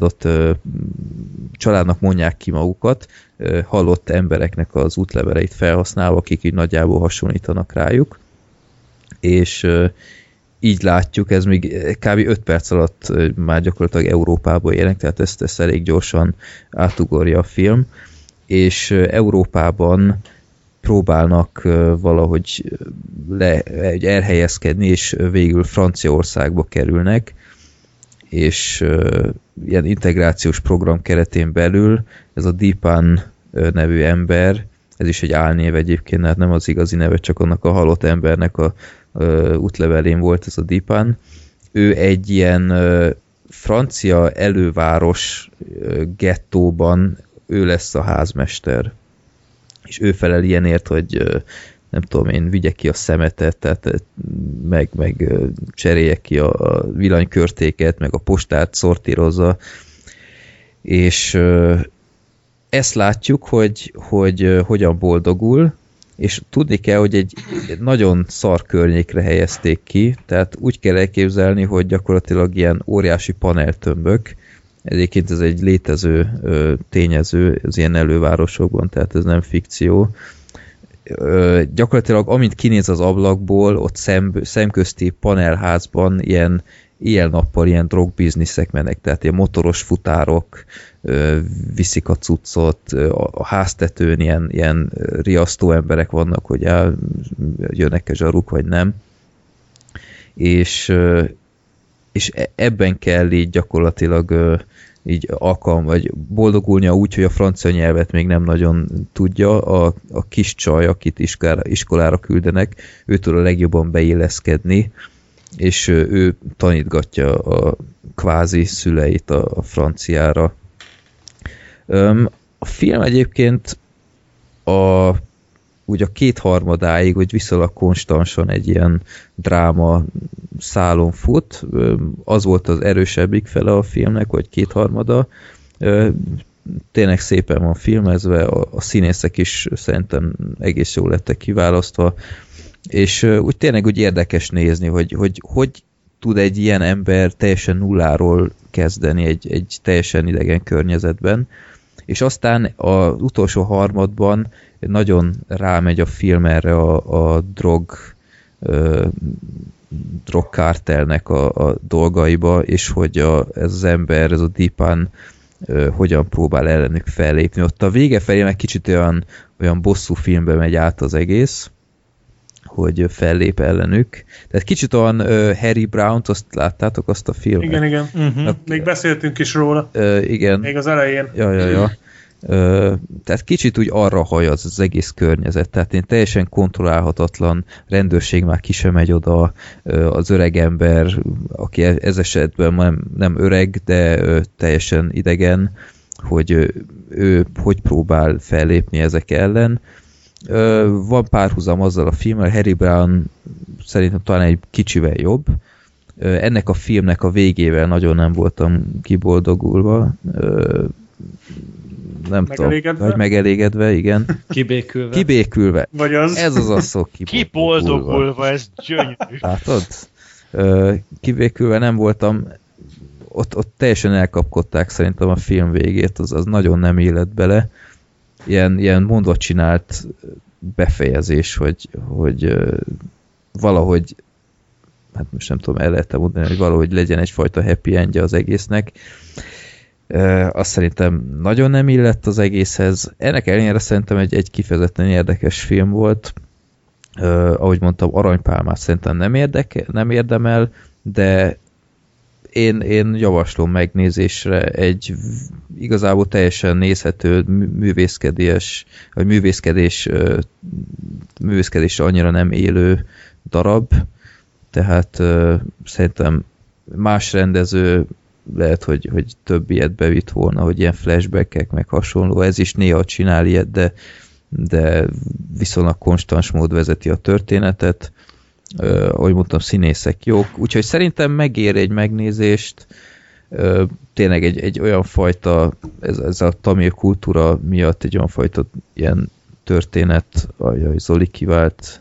családnak mondják ki magukat, halott embereknek az útleveleit felhasználva, akik így nagyjából hasonlítanak rájuk, és így látjuk, ez még kb. 5 perc alatt már gyakorlatilag Európából érnek, tehát ezt elég gyorsan átugorja a film, és Európában próbálnak valahogy elhelyezkedni, és végül Franciaországba kerülnek, és ilyen integrációs program keretén belül ez a Dipan nevű ember, ez is egy álnév egyébként, hát nem az igazi neve, csak annak a halott embernek a útlevelén volt ez a Dipan. Ő egy ilyen francia előváros gettóban, ő lesz a házmester. És ő felel ilyenért, hogy nem tudom én, vigye ki a szemetet, tehát meg cserélje ki a villanykörtéket, meg a postát szortírozza. És ezt látjuk, hogy hogyan boldogul, és tudni kell, hogy egy nagyon szar környékre helyezték ki, tehát úgy kell elképzelni, hogy gyakorlatilag ilyen óriási paneltömbök, egyébként ez egy létező tényező az ilyen elővárosokban, tehát ez nem fikció. Gyakorlatilag amint kinéz az ablakból, ott szemközti panelházban ilyen éjjel-nappal ilyen drogbizniszek mennek, tehát ilyen motoros futárok viszik a cuccot, a háztetőn ilyen riasztó emberek vannak, hogy jönnek-e zsaruk, vagy nem. És ebben kell így gyakorlatilag így vagy boldogulnia úgy, hogy a francia nyelvet még nem nagyon tudja. A kis csaj, akit iskolára küldenek, őtől a legjobban beilleszkedni, és ő tanítgatja a kvázi szüleit a franciára. A film egyébként úgy a 2/3 hogy viszonylag konstansan egy ilyen dráma szálon fut. Az volt az erősebbik fele a filmnek, hogy 2/3. Tényleg szépen van filmezve, a színészek is szerintem egész jól lettek kiválasztva, és úgy tényleg úgy érdekes nézni, hogy tud egy ilyen ember teljesen nulláról kezdeni egy teljesen idegen környezetben, és aztán az utolsó harmadban nagyon rámegy a film erre a drogkártelnek a dolgaiba, és hogy ez az ember, ez a Dipan hogyan próbál ellenük fellépni. Ott a vége felé meg kicsit olyan bosszú filmbe megy át az egész, hogy fellép ellenük. Tehát kicsit olyan Harry Brown-t, azt láttátok azt a filmet? Igen. Uh-huh. Még beszéltünk is róla. Igen. Még az elején. Ja. Tehát kicsit úgy arra hajaz az egész környezet, tehát én teljesen kontrollálhatatlan, rendőrség már ki sem megy oda, az öreg ember, aki ez esetben nem öreg, de teljesen idegen, hogy ő hogy próbál fellépni ezek ellen. Van párhuzam azzal a filmmel, Harry Brown szerintem talán egy kicsivel jobb. Ennek a filmnek a végével nagyon nem voltam kiboldogulva. Nem tudom, vagy megelégedve, igen. Kibékülve. Vagy az. Ez az a szó, kiboldogulva, ez gyönyörű. Látod? Kibékülve nem voltam, ott teljesen elkapkodták szerintem a film végét, az nagyon nem illett bele. Ilyen mondva csinált befejezés, hogy valahogy, hát most nem tudom, el lehet mondani, hogy valahogy legyen egyfajta happy endje az egésznek. Azt szerintem nagyon nem illett az egészhez. Ennek ellenére szerintem egy kifejezetten érdekes film volt. Ahogy mondtam, aranypálmát szerintem nem érdemel, de én javaslom megnézésre egy igazából teljesen nézhető művészkedésre annyira nem élő darab, tehát szerintem más rendező lehet, hogy több ilyet bevitt volna, hogy ilyen flashbackek meg hasonló, ez is néha csinál ilyet, de viszonylag konstans mód vezeti a történetet. Ahogy mondtam, színészek jók, úgyhogy szerintem megér egy megnézést, tényleg egy olyan fajta, ez a tamil kultúra miatt egy olyan fajta ilyen történet, ajaj, Zoli kivált,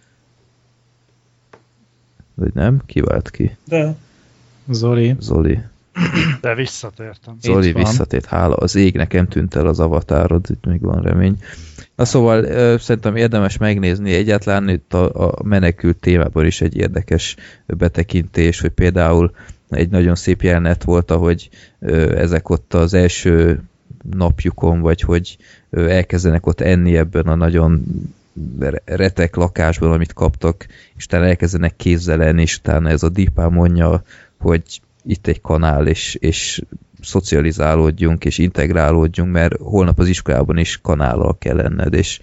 vagy nem? Kivált ki? De. Zoli. De visszatértem. Zoli visszatért, hála az ég, nekem tűnt el az avatárod, itt még van remény. Na szóval szerintem érdemes megnézni, egyáltalán itt a menekült témában is egy érdekes betekintés, hogy például egy nagyon szép jelenet volt, ahogy ezek ott az első napjukon, vagy hogy elkezdenek ott enni ebben a nagyon retek lakásban, amit kaptak, és utána elkezdenek kézzel enni, és utána ez a Deepan mondja, hogy itt egy kanál, és szocializálódjunk, és integrálódjunk, mert holnap az iskolában is kanállal kell lenned, és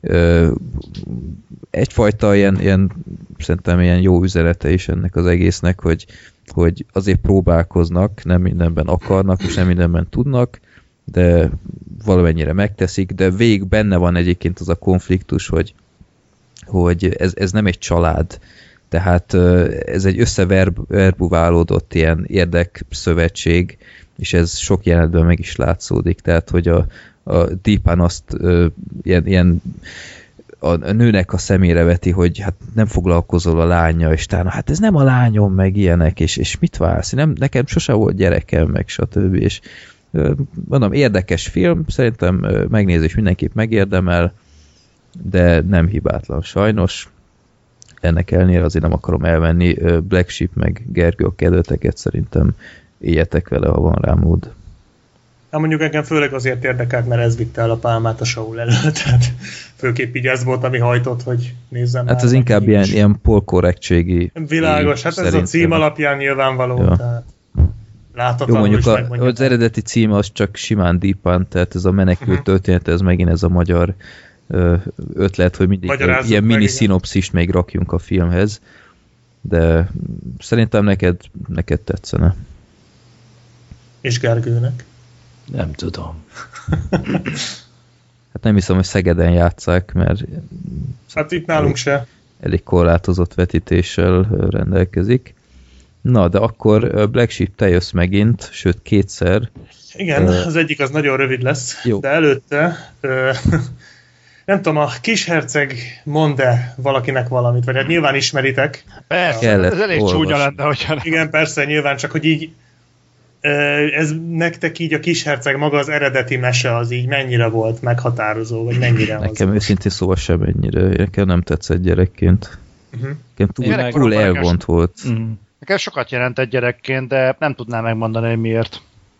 egyfajta ilyen szerintem ilyen jó üzenete is ennek az egésznek, hogy azért próbálkoznak, nem mindenben akarnak, és nem mindenben tudnak, de valamennyire megteszik, de végig benne van egyébként az a konfliktus, hogy ez nem egy család, tehát ez egy összeverbuválódott ilyen érdekszövetség, és ez sok jelenetben meg is látszódik, tehát hogy a Deepan azt ilyen a nőnek a szemére veti, hogy hát nem foglalkozol a lánya, és talán hát ez nem a lányom, meg ilyenek, és mit vársz? Nekem sose volt gyerekem, meg stb. És mondom, érdekes film, szerintem megnézés mindenképp megérdemel, de nem hibátlan sajnos. Ennek ellenére azért nem akarom elvenni. Black Sheep meg Gergő, a kedveteket szerintem éljetek vele, ha van rá mód. Hát mondjuk engem főleg azért érdekelt, mert ez vitte el a pálmát a Saul elől, tehát főképp így ez volt, ami hajtott, hogy nézzem. Hát ez inkább ilyen polkorrektségi. Világos, hát ez a cím alapján nyilvánvaló, ja. Tehát láthatatlanul is megmondja. Az eredeti cím az csak simán Deepan, tehát ez a menekült történet, ez megint ez a magyar ötlet, hogy mindig ilyen mini szinopszist még rakjunk a filmhez, de szerintem neked tetszene. És Gergőnek? Nem tudom. Hát nem hiszem, hogy Szegeden játsszák, mert hát itt nálunk se. Elég korlátozott vetítéssel rendelkezik. Na, de akkor Black Sheep, te jössz megint, sőt kétszer. Igen, az egyik az nagyon rövid lesz, jó. De előtte nem tudom, a Kisherceg mond-e valakinek valamit, vagy hát nyilván ismeritek. Persze, ez elég csúnya lenne, hogyha... Igen, persze, nyilván, csak hogy így ez nektek így a Kisherceg maga az eredeti mese az így mennyire volt meghatározó, vagy mennyire nekem őszintén szóval sem ennyire, nekem nem tetszett gyerekként. Nekem túl elvont volt. Nekem sokat jelentett gyerekként, de nem tudnám megmondani, hogy miért.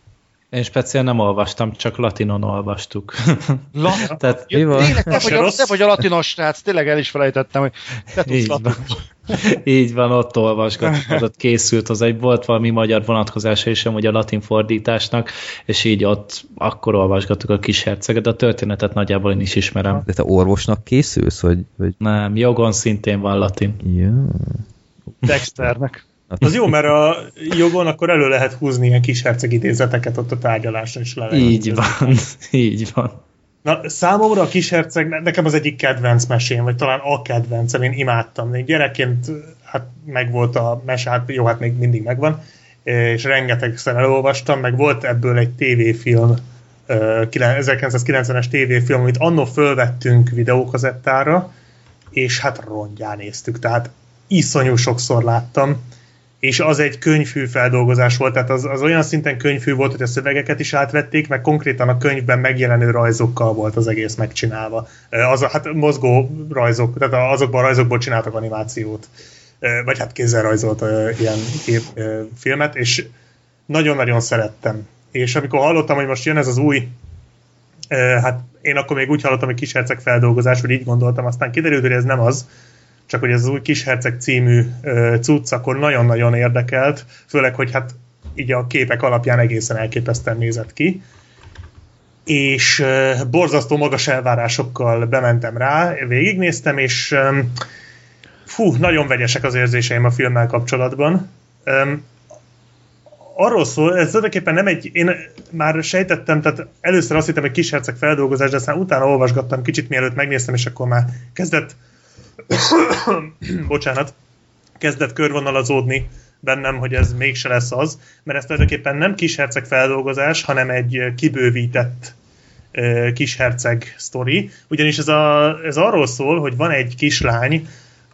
Én speciál nem olvastam, csak latinon olvastuk. Tehát, tényleg, te vagy a latinos srác, tényleg el is felejtettem, hogy te tudsz latin. Így van, ott olvasgattuk, ott készült, volt valami magyar vonatkozása is, hogy a latin fordításnak, és így ott akkor olvasgattuk a Kisherceget, de a történetet nagyjából én is ismerem. De te orvosnak készülsz, vagy? Nem, jogon szintén van latin. Ja. Dexternek. Az jó, mert a jogon akkor elő lehet húzni ilyen Kisherceg idézeteket ott a tárgyaláson is le. Így van, így van. Na, számomra a Kisherceg nekem az egyik kedvenc mesém, vagy talán a kedvencem, én imádtam. Én gyerekként hát megvolt a mese, hát jó, hát még mindig megvan, és rengetegszer elolvastam, meg volt ebből egy tévéfilm, 1990-es tévéfilm, amit annó fölvettünk videókazettára, és hát rongyán néztük, tehát iszonyú sokszor láttam, és az egy könyvfű feldolgozás volt, tehát az olyan szinten könyvfű volt, hogy a szövegeket is átvették, meg konkrétan a könyvben megjelenő rajzokkal volt az egész megcsinálva. Hát mozgó rajzok, tehát azokban a rajzokból csináltak animációt, vagy hát kézzel rajzolt ilyen filmet, és nagyon-nagyon szerettem. És amikor hallottam, hogy most jön ez az új, hát én akkor még úgy hallottam, hogy Kisherceg feldolgozás, hogy így gondoltam, aztán kiderült, hogy ez nem az, csak hogy ez az új Kisherceg című cucc, akkor nagyon-nagyon érdekelt, főleg, hogy hát így a képek alapján egészen elképesztően nézett ki. És borzasztó magas elvárásokkal bementem rá, végignéztem, és nagyon vegyesek az érzéseim a filmmel kapcsolatban. Arról szól, ez tulajdonképpen nem egy, én már sejtettem, tehát először azt hittem, hogy Kisherceg feldolgozás, de aztán utána olvasgattam kicsit, mielőtt megnéztem, és akkor már kezdett körvonalazódni bennem, hogy ez mégse lesz az, mert ez tulajdonképpen nem Kisherceg feldolgozás, hanem egy kibővített Kisherceg sztori, ugyanis ez arról szól, hogy van egy kislány,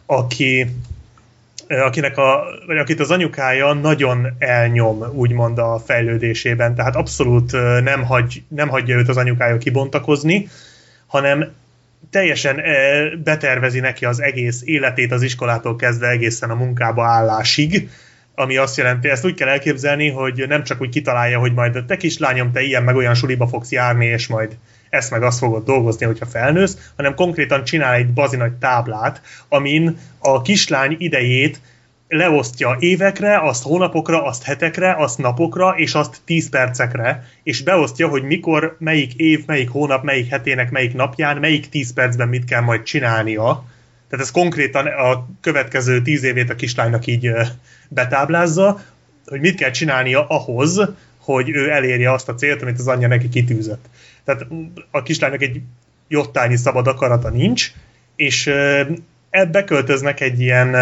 akit az anyukája nagyon elnyom, úgymond a fejlődésében, tehát abszolút nem hagyja őt az anyukája kibontakozni, hanem teljesen betervezi neki az egész életét az iskolától kezdve egészen a munkába állásig, ami azt jelenti, ezt úgy kell elképzelni, hogy nem csak úgy kitalálja, hogy majd te kislányom, te ilyen meg olyan suliba fogsz járni, és majd ezt meg azt fogod dolgozni, hogyha felnősz, hanem konkrétan csinál egy bazinagy táblát, amin a kislány idejét leosztja évekre, azt hónapokra, azt hetekre, azt napokra, és azt 10 percekre, és beosztja, hogy mikor, melyik év, melyik hónap, melyik hetének, melyik napján, melyik 10 percben mit kell majd csinálnia. Tehát ez konkrétan a következő 10 évét a kislánynak így betáblázza, hogy mit kell csinálnia ahhoz, hogy ő elérje azt a célt, amit az anyja neki kitűzött. Tehát a kislánynak egy jottányi szabad akarata nincs, és ebbe költöznek egy ilyen,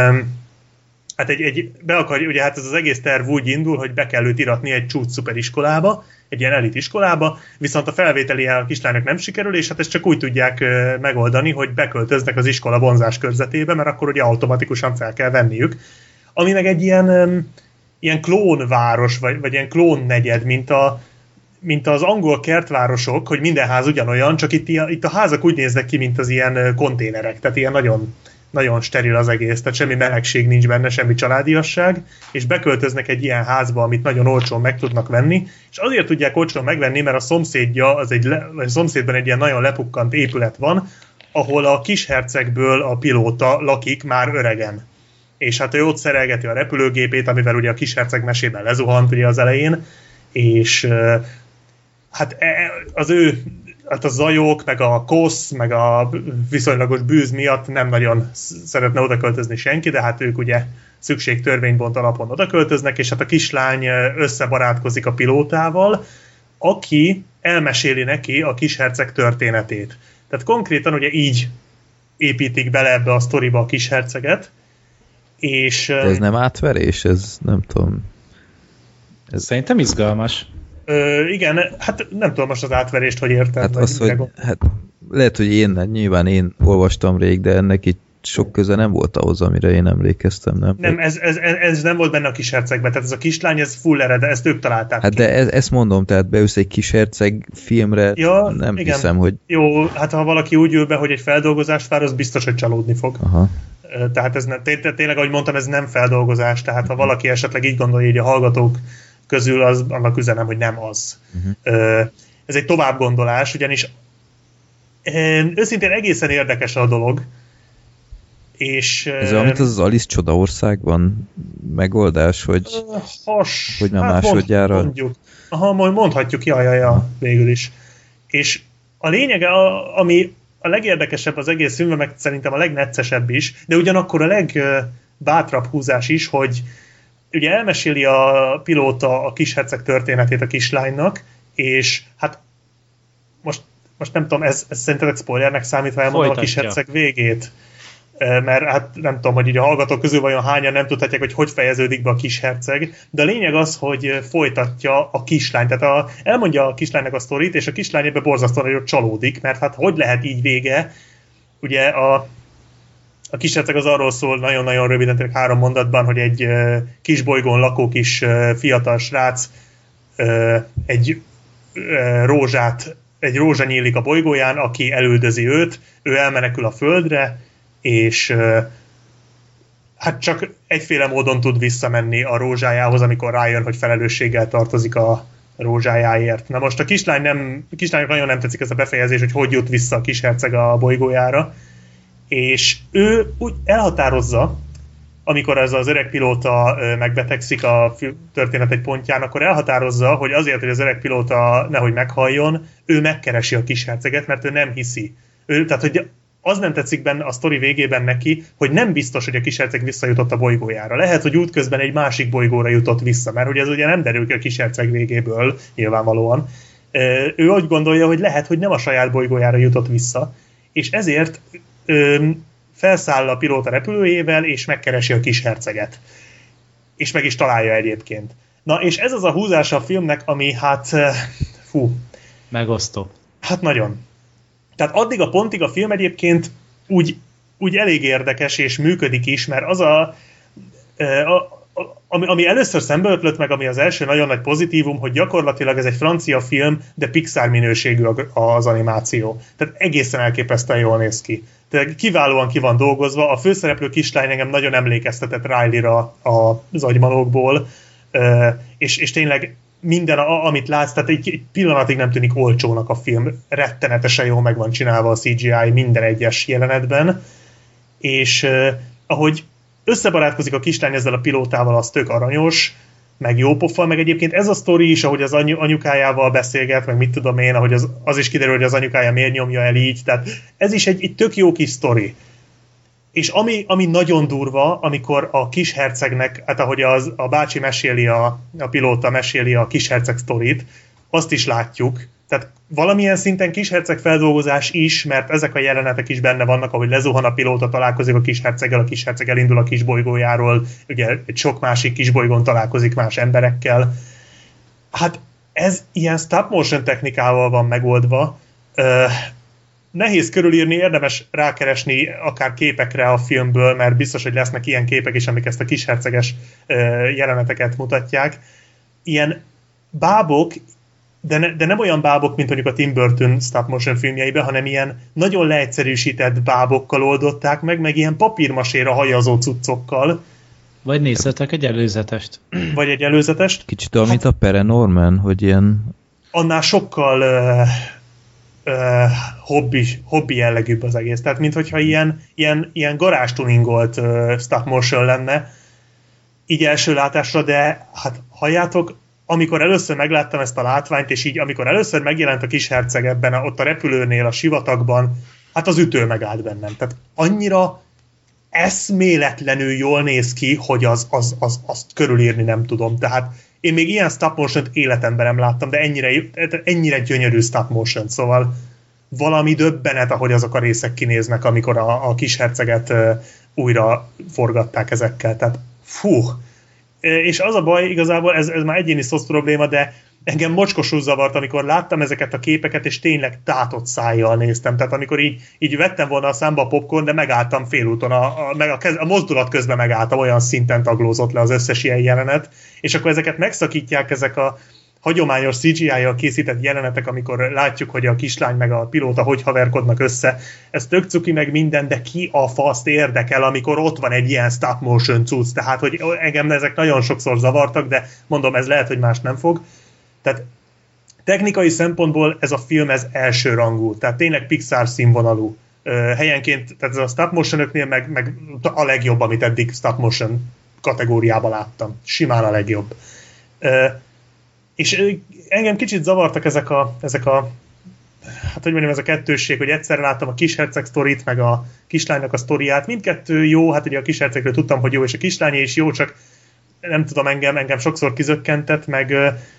hát ugye hát ez az egész terv úgy indul, hogy be kell őt iratni egy csúcs szuperiskolába, egy ilyen elit iskolába, viszont a felvételi a kislánynak nem sikerül, és hát ezt csak úgy tudják megoldani, hogy beköltöznek az iskola vonzás körzetébe, mert akkor ugye automatikusan fel kell venniük. Ami meg egy ilyen klónváros, vagy ilyen klónnegyed, mint az angol kertvárosok, hogy minden ház ugyanolyan, csak itt a házak úgy néznek ki, mint az ilyen konténerek, tehát ilyen nagyon, nagyon steril az egész, tehát semmi melegség nincs benne, semmi családiasság, és beköltöznek egy ilyen házba, amit nagyon olcsón meg tudnak venni, és azért tudják olcsón megvenni, mert a szomszédja, a szomszédban egy ilyen nagyon lepukkant épület van, ahol a Kishercegből a pilóta lakik már öregen. És hát ő ott szerelgeti a repülőgépét, amivel ugye a Kisherceg mesében lezuhant ugye az elején, és hát hát a zajok, meg a kosz, meg a viszonylagos bűz miatt nem nagyon szeretne odaköltözni senki, de hát ők ugye szükségtörvénybont alapon odaköltöznek, és hát a kislány összebarátkozik a pilótával, aki elmeséli neki a Kisherceg történetét. Tehát konkrétan ugye így építik bele ebbe a sztoriba a Kisherceget, és... De ez nem átverés? Ez nem tudom... Szerintem izgalmas. Igen, hát nem tudom most az átverést, hogy érted. Hát az, hogy lehet, hogy nyilván én olvastam rég, de ennek itt sok köze nem volt ahhoz, amire én emlékeztem, nem? Nem, ez nem volt benne a Kishercegben, tehát ez a kislány, ez full ered, ezt ők találták hát ki. De ezt mondom, tehát beülsz egy Kisherceg filmre, ja, nem igen. Hiszem, hogy... Jó, hát ha valaki úgy ül be, hogy egy feldolgozást vár, az biztos, hogy csalódni fog. Aha. Tehát ez tényleg, ahogy mondtam, ez nem feldolgozás, tehát ha valaki esetleg így gondolja, hogy a hallgatók közül, annak üzenem, hogy nem az. Ez egy továbbgondolás, ugyanis őszintén egészen érdekes a dolog, és... Ez amit az Alice Csodaországban megoldás, hogy már másodjára... Mondjuk. Mondhatjuk, ja, végül is. És a lényege, ami a legérdekesebb az egész filmben, meg szerintem a legneccesebb is, de ugyanakkor a legbátrabb húzás is, hogy ugye elmeséli a pilóta a kisherceg történetét a kislánynak, és hát most nem tudom, ez szerintetek spoilernek számít, ha elmondom a kisherceg végét? Mert hát nem tudom, hogy így a hallgatók közül vajon hányan nem tudhatják, hogy fejeződik be a kisherceg, de a lényeg az, hogy folytatja a kislány, tehát elmondja a kislánynak a sztorit, és a kislány ebbe borzasztóan nagyot csalódik, mert hát hogy lehet így vége? Ugye a kisherceg az arról szól nagyon-nagyon röviden, tehát 3 mondatban, hogy egy kis bolygón lakó kis fiatal srác egy rózsa nyílik a bolygóján, aki elüldözi őt, ő elmenekül a földre, és hát csak egyféle módon tud visszamenni a rózsájához, amikor rájön, hogy felelősséggel tartozik a rózsájáért. Na most a kislánynak nagyon nem tetszik ez a befejezés, hogy jut vissza a kisherceg a bolygójára, és ő úgy elhatározza, amikor ez az öreg pilóta megbetegszik a történet egy pontján, akkor elhatározza, hogy azért, hogy az öreg pilóta nehogy meghalljon, ő megkeresi a kisherceget, mert ő nem hiszi. Tehát, hogy az nem tetszik benne a sztori végében neki, hogy nem biztos, hogy a kisherceg visszajutott a bolygójára. Lehet, hogy útközben egy másik bolygóra jutott vissza, mert hogy ez ugye nem derül ki a kisherceg végéből, nyilvánvalóan. Ő úgy gondolja, hogy lehet, hogy nem a saját bolygójára jutott vissza, és ezért felszáll a pilóta repülőjével, és megkeresi a kisherceget. És meg is találja egyébként. Na, és ez az a húzása a filmnek, ami hát... Megosztó. Hát nagyon. Tehát addig a pontig a film egyébként úgy elég érdekes, és működik is, mert az ami először szembe ötlött meg, ami az első nagyon nagy pozitívum, hogy gyakorlatilag ez egy francia film, de Pixar minőségű az animáció. Tehát egészen elképesztően jól néz ki. Tehát kiválóan ki van dolgozva. A főszereplő kislány engem nagyon emlékeztetett Riley-ra az Agymanókból, és tényleg minden, amit látsz, tehát egy pillanatig nem tűnik olcsónak a film. Rettenetesen jól meg van csinálva a CGI minden egyes jelenetben, és ahogy összebarátkozik a kislány ezzel a pilótával, az tök aranyos, meg jópofa, meg egyébként ez a sztori is, ahogy az anyukájával beszélget, meg mit tudom én, ahogy az is kiderül, hogy az anyukája miért nyomja el így, tehát ez is egy tök jó kis sztori. És ami nagyon durva, amikor a kishercegnek, hát ahogy a bácsi meséli, a pilóta meséli a kisherceg sztorit, azt is látjuk. Tehát valamilyen szinten kisherceg feldolgozás is, mert ezek a jelenetek is benne vannak, ahogy lezuhan a pilóta, találkozik a kisherceg elindul a kisbolygójáról, ugye egy sok másik kisbolygón találkozik más emberekkel. Hát ez ilyen stop motion technikával van megoldva. Nehéz körülírni, érdemes rákeresni akár képekre a filmből, mert biztos, hogy lesznek ilyen képek is, amik ezt a kisherceges jeleneteket mutatják. Ilyen bábok, de nem olyan bábok, mint mondjuk a Tim Burton stop motion filmjeiben, hanem ilyen nagyon leegyszerűsített bábokkal oldották meg ilyen papírmaséra hajazó cuccokkal. Vagy nézzetek egy előzetest. Vagy egy előzetest. Kicsit olyan, mint a Paranorman, hogy ilyen... Annál sokkal hobbi jellegűbb az egész. Tehát, minthogyha ilyen garázstuningolt stop motion lenne, így első látásra, de hát halljátok, amikor először megláttam ezt a látványt, és így amikor először megjelent a kisherceg ebben, ott a repülőnél, a sivatagban, hát az ütő megállt bennem. Tehát annyira eszméletlenül jól néz ki, hogy azt körülírni nem tudom. Tehát én még ilyen stop motion-t életemben nem láttam, de ennyire gyönyörű stop motion, szóval valami döbbenet, ahogy azok a részek kinéznek, amikor a kisherceget újra forgatták ezekkel. Tehát és az a baj, igazából ez már egyéni szosz probléma, de engem mocskosul zavart, amikor láttam ezeket a képeket, és tényleg tátott szájjal néztem. Tehát amikor így vettem volna a számba a popcorn, de megálltam félúton, a mozdulat közben megálltam, olyan szinten taglózott le az összes ilyen jelenet, és akkor ezeket megszakítják ezek hagyományos CGI-jal készített jelenetek, amikor látjuk, hogy a kislány meg a pilóta hogy haverkodnak össze, ez tök cuki meg minden, de ki a faszt érdekel, amikor ott van egy ilyen stop motion cucc, tehát hogy engem ezek nagyon sokszor zavartak, de mondom, ez lehet, hogy más nem fog. Tehát technikai szempontból ez a film ez elsőrangú, tehát tényleg Pixar színvonalú. Helyenként, tehát ez a stop motion-öknél meg a legjobb, amit eddig stop motion kategóriában láttam. Simán a legjobb. És engem kicsit zavartak ezek a hát hogy mondjam, ez a kettősség, hogy egyszerre láttam a kisherceg sztorit, meg a kislánynak a sztoriát. Mindkettő jó, hát ugye a kishercegről tudtam, hogy jó, és a kislány is jó, csak nem tudom, engem sokszor kizökkentett, meg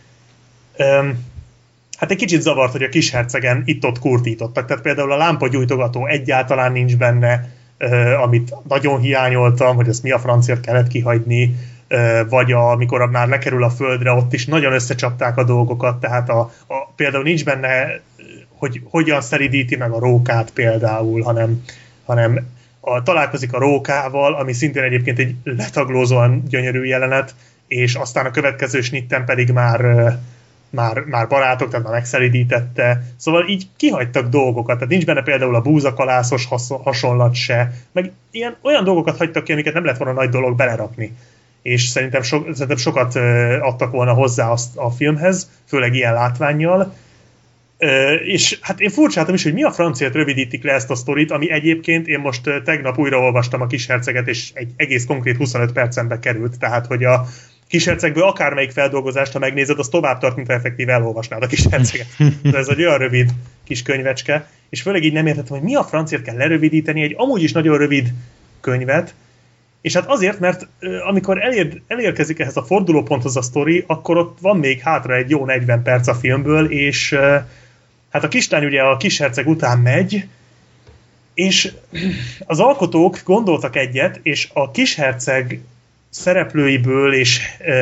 hát egy kicsit zavart, hogy a kishercegen itt-ott kurtítottak. Tehát például a lámpagyújtogató egyáltalán nincs benne, amit nagyon hiányoltam, hogy ezt mi a francért kellett kihagyni, vagy amikor már lekerül a földre, ott is nagyon összecsapták a dolgokat, tehát például nincs benne, hogy hogyan szeridíti meg a rókát például, hanem találkozik a rókával, ami szintén egyébként egy letaglózóan gyönyörű jelenet, és aztán a következő snitten pedig már barátok, tehát már megszelidítette. Szóval így kihagytak dolgokat, tehát nincs benne például a búzakalászos hasonlat se, meg olyan dolgokat hagytak ki, amiket nem lett volna nagy dolog belerakni. És szerintem sokat adtak volna hozzá a filmhez, főleg ilyen látvánnyal. És hát én furcsáltam is, hogy mi a franciát rövidítik le ezt a sztorit, ami egyébként én most tegnap újra olvastam a Kisherceget, és egy egész konkrét 25 percembe került, tehát hogy a Kishercegből akármelyik feldolgozást, ha megnézed, az tovább tart, mint effektív elolvasnád a Kisherceget. De ez egy olyan rövid kis könyvecske, és főleg így nem értettem, hogy mi a franciát kell lerövidíteni egy amúgy is nagyon rövid könyvet, és hát azért, mert amikor elérkezik ehhez a fordulóponthoz a sztori, akkor ott van még hátra egy jó 40 perc a filmből, és hát a kislány ugye a kisherceg után megy, és az alkotók gondoltak egyet, és a kisherceg szereplőiből és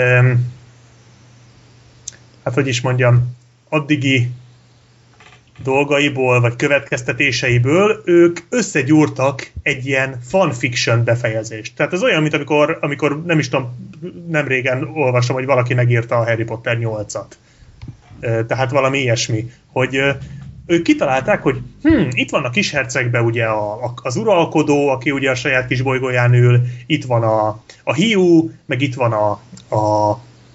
hát hogy is mondjam, addigi dolgaiból, vagy következtetéseiből ők összegyúrtak egy ilyen fanfiction befejezést. Tehát ez olyan, mint amikor nem is tudom, nem régen olvasom, hogy valaki megírta a Harry Potter 8-at. Tehát valami ilyesmi, hogy ők kitalálták, hogy itt van a kishercegben ugye az uralkodó, aki ugye a saját kis bolygóján ül, itt van a hiú, meg itt van a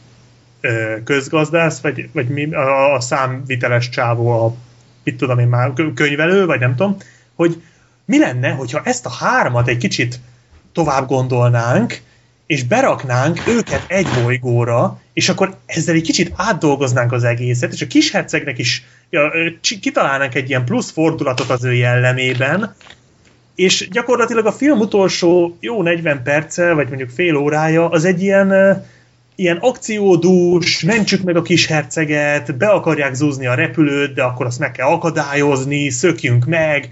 közgazdász, vagy mi, a számviteles csávó, mit tudom én már, könyvelő, vagy nem tudom, hogy mi lenne, hogyha ezt a hármat egy kicsit tovább gondolnánk, és beraknánk őket egy bolygóra, és akkor ezzel egy kicsit átdolgoznánk az egészet, és a kishercegnek is kitalálnánk egy ilyen plusz fordulatot az ő jellemében, és gyakorlatilag a film utolsó jó 40 perce, vagy mondjuk fél órája, az egy ilyen akciódús, mentsük meg a kisherceget, be akarják zúzni a repülőt, de akkor azt meg kell akadályozni, szökjünk meg,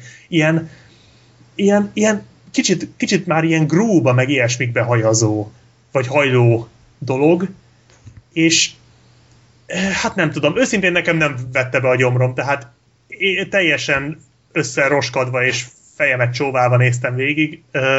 ilyen kicsit már ilyen grúba, meg ilyesmikbe hajazó, vagy hajló dolog, és hát nem tudom, őszintén nekem nem vette be a gyomrom, tehát teljesen összeroskadva és fejemet csóválva néztem végig,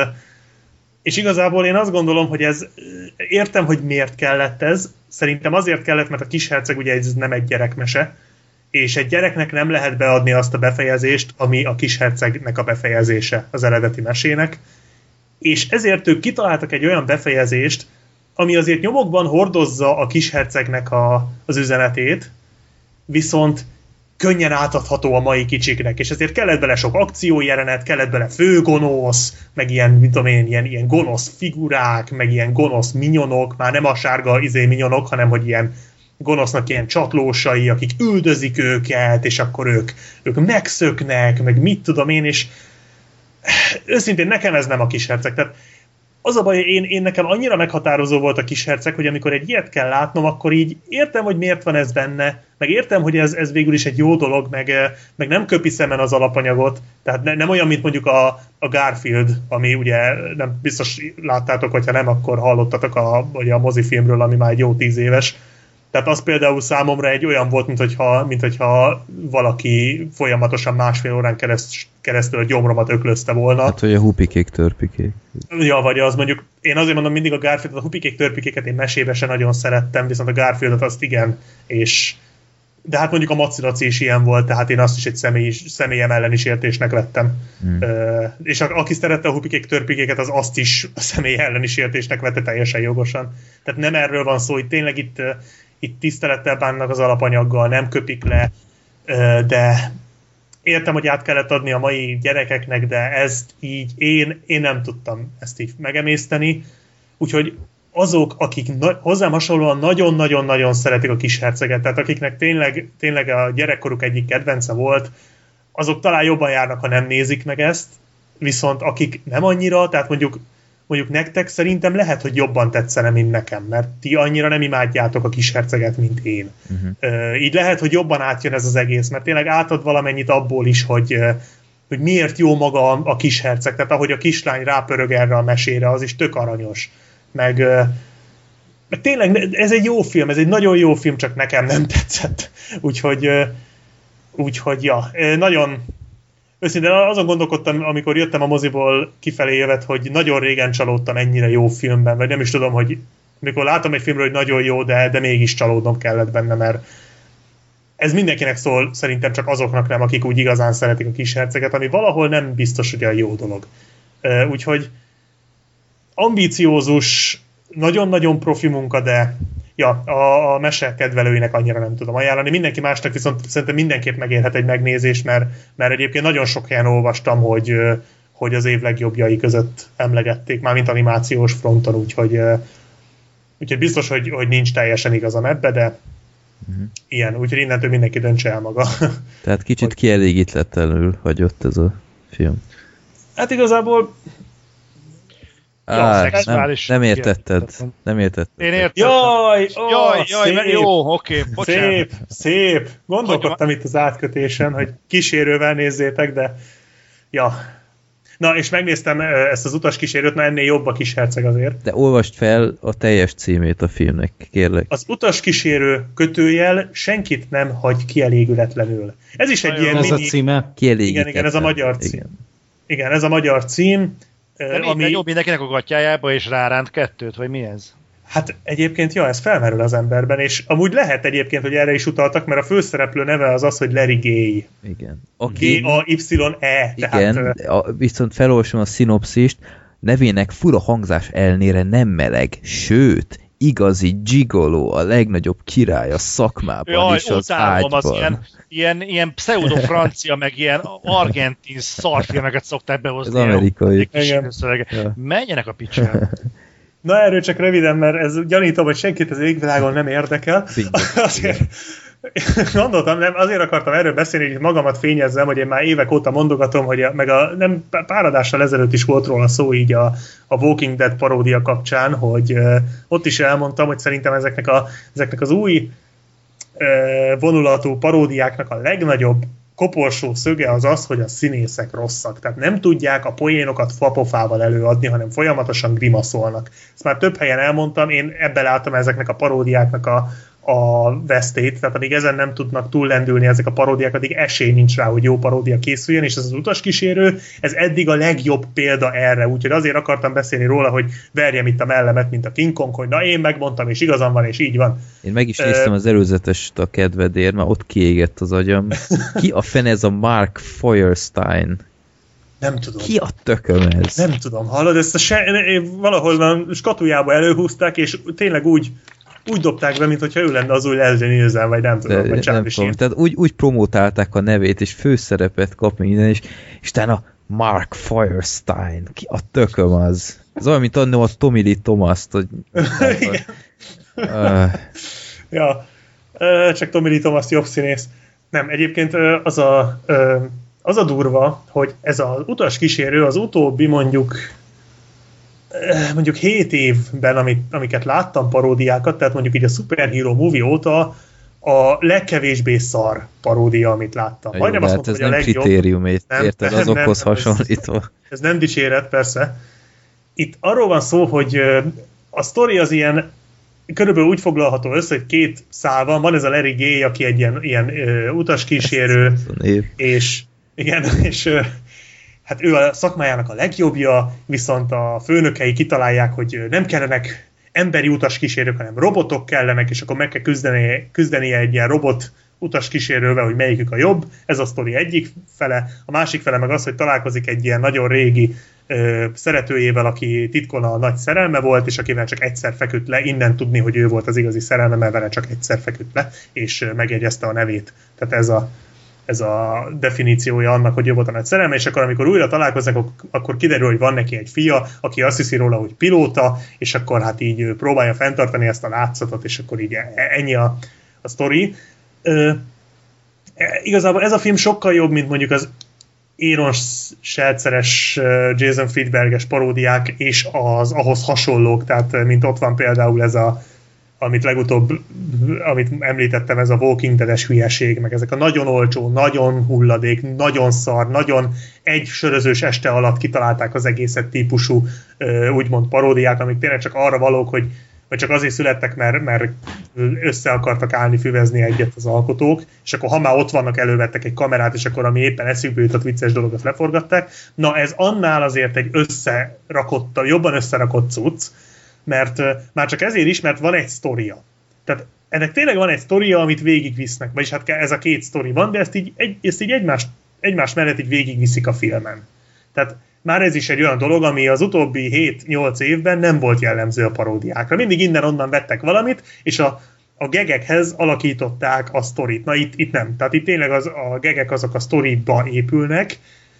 és igazából én azt gondolom, hogy értem, hogy miért kellett ez, szerintem azért kellett, mert a kisherceg ugye ez nem egy gyerekmese, és egy gyereknek nem lehet beadni azt a befejezést, ami a kishercegnek a befejezése az eredeti mesének, és ezért ők kitaláltak egy olyan befejezést, ami azért nyomokban hordozza a kishercegnek az üzenetét, viszont könnyen átadható a mai kicsiknek, és ezért kellett bele sok akciójelenet, kellett bele főgonosz, meg ilyen gonosz figurák, meg ilyen gonosz minyonok, már nem a sárga minyonok, hanem hogy ilyen gonosznak ilyen csatlósai, akik üldözik őket, és akkor ők megszöknek, meg mit tudom én, és őszintén nekem ez nem a kisherceg. Tehát az a baj, én nekem annyira meghatározó volt a kisherceg, hogy amikor egy ilyet kell látnom, akkor így értem, hogy miért van ez benne, meg értem, hogy ez végül is egy jó dolog, meg nem köpi szemen az alapanyagot, tehát nem olyan, mint mondjuk a Garfield, ami ugye nem biztos láttátok, hogyha nem, akkor hallottatok a mozifilmről, ami már egy jó 10 éves. Tehát az például számomra egy olyan volt, minthogyha valaki folyamatosan másfél órán keresztül a gyomromat öklözte volna. Hát, hogy a hupikék, törpikék. Ja, vagy az mondjuk, én azért mondom mindig a Garfieldet, a hupikék, törpikéket én mesébe se nagyon szerettem, viszont a Garfieldet azt igen, de hát mondjuk a Macilaci is ilyen volt, tehát én azt is egy személyem elleni sértésnek vettem. És aki szerette a hupikék, törpikéket, az azt is a személy elleni sértésnek vette teljesen jogosan. Tehát nem erről van szó, itt tényleg itt tisztelettel bánnak az alapanyaggal, nem köpik le, de értem, hogy át kellett adni a mai gyerekeknek, de ezt így én nem tudtam ezt így megemészteni, úgyhogy azok, akik hozzám hasonlóan nagyon-nagyon-nagyon szeretik a Kisherceget, tehát akiknek tényleg a gyerekkoruk egyik kedvence volt, azok talán jobban járnak, ha nem nézik meg ezt, viszont akik nem annyira, tehát mondjuk nektek szerintem lehet, hogy jobban tetszene, mint nekem, mert ti annyira nem imádjátok a Kisherceget, mint én. Így lehet, hogy jobban átjön ez az egész, mert tényleg átad valamennyit abból is, hogy miért jó maga a Kisherceg, tehát ahogy a kislány rápörög erre a mesére, az is tök aranyos. Meg tényleg ez egy jó film, ez egy nagyon jó film, csak nekem nem tetszett. Úgyhogy ja, nagyon őszintén azon gondolkodtam, amikor jöttem a moziból kifelé jövet, hogy nagyon régen csalódtam ennyire jó filmben, vagy nem is tudom, hogy mikor látom egy filmről, hogy nagyon jó, de mégis csalódnom kellett benne, mert ez mindenkinek szól, szerintem csak azoknak nem, akik úgy igazán szeretik a Kisherceget, ami valahol nem biztos, hogy a jó dolog. Úgyhogy ambíciózus, nagyon-nagyon profi munka, de ja, a mese kedvelőinek annyira nem tudom ajánlani. Mindenki másnak viszont szerintem mindenképp megérhet egy megnézést, mert egyébként nagyon sok helyen olvastam, hogy az év legjobbjai között emlegették, mármint animációs fronton, úgyhogy biztos, hogy nincs teljesen igazam ebbe, de ilyen, úgyhogy innentől mindenki döntse el maga. Tehát kicsit kielégítetlenül hagyott ez a film. Hát igazából nem értetted. Én értettem. Jaj, jó, oké, bocsánat. Szép. Gondolkodtam itt az átkötésen, hogy kísérővel nézzétek, de ja. Na, és megnéztem ezt az utaskísérőt, ennél jobb a Kisherceg azért. De olvasd fel a teljes címét a filmnek, kérlek. Az utaskísérő kötőjel senkit nem hagy kielégületlenül. Ez is egy ilyen ez a címe? Igen, ez a magyar cím. Igen, ez a magyar cím. Ami jobb mindenkinek a gatyájába, és ráránt kettőt, vagy mi ez? Hát egyébként, ez felmerül az emberben, és amúgy lehet egyébként, hogy erre is utaltak, mert a főszereplő neve az, hogy Larry Gay. Igen. G-A-Y-E. Igen, viszont felolvasom a szinopszist, nevének fura hangzás ellenére nem meleg, sőt, igazi gigoló, a legnagyobb király a szakmában és az ágyban. Az ilyen pseudo-francia, meg ilyen argentin szarfilmeket szokták behozni. Az amerikai. Menjenek a picsába. Na erről csak röviden, mert ez gyanítom, hogy senkit az égvilágon nem érdekel. Azért gondoltam, azért akartam erről beszélni, hogy magamat fényezzem, hogy én már évek óta mondogatom, hogy nem pár adással ezelőtt is volt róla szó így a Walking Dead paródia kapcsán, hogy ott is elmondtam, hogy szerintem ezeknek az új vonulatú paródiáknak a legnagyobb koporsó szöge az, hogy a színészek rosszak. Tehát nem tudják a poénokat fapofával előadni, hanem folyamatosan grimaszolnak. Ezt már több helyen elmondtam, én ebben látom ezeknek a paródiáknak a vesztét, tehát amíg ezen nem tudnak túllendülni ezek a paródiák, addig esély nincs rá, hogy jó paródia készüljön, és ez az utaskísérő, ez eddig a legjobb példa erre, úgyhogy azért akartam beszélni róla, hogy verjem itt a mellemet, mint a King Kong, hogy na én megmondtam, és igazam van, és így van. Én meg is néztem az előzetest a kedvedért, mert ott kiégett az agyam. Ki a fene ez a Mark Feuerstein? Nem tudom. Ki a tököm ez? Nem tudom, hallod, ezt valahol a skatujába előhúzták, és tényleg úgy dobták be, mintha ő lenne az új Leslie Nielsen, vagy nem tudom, vagy nem tudom. Tehát úgy promótálták a nevét, és főszerepet kap minden, és utána Mark Feuerstein. Ki a tököm az? Ez olyan, mint annól a Tommy Lee Thomas-t, hogy... csak Tommy Lee Thomas jobb színész. Nem, egyébként az a durva, hogy ez az utaskísérő az utóbbi mondjuk 7 évben, amiket láttam paródiákat, tehát mondjuk így a Superhero Movie óta a legkevésbé szar paródia, amit láttam. Jó, majdnem azt mondtam, hogy a legjobb. Kritérium, érted, azokhoz hasonlítva. Ez nem dicséret, persze. Itt arról van szó, hogy a sztori az ilyen körülbelül úgy foglalható össze, hogy két szál van ez a Larry Gay, aki egy ilyen utaskísérő, és hát ő a szakmájának a legjobbja, viszont a főnökei kitalálják, hogy nem kellenek emberi utaskísérők, hanem robotok kellenek, és akkor meg kell küzdenie egy ilyen robot utaskísérővel, hogy melyikük a jobb. Ez a sztori egyik fele. A másik fele meg az, hogy találkozik egy ilyen nagyon régi szeretőjével, aki titkon a nagy szerelme volt, és akivel csak egyszer feküdt le, innen tudni, hogy ő volt az igazi szerelme, mert vele csak egyszer feküdt le, és megjegyezte a nevét. Tehát ez a definíciója annak, hogy ő volt a nagy szerelme, és akkor amikor újra találkoznak, akkor kiderül, hogy van neki egy fia, aki azt hiszi róla, hogy pilóta, és akkor hát így próbálja fenntartani ezt a látszatot, és akkor így ennyi a sztori. Igazából ez a film sokkal jobb, mint mondjuk az Aaron Seltzeres, Jason Friedberges paródiák, és az ahhoz hasonlók, tehát mint ott van például ez amit legutóbb, amit említettem, ez a Walking Dead-es hülyeség, meg ezek a nagyon olcsó, nagyon hulladék, nagyon szar, nagyon egy sörözős este alatt kitalálták az egészet típusú úgymond paródiák, amik tényleg csak arra valók, hogy vagy csak azért születtek, mert össze akartak állni, füvezni egyet az alkotók, és akkor ha már ott vannak, elővettek egy kamerát, és akkor ami éppen eszükbe jutott vicces dologot leforgatták. Na ez annál azért egy jobban összerakott cucc, mert már csak ezért is, mert van egy sztoria. Tehát ennek tényleg van egy sztoria, amit végigvisznek, vagyis hát ez a két sztori van, de ezt így egymás mellett így végigviszik a filmen. Tehát már ez is egy olyan dolog, ami az utóbbi 7-8 évben nem volt jellemző a paródiákra. Mindig innen-onnan vettek valamit, és a gegekhez alakították a sztorit. Na itt nem. Tehát itt tényleg a gegek azok a sztoriba épülnek,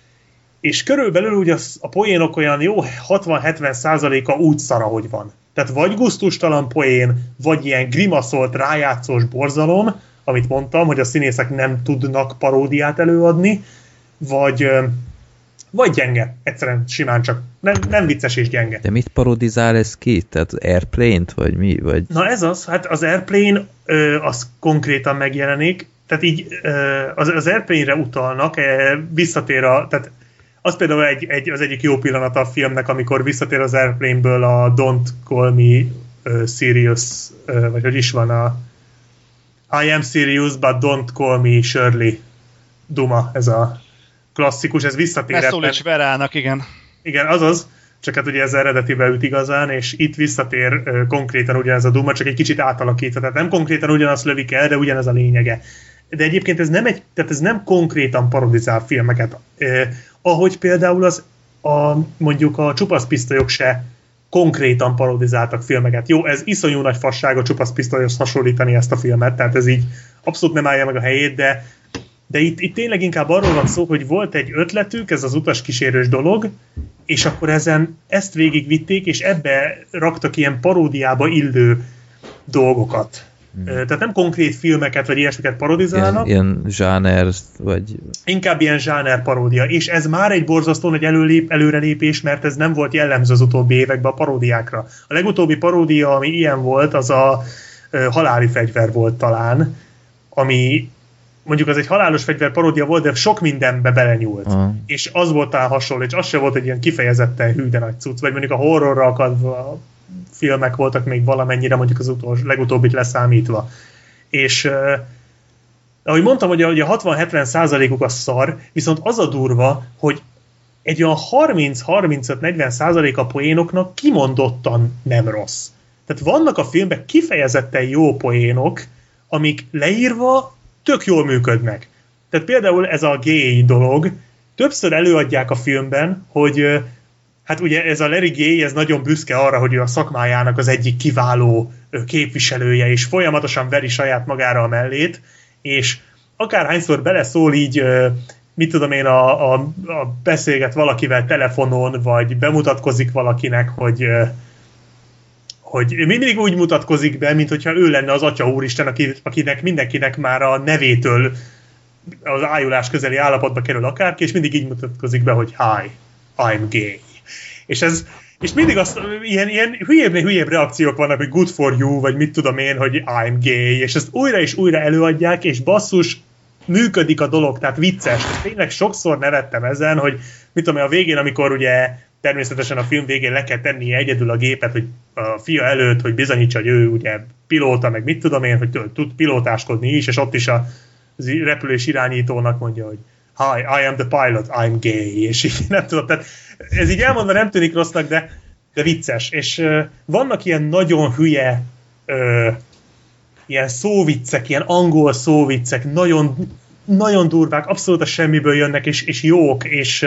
és körülbelül ugye a poénok olyan jó 60-70%-a úgy szar, ahogy van. Tehát vagy gusztustalan poén, vagy ilyen grimaszolt, rájátszós borzalom, amit mondtam, hogy a színészek nem tudnak paródiát előadni, vagy gyenge. Egyszerűen simán csak nem vicces és gyenge. De mit parodizál ez ki? Tehát az Airplane-t, vagy mi? Vagy... Na ez az, hát az Airplane az konkrétan megjelenik, tehát így az Airplane-re utalnak, visszatér tehát az például az egyik jó pillanat a filmnek, amikor visszatér az Airplane-ből a Don't Call Me Serious, vagy hogy is van I am serious, but don't call me Shirley duma, ez a klasszikus, ez visszatér. Ne szólíts Verának, igen. Igen, azaz, csak hát ugye ez eredetibe üt igazán, és itt visszatér konkrétan ugyanez a duma, csak egy kicsit átalakítva. Tehát nem konkrétan ugyanazt lövik el, de ugyanez a lényege. De egyébként ez nem konkrétan parodizál filmeket. Ahogy például mondjuk a Csupaszpisztolyok se konkrétan parodizáltak filmeket. Jó, ez iszonyú nagy fasság a Csupaszpisztolyhoz hasonlítani ezt a filmet, tehát ez így abszolút nem állja meg a helyét, de itt tényleg inkább arról van szó, hogy volt egy ötletük, ez az utaskísérős dolog, és akkor ezt végigvitték, és ebbe raktak ilyen paródiába illő dolgokat. Tehát nem konkrét filmeket, vagy ilyesmiket parodizálnak. Ilyen zsáner, vagy... Inkább ilyen zsáner paródia. És ez már egy borzasztó nagy előrelépés, mert ez nem volt jellemző az utóbbi években a paródiákra. A legutóbbi paródia, ami ilyen volt, az a Haláli fegyver volt talán, ami mondjuk az egy halálos fegyver paródia volt, de sok mindenbe belenyúlt. És az volt talán hasonló, és az se volt egy ilyen kifejezetten hű de nagy cucc, vagy mondjuk a horrorra akadva filmek voltak még valamennyire, mondjuk az legutóbbit leszámítva. És ahogy mondtam, hogy a 60-70%-uk a szar, viszont az a durva, hogy egy olyan 30-35-40% a poénoknak kimondottan nem rossz. Tehát vannak a filmben kifejezetten jó poénok, amik leírva tök jól működnek. Tehát például ez a gay dolog, többször előadják a filmben, hogy hát ugye ez a Larry Gay, ez nagyon büszke arra, hogy ő a szakmájának az egyik kiváló képviselője, és folyamatosan veri saját magára a mellét, és akárhányszor beleszól így, mit tudom én, a beszélget valakivel telefonon, vagy bemutatkozik valakinek, hogy mindig úgy mutatkozik be, mint hogyha ő lenne az Atya Úristen, akinek mindenkinek már a nevétől az ájulás közeli állapotba kerül akárki, és mindig így mutatkozik be, hogy hi, I'm gay. És mindig ilyen hülyébb reakciók vannak, hogy good for you, vagy mit tudom én, hogy I'm gay, és ezt újra és újra előadják, és basszus, működik a dolog, tehát vicces. Tényleg sokszor nevettem ezen, hogy mit tudom én, a végén, amikor ugye természetesen a film végén le kell tennie egyedül a gépet, hogy a fia előtt, hogy bizonyítsa, hogy ő ugye pilóta, meg mit tudom én, hogy tud pilótáskodni is, és ott is a repülés irányítónak mondja, hogy hi, I am the pilot, I'm gay, és így nem tudom, tehát ez így elmondva nem tűnik rossznak, de vicces, és vannak ilyen nagyon hülye ilyen szóviccek, ilyen angol szóviccek, nagyon, nagyon durvák, abszolút a semmiből jönnek, és jók,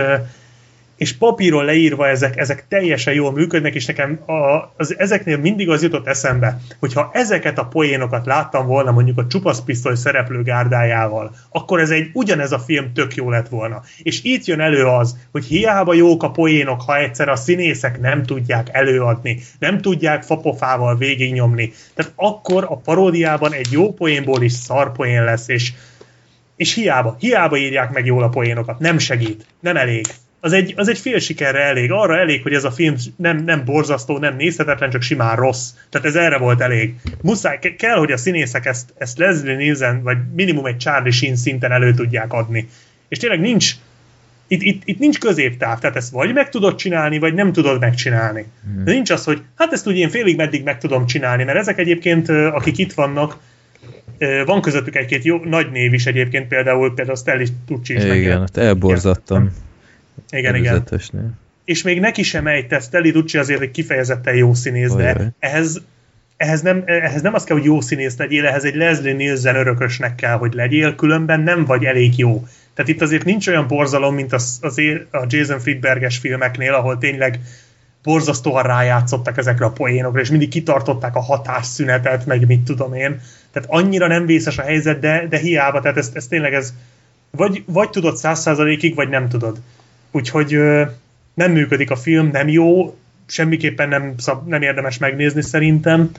és papíron leírva ezek teljesen jól működnek, és nekem ezeknél mindig az jutott eszembe, hogyha ezeket a poénokat láttam volna mondjuk a Csupasz Pisztoly szereplő gárdájával, akkor ugyanez a film tök jó lett volna. És itt jön elő az, hogy hiába jók a poénok, ha egyszer a színészek nem tudják előadni, nem tudják fapofával végignyomni. Tehát akkor a paródiában egy jó poénból is szarpoén lesz, és hiába írják meg jól a poénokat. Nem segít, nem elég. Az egy fél sikerre elég. Arra elég, hogy ez a film nem borzasztó, nem nézhetetlen, csak simán rossz. Tehát ez erre volt elég. Muszáj, kell, hogy a színészek ezt Leslie Nielsen, vagy minimum egy Charlie Sheen szinten elő tudják adni. És tényleg nincs, itt nincs középtáv. Tehát ezt vagy meg tudod csinálni, vagy nem tudod megcsinálni. De nincs az, hogy hát ezt ugye én félig meddig meg tudom csinálni, mert ezek egyébként, akik itt vannak, van közöttük egy-két jó nagy név is egyébként, például Stanley Tucci is. Igen, elborzadtam. Igen. És még neki sem megy, tehát Stanley Tucci azért egy kifejezetten jó színész, de ehhez nem az kell, hogy jó színész legyél, ehhez egy Leslie Nielsen örökösnek kell, hogy legyél, különben nem vagy elég jó. Tehát itt azért nincs olyan borzalom, mint a Jason Friedberges filmeknél, ahol tényleg borzasztóan rájátszottak ezekre a poénokra, és mindig kitartották a hatásszünetet, meg mit tudom én. Tehát annyira nem vészes a helyzet, de hiába, tehát ez tényleg vagy tudod 100%-ig, vagy nem tudod. Úgyhogy nem működik a film, nem jó, semmiképpen nem érdemes megnézni szerintem,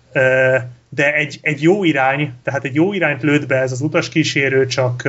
de egy jó irány, tehát egy jó irányt lőtt be ez az utaskísérő, csak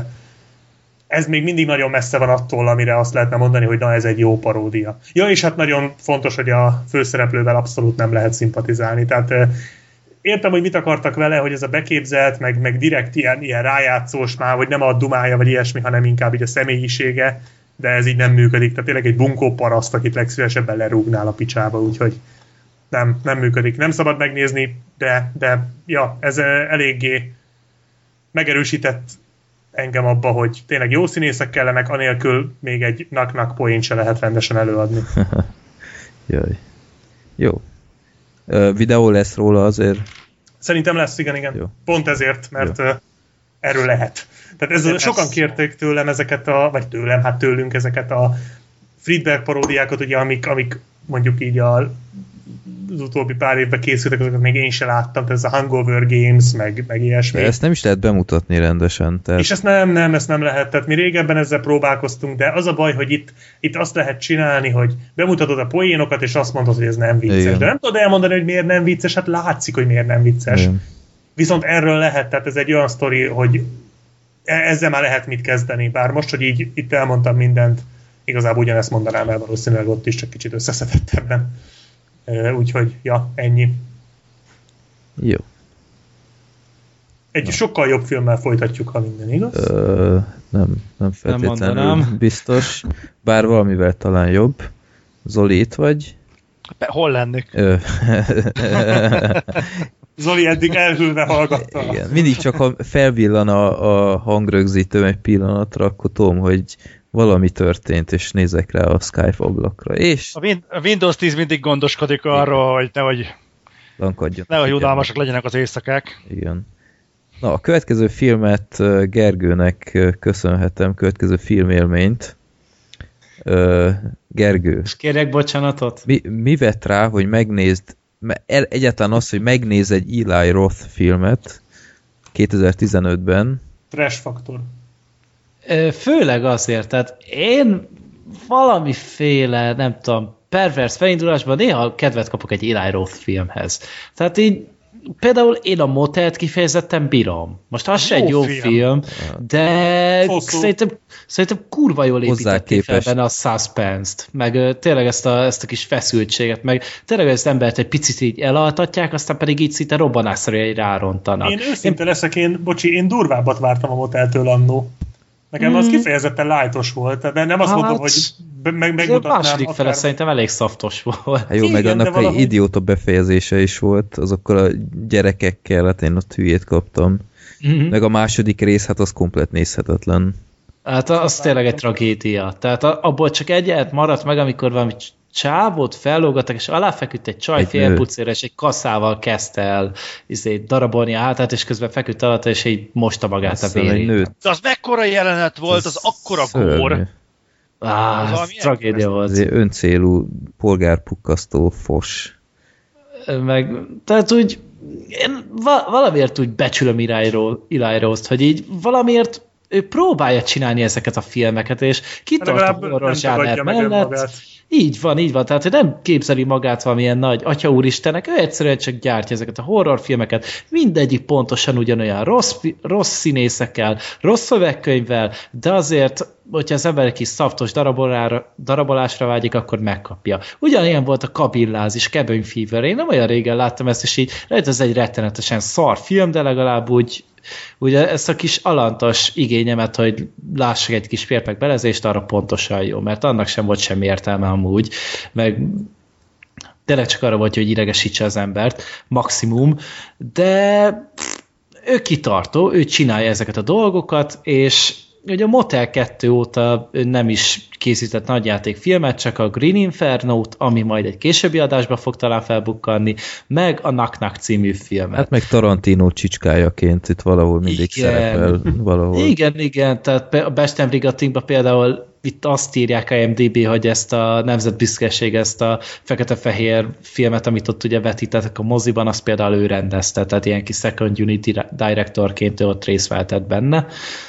ez még mindig nagyon messze van attól, amire azt lehetne mondani, hogy na ez egy jó paródia. Ja, és hát nagyon fontos, hogy a főszereplővel abszolút nem lehet szimpatizálni, tehát értem, hogy mit akartak vele, hogy ez a beképzelt, meg direkt ilyen rájátszós már, hogy nem a dumája, vagy ilyesmi, hanem inkább így a személyisége, de ez így nem működik. Tehát tényleg egy bunkó paraszt, akit legszívesebben lerúgnál a picsába, úgyhogy nem működik. Nem szabad megnézni, de ja, ez eléggé megerősített engem abba, hogy tényleg jó színészek kellenek, anélkül még egy nak-nak poént se lehet rendesen előadni. Jaj. Jó. Videó lesz róla azért? Szerintem lesz, igen. Jó. Pont ezért, mert erről lehet. Tehát sokan kérték tőlem ezeket tőlünk ezeket a Friedberg paródiákat, ugye, amik mondjuk így az utóbbi pár évben készültek, azokat még én se láttam, tehát ez a Hangover Games, meg ilyesmi. De ezt nem is lehet bemutatni rendesen. Tehát... És ezt nem lehet. Tehát mi régebben ezzel próbálkoztunk, de az a baj, hogy itt azt lehet csinálni, hogy bemutatod a poénokat, és azt mondod, hogy ez nem vicces. Igen. De nem tudod elmondani, hogy miért nem vicces, hát látszik, hogy miért nem vicces. Igen. Viszont erről lehet, tehát ez egy olyan sztori, hogy ezzel már lehet mit kezdeni. Bár most, hogy így itt elmondtam mindent, igazából ugyanezt mondanám el valószínűleg ott is, csak kicsit összeszedettebben. Úgyhogy, ja, ennyi. Jó. Egy sokkal jobb filmmel folytatjuk, ha minden igaz? Nem feltétlenül biztos. Bár valamivel talán jobb. Zoli, itt vagy? Hol lennék? Zoli eddig elhűlve hallgatta. Igen. Mindig csak ha felvillan a hangrögzítő egy pillanatra, akkor tudom, hogy valami történt, és nézek rá a Skype ablakra. És... A Windows 10 mindig gondoskodik arról, hogy nehogy unalmasak legyenek az éjszakák. Igen. Na, a következő filmet Gergőnek köszönhetem, következő filmélményt. Gergő. És kérjek bocsánatot? Mi vett rá, hogy megnézd, egyáltalán az, hogy megnéz egy Eli Roth filmet 2015-ben. Trash Factor. Főleg azért, tehát én valamiféle, nem tudom, pervers felindulásban néha kedvet kapok egy Eli Roth filmhez. Tehát így például én a Motelt kifejezetten bírom. Most az se egy jó film, de szerintem kurva jól építették fel benne a suspense-t, meg tényleg ezt a kis feszültséget, meg tényleg ezt embert egy picit így elaltatják, aztán pedig így szinte robbanásszerűen rárontanak. Én őszinte leszek, én durvábbat vártam a Moteltől annó. Nekem az kifejezetten lightos volt, de nem azt mondom, hogy megmutatnám. A második fele szerintem elég szaftos volt. Hát jó, meg annak egy idióta befejezése is volt, azokkal a gyerekekkel, hát én ott hülyét kaptam. Meg a második rész, hát az komplet nézhetetlen. Hát az tényleg egy tragédia. Tehát abból csak egyet maradt meg, amikor valami csávót fellógattak, és aláfeküdt egy csaj félpucéra, és egy kaszával kezdte el darabolni a hátát, és közben feküdt alatta, és így mosta magát a vérét. De az mekkora jelenet volt, az akkora gór. Ez tragédia volt. Ez öncélú polgárpukkasztó fos. Tehát úgy én valamiért úgy becsülöm Eli Rost, hogy így valamiért ő próbálja csinálni ezeket a filmeket, és kitart a horror zsáner mellett. Így van, tehát ő nem képzeli magát valamilyen nagy atya úristenek, ő egyszerűen csak gyártja ezeket a horrorfilmeket, mindegyik pontosan ugyanolyan rossz színészekkel, rossz szövegkönyvvel, de azért, hogyha az ember egy kis szaftos darabolásra vágyik, akkor megkapja. Ugyanilyen volt a Kabilláz is, Cabin Fever, én nem olyan régen láttam ezt, és így lehet, ez egy rettenetesen szar film, de legalább úgy ezt a kis alantas igényemet, hogy lássak egy kis férpek belezést, arra pontosan jó, mert annak sem volt semmi értelme amúgy, meg tényleg csak arra volt, hogy idegesítse az embert, maximum, de ő kitartó, ő csinálja ezeket a dolgokat, és ugye a Motel 2 óta nem is készített nagyjátékfilmet, csak a Green Inferno-t, ami majd egy későbbi adásba fog talán felbukkanni, meg a Knock Knock című filmet. Hát meg Tarantino csicskájaként itt valahol mindig szerepel. Valahol. Igen, tehát a Best and Brigatingban például itt azt írják a IMDb, hogy ezt a nemzetbüszkeség, ezt a fekete-fehér filmet, amit ott ugye vetítettek a moziban, azt például ő rendezte, tehát ilyen kis second unit directorként ő ott részt vehetett benne.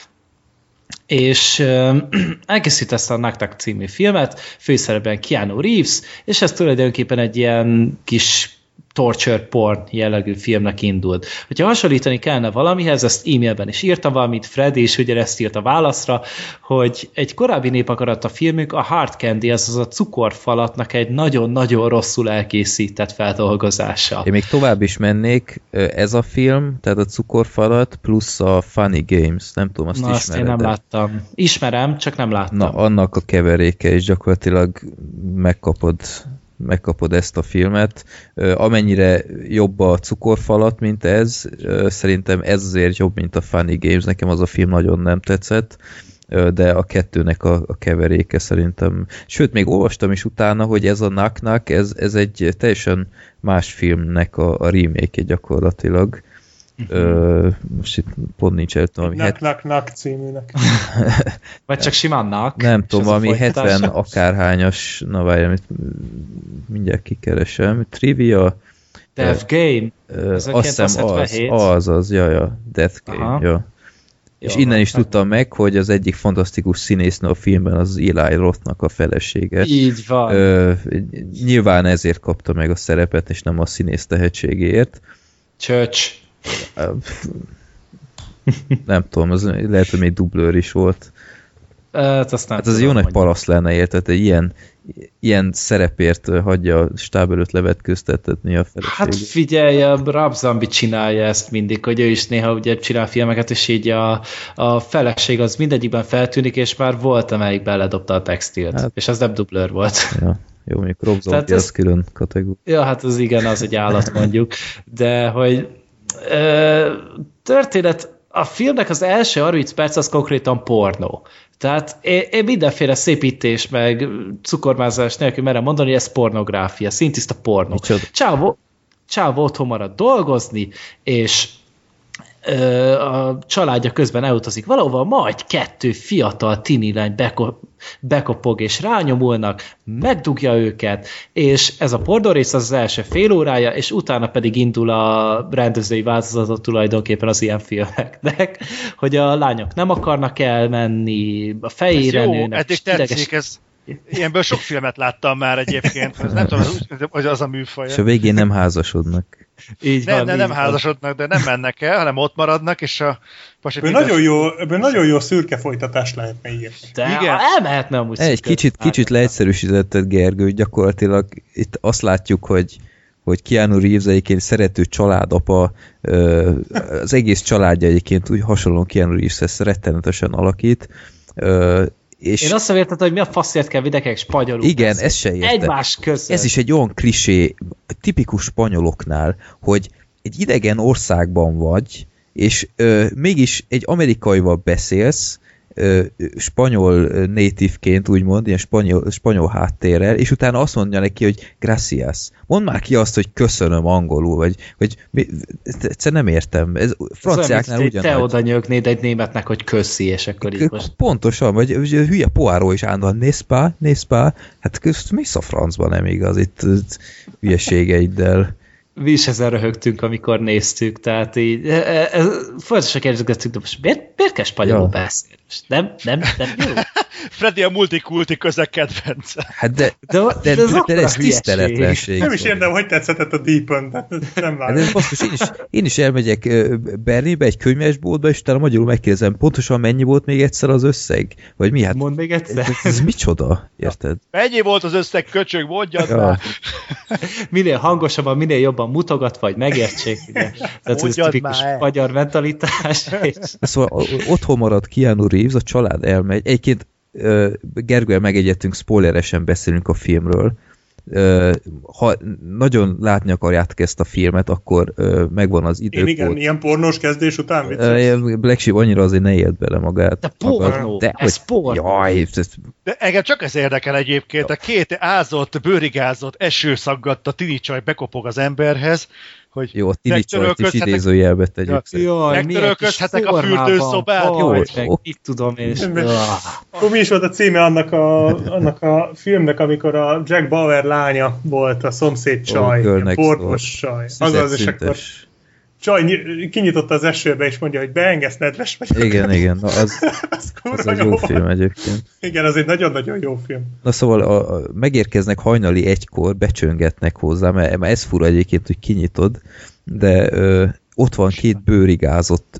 És elkészít ezt a Knock Knock című filmet, főszerepben Keanu Reeves, és ez tulajdonképpen egy ilyen kis torture porn jellegű filmnek indult. Hogyha hasonlítani kellene valamihez, ezt e-mailben is írtam valamit, Freddy is ugyanezt írt a válaszra, hogy egy korábbi Népakarat filmünk, a Hard Candy, azaz a cukorfalatnak egy nagyon-nagyon rosszul elkészített feldolgozása. Én még tovább is mennék, ez a film, tehát a cukorfalat plusz a Funny Games, nem tudom, azt ismered. Azt én nem láttam. Ismerem, csak nem láttam. Na, annak a keveréke, és gyakorlatilag megkapod ezt a filmet. Amennyire jobb a cukorfalat, mint ez, szerintem ez azért jobb, mint a Funny Games. Nekem az a film nagyon nem tetszett, de a kettőnek a keveréke szerintem. Sőt, még olvastam is utána, hogy ez a Knock Knock, ez egy teljesen más filmnek a remake gyakorlatilag. Most itt pont nincs előtt valami... Knock címűnek. Vagy csak simán Knock. Nem tudom, valami 70 akárhányas, na várjál, mindjárt kikeresem. Trivia... Death Game. Azt hiszem az, ja, Death Game, ja. És innen is tudtam meg, hogy az egyik fantasztikus színésznő a filmben az Eli Rothnak a felesége. Így van. Nyilván ezért kapta meg a szerepet, és nem a színész tehetségéért. Church. Nem tudom, az lehet, hogy még dublőr is volt. Hát az jó nagy paraszt lenne, érted, egy ilyen szerepért hagyja a stáb előtt levetkőztetni a feleségét. Hát figyelj, a Rob Zombie csinálja ezt mindig, hogy ő is néha ugye csinál filmeket, és így a feleség az mindegyikben feltűnik, és már volt, amelyik beledobta a textilt, hát, és az nem dublőr volt. Ja. Jó, mondjuk Rob Zombie az külön kategória. Ja, hát az igen, az egy állat mondjuk, de hogy történet, a filmnek az első 30 perc az konkrétan pornó. Tehát én mindenféle szépítés, meg cukormázás nélkül merem mondani, hogy ez pornográfia, szintiszta pornó. Csávó otthon marad dolgozni, és a családja közben elutazik valahova, majd 2 fiatal tini lány bekopog és rányomulnak, megdugja őket, és ez a pornórész az első fél órája, és utána pedig indul a rendezői változata tulajdonképpen az ilyen filmeknek, hogy a lányok nem akarnak elmenni, a fejére nőnek. Eddig tetszik, ez ilyenből sok filmet láttam már egyébként, nem tudom, hogy az a műfaj. És a végén nem házasodnak. Így van, nem házasodnak, de nem mennek el, hanem ott maradnak, és a pasi... Ebből nagyon jó szürke folytatás lehetne írni. De igen. Elmehetne amúgy egy kicsit leegyszerűsítetted, Gergő, gyakorlatilag itt azt látjuk, hogy Keanu Reeves egyébként szerető családapa, az egész családja egyébként úgy hasonlóan Keanu Reeveshez rettenetesen alakít, És én azt sem értettem, hogy mi a faszért kell videkek spanyolul. Igen, ez se értem. Egymás között. Ez is egy olyan klisé, tipikus spanyoloknál, hogy egy idegen országban vagy, és mégis egy amerikaival beszélsz, spanyol native-ként úgymond, ilyen spanyol háttérrel, és utána azt mondja neki, hogy gracias. Mondd már ki azt, hogy köszönöm angolul, vagy egyszerűen nem értem. Ez franciáknál ugyanaz. Te oda nyögnéd egy németnek, hogy köszi, és akkor így most... Pontosan, vagy hülye Poirot is állandóan nézpá, hát mi a francban nem igaz itt hülyeségeiddel. Mi is ezen röhögtünk, amikor néztük, tehát így folyamatosan kérdezgettük, de most miért kell spanyolul beszélni? Nem jó. Freddy a multikulti közeg kedvence. Hát de ez tiszteletlenség. Nem is érdem, hogy tetszett a Deepen, tehát nem várom. Hát én is elmegyek Berlinbe egy könyvesboltba, és utána magyarul megkérdezem, pontosan mennyi volt még egyszer az összeg? Vagy mi? Hát, mondd még egyszer. Ez micsoda, érted? Mennyi volt az összeg, köcsög, mondjad már. Minél hangosabban, minél jobban mutogat, vagy megértsék. Tehát ez tipikus magyar mentalitás. Szóval otthon marad Keanu Reeves, a család elmegy. Egyébként Gergővel megegyettünk, spoileresen beszélünk a filmről. Ha nagyon látni akarjátok ezt a filmet, akkor megvan az időpót. Én igen, ilyen pornós kezdés után Black Sheep annyira azért ne élt bele magát. De pornó, ez pornó. Jaj, de engem csak ez érdekel egyébként, a két bőrigázott, esőszaggatta tini csaj bekopog az emberhez, hogy jó, a tini csajt is idézőjelbe tegyük. Megtörölközhetek a fürdőszobát. Jó, itt tudom, és... Akkor mi is volt a címe annak a filmnek, amikor a Jack Bauer lánya volt a szomszéd csaj, pornos csaj. Azaz, és akkor csaj kinyitotta az esőbe, és mondja, hogy beengedsz, nedves vagyok. Igen, az egy jó film egyébként. Igen, az egy nagyon-nagyon jó film. Na szóval megérkeznek hajnali 1-kor, becsöngetnek hozzá, mert ez fura egyébként, hogy kinyitod, de ott van két bőrigázott,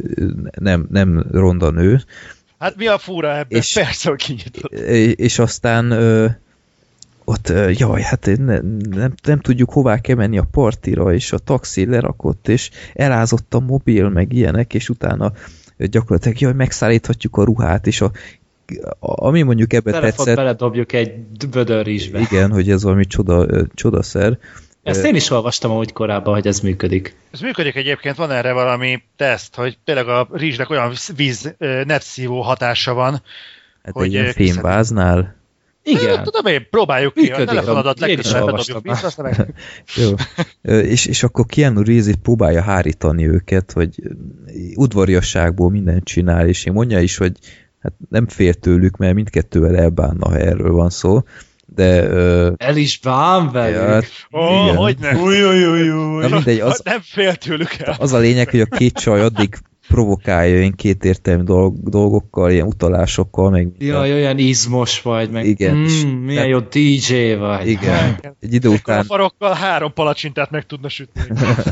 nem ronda nő. Hát mi a fura ebben? Persze, hogy kinyitod. És aztán... ott, jaj, hát nem tudjuk hová kell menni a partira, és a taxi lerakott, és elázott a mobil, meg ilyenek, és utána gyakorlatilag, jaj, megszállíthatjuk a ruhát, és ami mondjuk ebbe tetszett... beledobjuk egy bödör rizsbe. Igen, hogy ez valami csodaszer. Ezt én is olvastam ahogy korábban, hogy ez működik. Ez működik egyébként, van erre valami teszt, hogy tényleg a rizsnek olyan netszívó hatása van, hát hogy... egy ilyen fémváznál... Igen. Tudom én, próbáljuk ki, a telefonodat legközelebb bedobjuk vissza, aztán jó. És akkor Keanu Reeves próbálja hárítani őket, hogy udvariasságból mindent csinál, és én mondja is, hogy hát nem fél tőlük, mert mindkettővel elbánna, ha erről van szó. De... el is bán velük. Ja, hogyne. Új. Mindegy, nem fél tőlük el. Az a lényeg, hogy a két csaj addig provokálja ilyen kétértelmű dolgokkal, ilyen utalásokkal, meg... Jaj, olyan izmos vagy, meg igen, milyen jó DJ vagy. Igen. Egy idő után... A farokkal 3 palacsintát meg tudna sütni.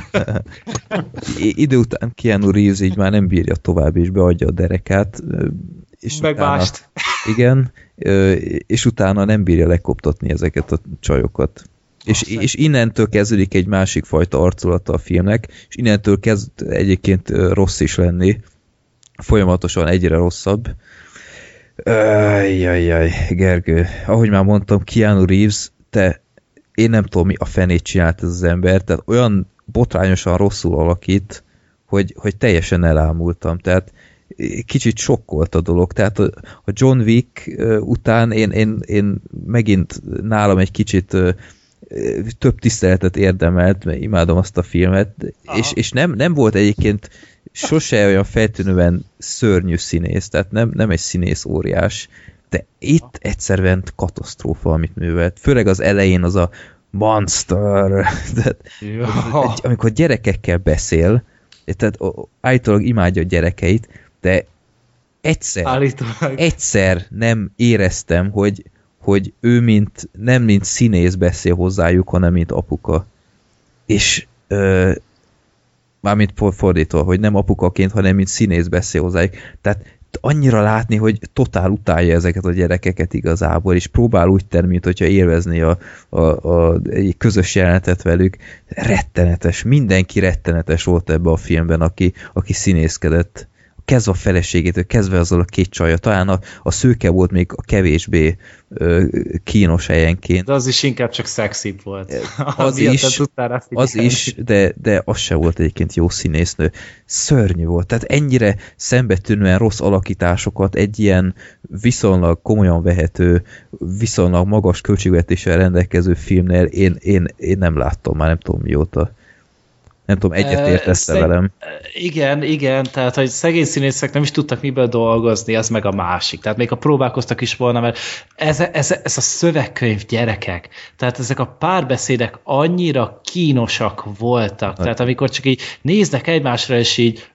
Idő után Keanu Reeves így már nem bírja tovább, és beadja a derekát. És megmást. Igen, és utána nem bírja lekoptatni ezeket a csajokat. És innentől kezdődik egy másik fajta arculata a filmnek, és innentől kezd egyébként rossz is lenni. Folyamatosan egyre rosszabb. Jaj, Gergő, ahogy már mondtam, Keanu Reeves, én nem tudom, mi a fenét csinált ez az ember, tehát olyan botrányosan rosszul alakít, hogy teljesen elámultam. Tehát kicsit sokkolt a dolog. Tehát a John Wick után én megint nálam egy kicsit több tiszteletet érdemelt, mert imádom azt a filmet, és nem volt egyébként sose olyan feltűnően szörnyű színész, tehát nem egy színész óriás, de itt egyszerűen katasztrófa, amit művelt. Főleg az elején az a monster, amikor gyerekekkel beszél, tehát állítólag imádja a gyerekeit, de egyszer nem éreztem, hogy ő nem mint színész beszél hozzájuk, hanem mint apuka. És mármint fordítva, hogy nem apukaként, hanem mint színész beszél hozzájuk. Tehát annyira látni, hogy totál utálja ezeket a gyerekeket igazából, és próbál úgy tenni, mint hogyha élvezni a közös jelenetet velük. Rettenetes, mindenki rettenetes volt ebbe a filmben, aki színészkedett. kezdve a feleségétől, kezdve azzal a két csajja, talán a szőke volt még a kevésbé kínos helyenként. De az is inkább csak szexibb volt. Az is, de az se volt egyébként jó színésznő. Szörnyű volt. Tehát ennyire szembetűnően rossz alakításokat egy ilyen viszonylag komolyan vehető, viszonylag magas költségvetéssel rendelkező filmnél én nem láttam már, nem tudom mióta. Nem tudom, egyetértesz-e velem? Igen, tehát hogy szegény színészek nem is tudtak miből dolgozni, az meg a másik. Tehát még ha próbálkoztak is volna, mert ez a szövegkönyv, gyerekek, tehát ezek a párbeszédek annyira kínosak voltak. Tehát amikor csak így néznek egymásra, és így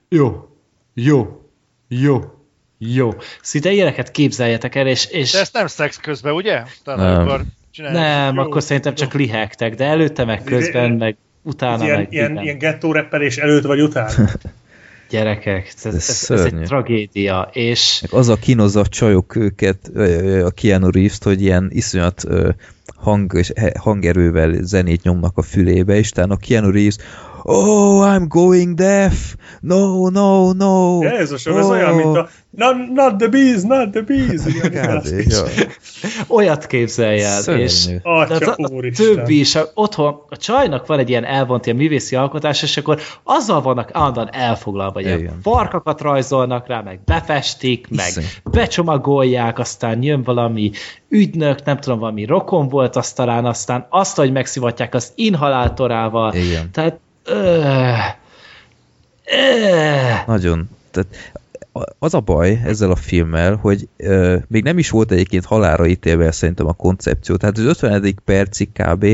jó. Szinte ilyeneket képzeljetek el, és... De ezt nem szex közben, ugye? Nem, akkor szerintem csak lihegtek, de előtte meg közben, meg utána meg... Ilyen gettó-reppelés előtt vagy után? Gyerekek, ez egy tragédia, és... Az a kínozott csajok őket, a Keanu Reeves-t, hogy ilyen iszonyat hangerővel zenét nyomnak a fülébe, és talán a Keanu Reeves oh, I'm going deaf, no. Jézusom, ez olyan, mint a not the bees. Olyat képzelj el. És a többi is. Otthon a csajnak van egy ilyen elvont ilyen művészi alkotás, és akkor azzal vannak állandóan elfoglalva, hogy farkakat rajzolnak rá, meg befestik, meg becsomagolják, aztán jön valami ügynök, nem tudom, valami rokon volt aztán azt, hogy megszivatják az inhalátorával. Igen. Tehát nagyon. Tehát az a baj ezzel a filmmel, hogy még nem is volt egyébként halálra ítélve szerintem a koncepció. Tehát az 50. percig kb.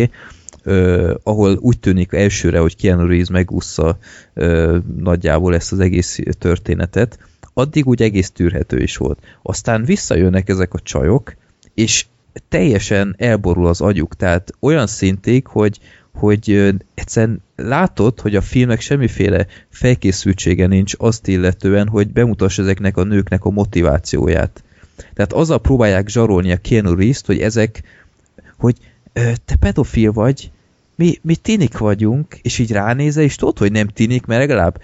Ahol úgy tűnik elsőre, hogy Keanu Reeves megúszza nagyjából ezt az egész történetet, addig úgy egész tűrhető is volt. Aztán visszajönnek ezek a csajok, és teljesen elborul az agyuk. Tehát olyan szintig, hogy egyszerűen látod, hogy a filmnek semmiféle felkészültsége nincs azt illetően, hogy bemutass ezeknek a nőknek a motivációját. Tehát azzal próbálják zsarolni a Keanu Reeves-t, hogy te pedofil vagy, mi tinik vagyunk, és így ránézel, és tudod, hogy nem tinik, mert legalább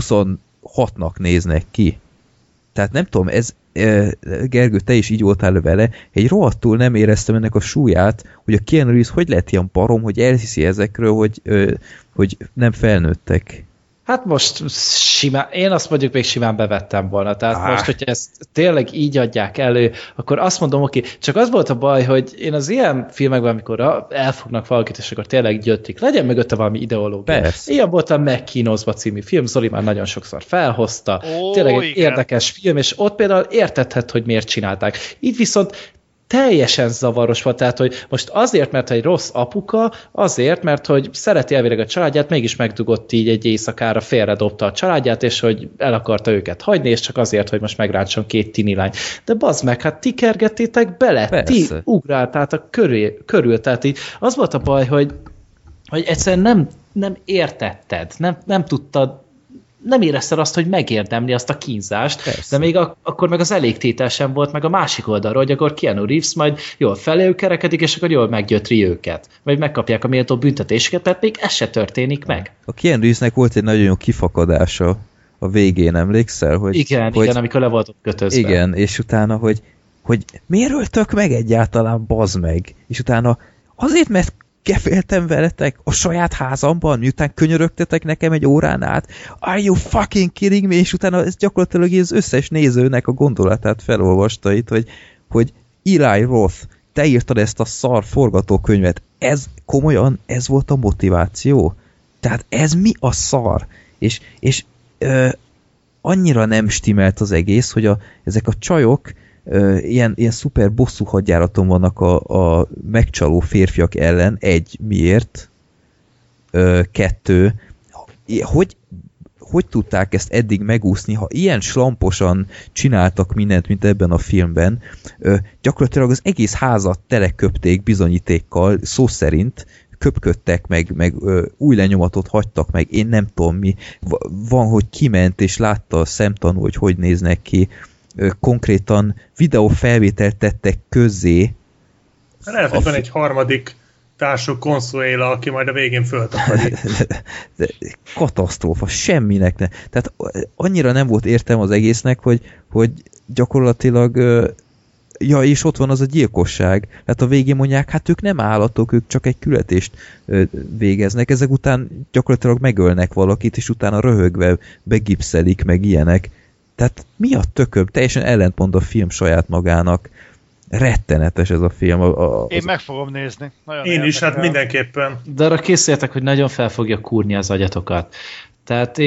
26-nak néznek ki. Tehát nem tudom, ez Gergő, te is így voltál vele, egy rohadtul nem éreztem ennek a súlyát, hogy a Keanu Reeves hogy lett ilyen barom, hogy elhiszi ezekről, hogy nem felnőttek. Hát most simán, én azt mondjuk még simán bevettem volna, tehát most, hogyha ezt tényleg így adják elő, akkor azt mondom, oké, csak az volt a baj, hogy én az ilyen filmekben, amikor elfognak valakit, és akkor tényleg gyötrik, legyen mögötte valami ideológia. Persze. Ilyen volt a Megkínozva című film, Zoli már nagyon sokszor felhozta, tényleg egy érdekes film, és ott például értethet, hogy miért csinálták. Így viszont teljesen zavaros volt, tehát, hogy most azért, mert egy rossz apuka, azért, mert hogy szereti elvileg a családját, mégis megdugott így egy éjszakára, félredobta a családját, és hogy el akarta őket hagyni, és csak azért, hogy most megráncson két tinilány. De bazd meg, hát ti kergettétek bele, persze. Ti ugráltátok körül, tehát így az volt a baj, hogy egyszerűen nem értetted, nem tudtad, nem érezted azt, hogy megérdemli azt a kínzást, persze. De még akkor meg az elégtétel sem volt meg a másik oldalról, hogy akkor Keanu Reeves majd jól feléjük kerekedik, és akkor jól meggyötri őket. Vagy megkapják a méltó büntetéseket, tehát még ez se történik meg. A Keanu Reevesnek volt egy nagyon jó kifakadása a végén, emlékszel? Hogy, igen, amikor le voltok kötözve. Igen, és utána, hogy miért öltök meg egyáltalán, bazd meg? És utána azért, mert keféltem veletek a saját házamban, miután könyörögtetek nekem egy órán át. Are you fucking kidding me? És utána ez gyakorlatilag az összes nézőnek a gondolatát felolvasta itt, hogy Eli Roth, te írtad ezt a szar forgatókönyvet. Ez komolyan, ez volt a motiváció? Tehát ez mi a szar? És annyira nem stimmelt az egész, hogy ezek a csajok ilyen szuper bosszú hadjáraton vannak a megcsaló férfiak ellen. Egy, miért? Kettő, hogy tudták ezt eddig megúszni, ha ilyen slamposan csináltak mindent, mint ebben a filmben, gyakorlatilag az egész házat teleköpték bizonyítékkal, szó szerint, köpködtek, meg új lenyomatot hagytak meg, én nem tudom mi. Van, hogy kiment és látta a szemtanú, hogy néznek ki. Konkrétan videófelvételt tettek közzé. Lehet, hogy van egy harmadik társuk Consuela, aki majd a végén föltapadik. De katasztrófa, semminek ne. Tehát annyira nem volt értelme az egésznek, hogy gyakorlatilag ja, és ott van az a gyilkosság. Hát a végén mondják, hát ők nem állatok, ők csak egy küldetést végeznek. Ezek után gyakorlatilag megölnek valakit, és utána röhögve begipszelik, meg ilyenek. Tehát mi a tököm? Teljesen ellentmond a film saját magának. Rettenetes ez a film. Én meg fogom nézni. Nagyon én is, hát mindenképpen. De arra készüljetek, hogy nagyon fel fogja kúrni az agyatokat. Tehát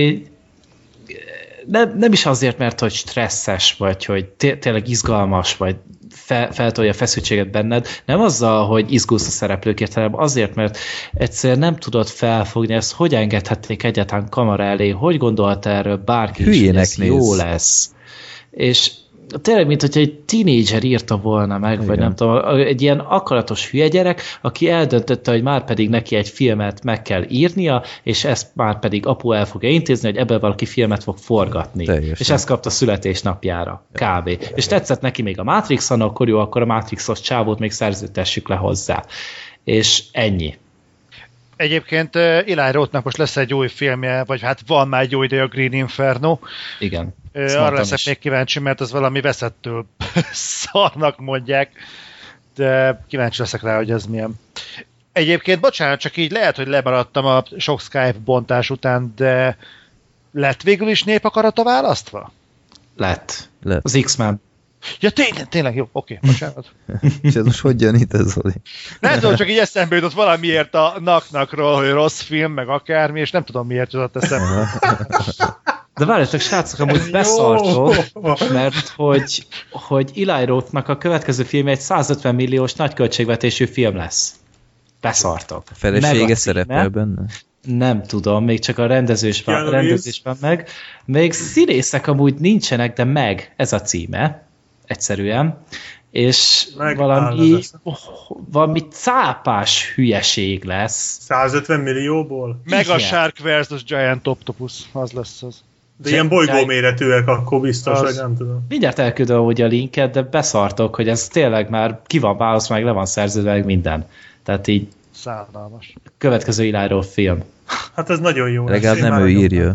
nem is azért, mert hogy stresszes, vagy hogy tényleg izgalmas, vagy feltolja a feszültséget benned, nem azzal, hogy izgulsz a szereplőkért, hanem azért, mert egyszer nem tudod felfogni ezt, hogy engedhetnék egyáltalán kamera elé, hogy gondolt erről bárki is, hogy ez jó lesz. És tényleg, mint hogyha egy tínédzser írta volna meg, igen. Vagy nem tudom, egy ilyen akaratos hülye gyerek, aki eldöntötte, hogy már pedig neki egy filmet meg kell írnia, és ezt már pedig apu el fogja intézni, hogy ebből valaki filmet fog forgatni. Teljesen. És ezt kapta születésnapjára. Kb. És tetszett neki még a Matrix-on, akkor jó, akkor a Matrixos csávót még szerződtessük le hozzá. És ennyi. Egyébként Eli Rothnak most lesz egy új filmje, vagy hát van már egy új ideje, a Green Inferno. Igen. Arra leszek még kíváncsi, mert az valami veszettől szarnak mondják, de kíváncsi leszek rá, hogy ez milyen. Egyébként, bocsánat, csak így lehet, hogy lemaradtam a sok Skype bontás után, de lett végül is népakarata választva? Lett. Az X-Men. Ja, tényleg, jó, oké, bocsánat. És ez most hogy jön itt ez, Zoli? Nem tudom, csak így eszembe jutott valamiért a Knock-Knockról, hogy rossz film, meg akármi, és nem tudom, miért jutott eszembe. De várjátok, srácok, amúgy beszartok, mert hogy Eli Rothnak a következő film egy 150 milliós nagy költségvetésű film lesz. Beszartok. A felesége szerepel benne? Nem tudom, még csak a rendezés van meg. Még színészek amúgy nincsenek, de meg, ez a címe. Egyszerűen. És valami cápás hülyeség lesz. 150 millióból? Mega Shark versus Giant Octopus, az lesz az. De ilyen bolygóméretűek akkor biztos, hogy nem tudom. Mindjárt elküldöm ugye a linket, de beszartok, hogy ez tényleg már ki van választva, meg le van szerződve, meg minden. Tehát így szánalmas. Következő Eli film. Hát ez nagyon jó. Legalább nem ő írja.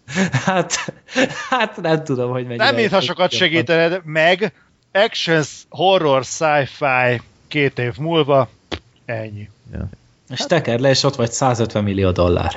Hát nem tudom, hogy mennyire. Nem mintha sokat segítened, meg action, horror, sci-fi 2 év múlva, ennyi. Ja. És tekerd le, és ott vagy $150 millió.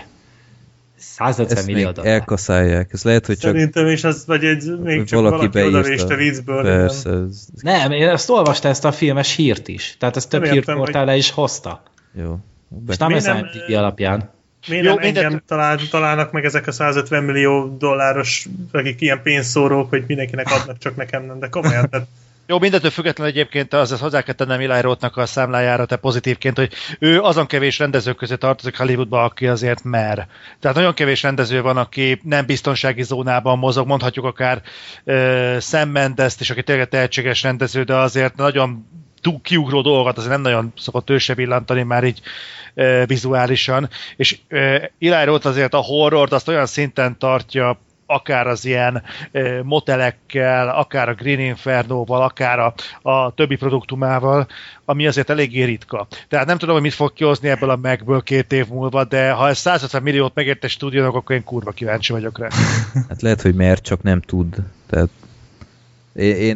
150 ezt millió dollár. Elkaszálják. Ez lehet, hogy csak... Szerintem is ez vagy még csak valaki odavéste viccből. Persze. Nem, én ezt olvastam ezt a filmes hírt is. Tehát ezt több hírportál le is hozta. Jó. És nem ez IMDb alapján. Miért nem engem találnak meg ezek a 150 millió dolláros, akik ilyen pénzszórók, hogy mindenkinek adnak, csak nekem nem, de komolyan. Tehát... Jó, mindentől függetlenül egyébként azért hozzá kell tennem Eli Rothnak a számlájára, te pozitívként, hogy ő azon kevés rendezők közé tartozik Hollywoodba, aki azért mer. Tehát nagyon kevés rendező van, aki nem biztonsági zónában mozog, mondhatjuk akár Sam Mendes-t is, aki tényleg tehetséges rendező, de azért nagyon kiugró dolgokat azért nem nagyon szokott ő se villantani már így vizuálisan. És Eli Roth azért a horrort azt olyan szinten tartja, akár az ilyen motelekkel, akár a Green Inferno-val, akár a többi produktumával, ami azért eléggé ritka. Tehát nem tudom, hogy mit fog kihozni ebből a Mac-ből 2 év múlva, de ha ez 150 milliót megért egy stúdiónak, akkor én kurva kíváncsi vagyok rá. Hát lehet, hogy mert csak nem tud. Tehát én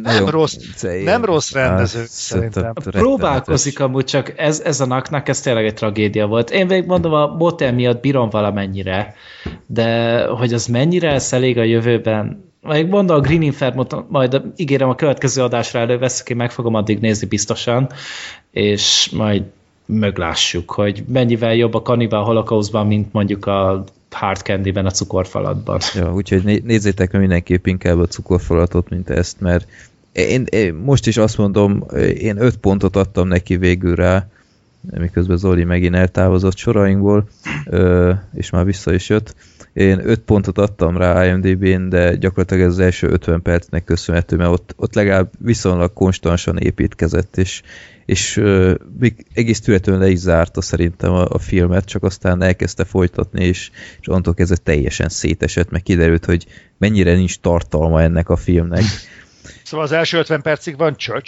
nem rossz rendező, szerintem. Próbálkozik amúgy, csak ez a Knock-Knock, ez tényleg egy tragédia volt. Én még mondom, a motel miatt bírom valamennyire, de hogy az mennyire lesz elég a jövőben, még mondom, a Green Inferno-t majd ígérem a következő adásra előveszek, én meg fogom addig nézni biztosan, és majd meglássuk, hogy mennyivel jobb a Cannibal Holocaustban, mint mondjuk a Hard Candy-ben a cukorfalatban. Ja, úgyhogy nézzétek meg mindenképp inkább a cukorfalatot, mint ezt, mert én most is azt mondom, én 5 pontot adtam neki végül rá, miközben Zoli megint eltávozott sorainkból, és már vissza is jött. Én 5 pontot adtam rá IMDb-n, de gyakorlatilag ez az első 50 percnek köszönhető, mert ott legalább viszonylag konstansan építkezett, és egész tületően le is zárta szerintem a filmet, csak aztán elkezdte folytatni, és onnantól kezdve teljesen szétesett, meg kiderült, hogy mennyire nincs tartalma ennek a filmnek. Szóval az első 50 percig van csöcs?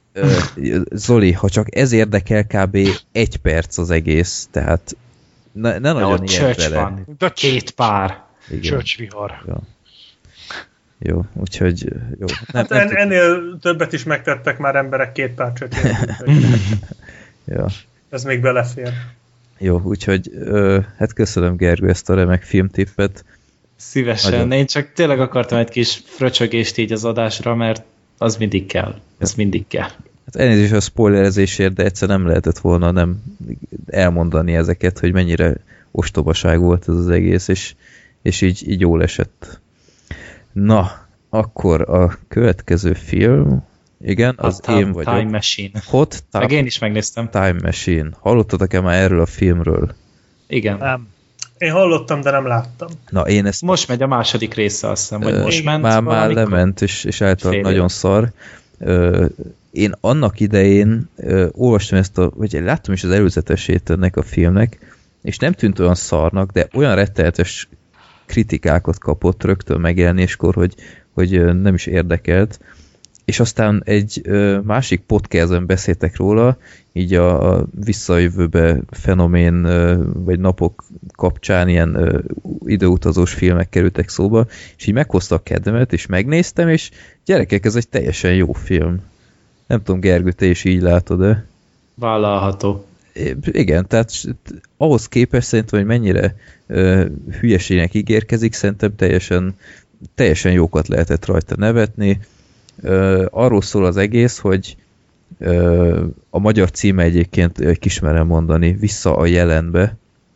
Zoli, ha csak ez érdekel, kb. 1 perc az egész, tehát ne nagyon ilyen vele. Van. 2 pár. Csöcsvihar. Ja. Jó, úgyhogy jó. Hát ennél többet is megtettek már emberek 2 pár csöcsvihar. Ja. Ez még belefér. Jó, úgyhogy hát köszönöm, Gergő, ezt a remek filmtippet. Szívesen. Nagyon. Én csak tényleg akartam egy kis fröcsögést így az adásra, mert az mindig kell. Az mindig kell. Hát elnézést a spoilerezésért, de egyszer nem lehetett volna nem elmondani ezeket, hogy mennyire ostobaság volt ez az egész, és így jól esett. Na, akkor a következő film, igen, az én vagyok. Time Machine. Meg én is megnéztem. Time Machine. Hallottatok-e már erről a filmről? Igen. Nem. Én hallottam, de nem láttam. Na, én ezt... Most megy a második része, azt hiszem, hogy most ment. Már lement, és általában nagyon szar. Én annak idején olvastam vagy láttam is az előzetesét ennek a filmnek, és nem tűnt olyan szarnak, de olyan rettenetes kritikákat kapott rögtön megjelenéskor, hogy nem is érdekelt. És aztán egy másik podcastben beszéltek róla, így a visszajövőbe fenomén vagy napok kapcsán ilyen időutazós filmek kerültek szóba, és így meghozta a kedvemet, és megnéztem, és gyerekek, ez egy teljesen jó film. Nem tudom, Gergő, te is így látod-e? Vállalható. Igen, tehát ahhoz képest szerintem, hogy mennyire hülyeségnek ígérkezik, szerintem teljesen jókat lehetett rajta nevetni. Arról szól az egész, hogy a magyar címe egyébként kismerem mondani, Vissza a jelenbe.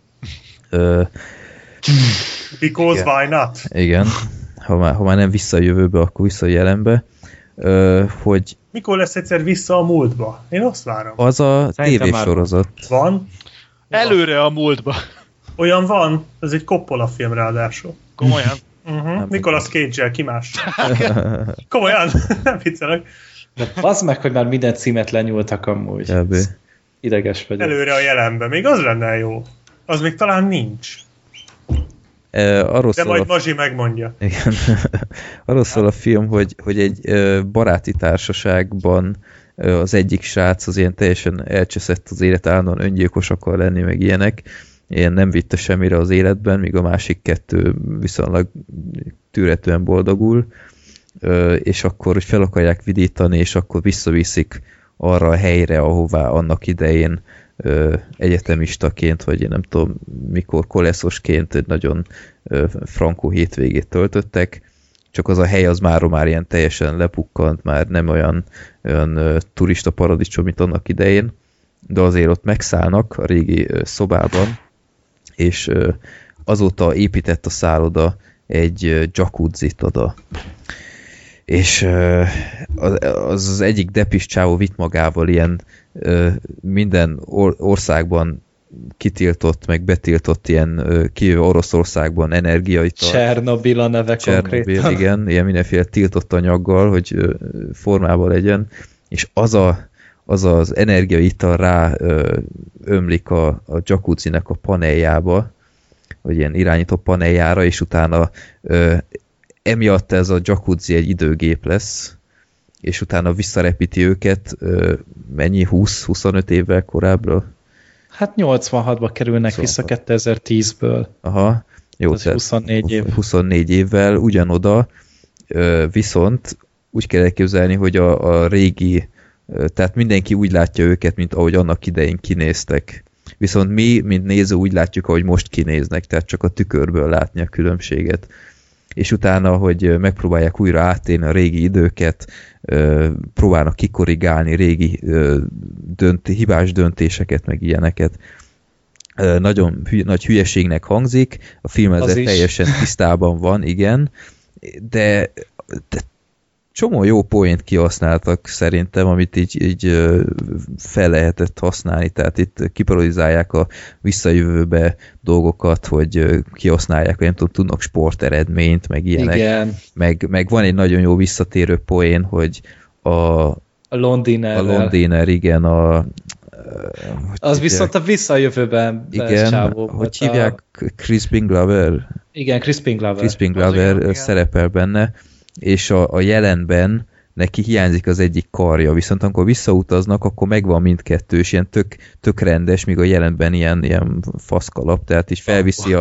Because why not? Igen, ha már nem vissza a jövőbe, akkor vissza a jelenbe. Hogy mikor lesz egyszer vissza a múltba? Én azt várom. Az a tévésorozat. Van? Előre a múltba. Olyan van, ez egy Coppola film ráadásul. Komolyan? Nicolas Cage-el, ki más? Komolyan? Nem viccelek. De az meg, hogy már minden címet lenyúltak amúgy. Ideges vagyok. Előre a jelenbe. Még az lenne jó. Az még talán nincs. De majd Mazsi megmondja. Igen. Arról szól a film, hogy egy baráti társaságban az egyik srác az ilyen teljesen elcseszett az élet, állandóan öngyilkos akar lenni, meg ilyenek. Ilyen nem vitte semmire az életben, míg a másik 2 viszonylag tűretően boldogul, és akkor hogy fel akarják vidítani, és akkor visszaviszik arra a helyre, ahová annak idején egyetemistaként, vagy én nem tudom mikor, koleszosként egy nagyon frankó hétvégét töltöttek, csak az a hely az már ilyen teljesen lepukkant, már nem olyan turista paradicsom, mint annak idején, de azért ott megszállnak a régi szobában, és azóta épített a szálloda egy jacuzzit oda. És az egyik depis csávó vitt magával ilyen minden országban kitiltott, meg betiltott ilyen kivéve Oroszországban energiaital. Csernobil a neve konkrétan. Igen, ilyen mindenféle tiltott anyaggal, hogy formában legyen, és az energiaital rá ömlik a jacuzzinek a paneljába, vagy ilyen irányító paneljára, és utána emiatt ez a jacuzzi egy időgép lesz, és utána visszarepíti őket mennyi? 20-25 évvel korábbra? Hát 86-ba kerülnek vissza 2010-ből. Aha, jó, 24 év. 24 évvel ugyanoda, viszont úgy kell elképzelni, hogy a régi, tehát mindenki úgy látja őket, mint ahogy annak idején kinéztek. Viszont mi, mint néző, úgy látjuk, ahogy most kinéznek, tehát csak a tükörből látni a különbséget. És utána, hogy megpróbálják újra átélni a régi időket, próbálnak kikorrigálni régi hibás döntéseket, meg ilyeneket. Nagyon nagy hülyeségnek hangzik, a film ezzel teljesen tisztában van, igen, de csomó jó poént kihasználtak szerintem, amit így fel lehetett használni, tehát itt kiparodizálják a visszajövőbe dolgokat, hogy kihasználják, hogy nem tudom, tudnak sporteredményt, meg ilyenek. Igen. Meg van egy nagyon jó visszatérő poén, hogy a Londiner, igen, az hívják? Viszont a visszajövőben igen, hogy hívják? Crispin Glover? Igen, Crispin Glover. Crispin Glover szerepel benne, és a jelenben neki hiányzik az egyik karja, viszont amikor visszautaznak, akkor megvan mindkettő, és ilyen tök rendes, míg a jelenben ilyen faszkalap, tehát is felviszi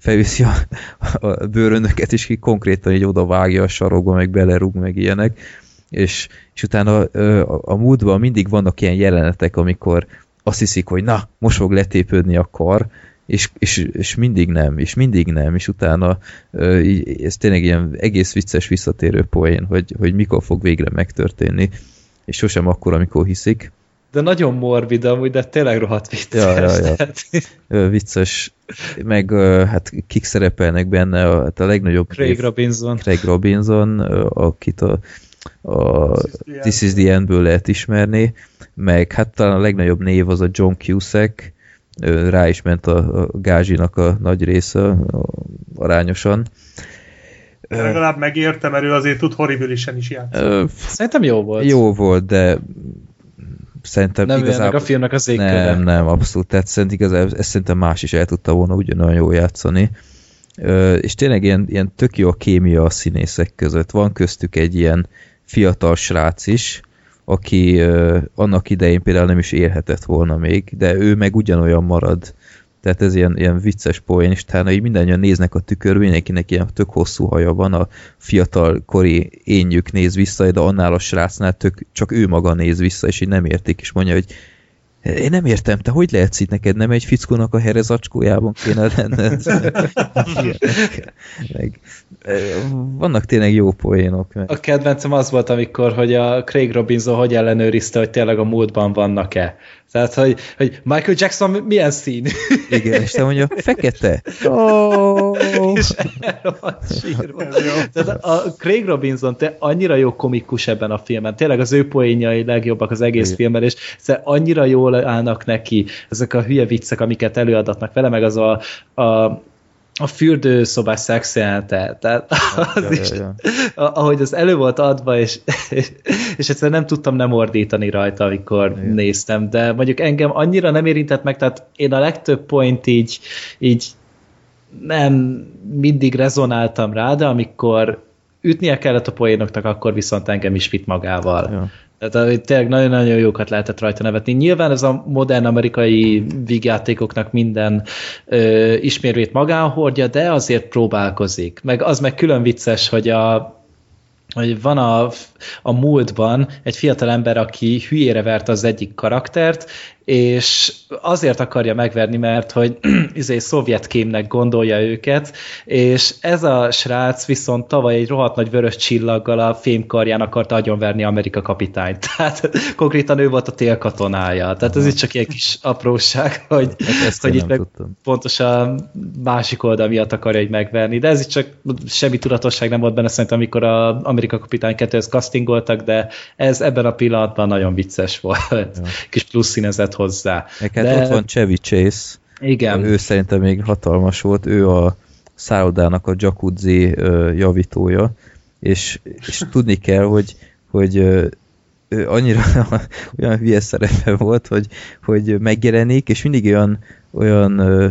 a bőröndöket, és ki konkrétan így oda vágja a sarokba, meg belerúg, meg ilyenek, és utána a múltban mindig vannak ilyen jelenetek, amikor azt hiszik, hogy na, most fog letépődni a kar, és mindig nem, és utána ez tényleg ilyen egész vicces visszatérő poén, hogy mikor fog végre megtörténni, és sosem akkor, amikor hiszik. De nagyon morbid amúgy, de tényleg rohadt vicces. Ja. Vicces, meg hát kik szerepelnek benne, a legnagyobb... Craig Robinson, akit a This is the End-ből lehet ismerni, meg hát talán a legnagyobb név az a John Cusack, rá is ment a gázsinak a nagy része arányosan. Legalább megérte, mert ő azért tud horribilisen is játszani. Szerintem jó volt. Jó volt, de szerintem nem igazából... Nem a filmnek az égköre. Nem, abszolút. Tehát szerintem más is el tudta volna ugyanolyan jól játszani. És tényleg ilyen tök jó a kémia a színészek között. Van köztük egy ilyen fiatal srác is, aki annak idején például nem is élhetett volna még, de ő meg ugyanolyan marad. Tehát ez ilyen vicces poén, és talán így mindannyian néznek a tükörbe, mindenkinek ilyen tök hosszú haja van, a fiatal kori énjük néz vissza, de annál a srácnál csak ő maga néz vissza, és így nem értik, és mondja, hogy én nem értem, te hogy lehetsz itt, neked nem egy fickónak a herezacskójában kéne lenned? Vannak tényleg jó poénok. A kedvencem az volt, amikor, hogy a Craig Robinson hogy ellenőrizte, hogy tényleg a múltban vannak-e. Tehát, hogy Michael Jackson milyen szín? Igen, és te mondja, fekete. És elrohadt sírva. Tehát a Craig Robinson annyira jó komikus ebben a filmen. Tényleg az ő poénjai legjobbak az egész filmben, és annyira jól állnak neki ezek a hülye viccek, amiket előadatnak vele, meg az a fürdőszobás szexjelenete. Tehát ahogy az elő volt adva, és egyszerűen nem tudtam nem ordítani rajta, amikor néztem, de mondjuk engem annyira nem érintett meg, tehát én a legtöbb point így nem mindig rezonáltam rá, de amikor ütnie kellett a poénoknak, akkor viszont engem is vitt magával. Ja. Tehát tényleg nagyon-nagyon jókat lehetett rajta nevetni. Nyilván ez a modern amerikai vígjátékoknak minden ismérvét magán hordja, de azért próbálkozik. Meg az meg külön vicces, hogy van a múltban egy fiatal ember, aki hülyére verte az egyik karaktert, és azért akarja megverni, mert hogy szovjet kémnek gondolja őket, és ez a srác viszont tavaly egy rohadt nagy vörös csillaggal a fémkarján akarta agyonverni Amerika kapitányt. Tehát konkrétan ő volt a télkatonája. Tehát ez itt csak egy kis apróság, hogy itt meg pontosan másik oldal miatt akarja egy megverni. De ez itt csak semmi tudatosság nem volt benne, szerintem, amikor az Amerika kapitány 2-hez castingoltak, de ez ebben a pillanatban nagyon vicces volt. Ja. Kis plusz színezett hozzá. De ott van Chevy Chase. Igen. Ő szerintem még hatalmas volt. Ő a szállodának a jacuzzi javítója, és tudni kell, hogy ő annyira olyan hülye szerepe volt, hogy megjelenik, és mindig olyan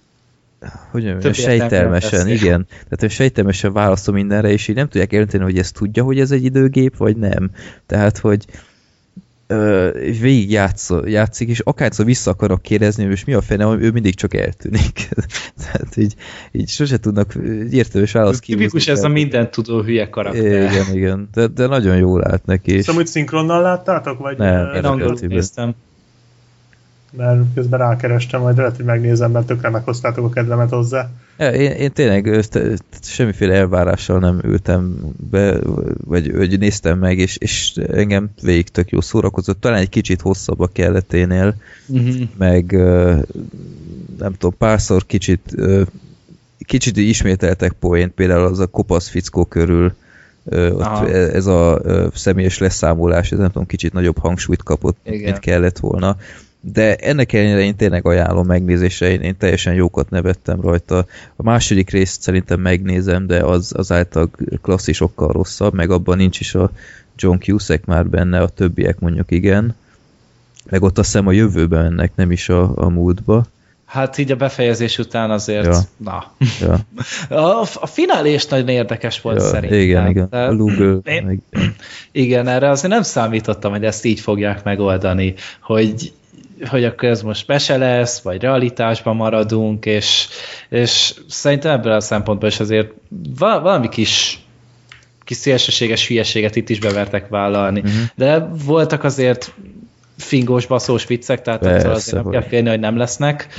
sejtelmesen, igen. Tehát ő sejtelmesen válaszol mindenre, és így nem tudják eldönteni, hogy ezt tudja, hogy ez egy időgép, vagy nem. Tehát, hogy végig játszik, és akárszor vissza akarok kérdezni, és mi a fene, ő mindig csak eltűnik. Tehát így sose tudnak értelmes választ kívülni. Tipikus ez a mindent tudó hülye karakter. Igen. De nagyon jól állt neki. Szóval úgy szinkronnal láttátok? Vagy nem, én angolul néztem. Mert közben rákerestem, majd lehet, hogy megnézem, mert tökre meghoztátok a kedvemet hozzá. Ja, én tényleg semmiféle elvárással nem ültem be, vagy néztem meg, és engem végig tök jó szórakozott. Talán egy kicsit hosszabb a kelleténél, meg nem tudom, párszor kicsit ismételtek poént, például az a kopasz fickó körül, ott ez a személyes leszámolás, ez nem tudom, kicsit nagyobb hangsúlyt kapott, mint kellett volna. De ennek ellenére én tényleg ajánlom megnézésre, én teljesen jókat nevettem rajta. A második részt szerintem megnézem, de az által klasszisokkal rosszabb, meg abban nincs is a John Cusack már benne, a többiek mondjuk igen. Meg ott azt hiszem a jövőben mennek, nem is a múltba. Hát így a befejezés után azért, Ja. na. Ja. A finálé is nagyon érdekes volt szerintem. Igen. De A Lugal. igen, erre azért nem számítottam, hogy ezt így fogják megoldani, hogy akkor ez most mese lesz, vagy realitásban maradunk, és szerintem ebből a szempontból is azért valami kis szélsőséges hülyeséget itt is bevertek vállalni. De voltak azért fingós, baszós viccek, tehát azért nem kell félni, hogy nem lesznek.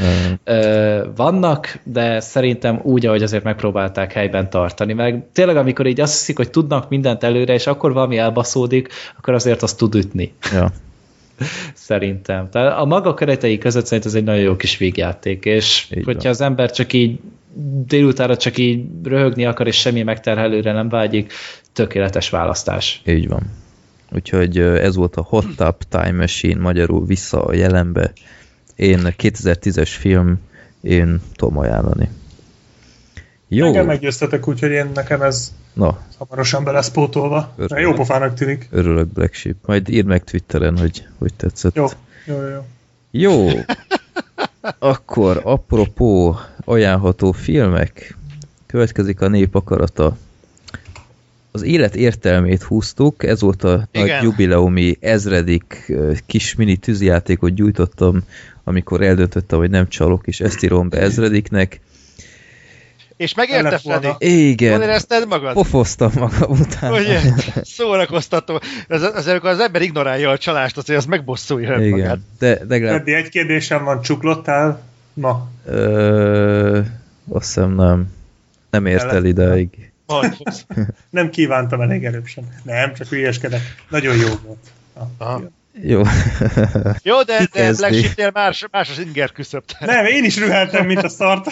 Vannak, de szerintem úgy, ahogy azért megpróbálták helyben tartani. Meg tényleg, amikor így azt hiszik, hogy tudnak mindent előre, és akkor valami elbaszódik, akkor azért azt tud ütni. Ja. Szerintem. Tehát a maga keretei között szerintem ez egy nagyon jó kis vígjáték, és így hogyha van. Az ember csak így délutára csak így röhögni akar, és semmi megterhelőre nem vágyik, tökéletes választás. Így van. Úgyhogy ez volt a Hot Tub Time Machine, magyarul Vissza a jelenbe. 2010-es film, én tudom ajánlani. Jó. Engem meggyőztetek, úgyhogy nekem ez hamarosan be lesz pótolva. Jó pofának tűnik. Örülök, Black Sheep. Majd írd meg Twitteren, hogy tetszett. Jó. Akkor apropó ajánlható filmek, következik a Nép akarata. Az élet értelmét húztuk, ez volt a nagy jubileumi 1000. kis mini tűzijátékot gyújtottam, amikor eldöntöttem, hogy nem csalok, és ezt írom be 1000-nek. És megérte, Freddy? Igen. Hol érezted magad? Pofoztam magam utána. Ugye? Szórakoztató. Amikor az ember ignorálja a csalást, azért az megbosszulja magát. De legalább... Freddy, egy kérdésem van, csuklottál ma? Azt hiszem nem ért el ideig. Nem kívántam elég erősen. Nem, csak hülyeskedek. Nagyon jó volt. Jó. Jó, de Black Sheep-nél más az inger küszöb. Nem, én is rüheltem, mint a szart.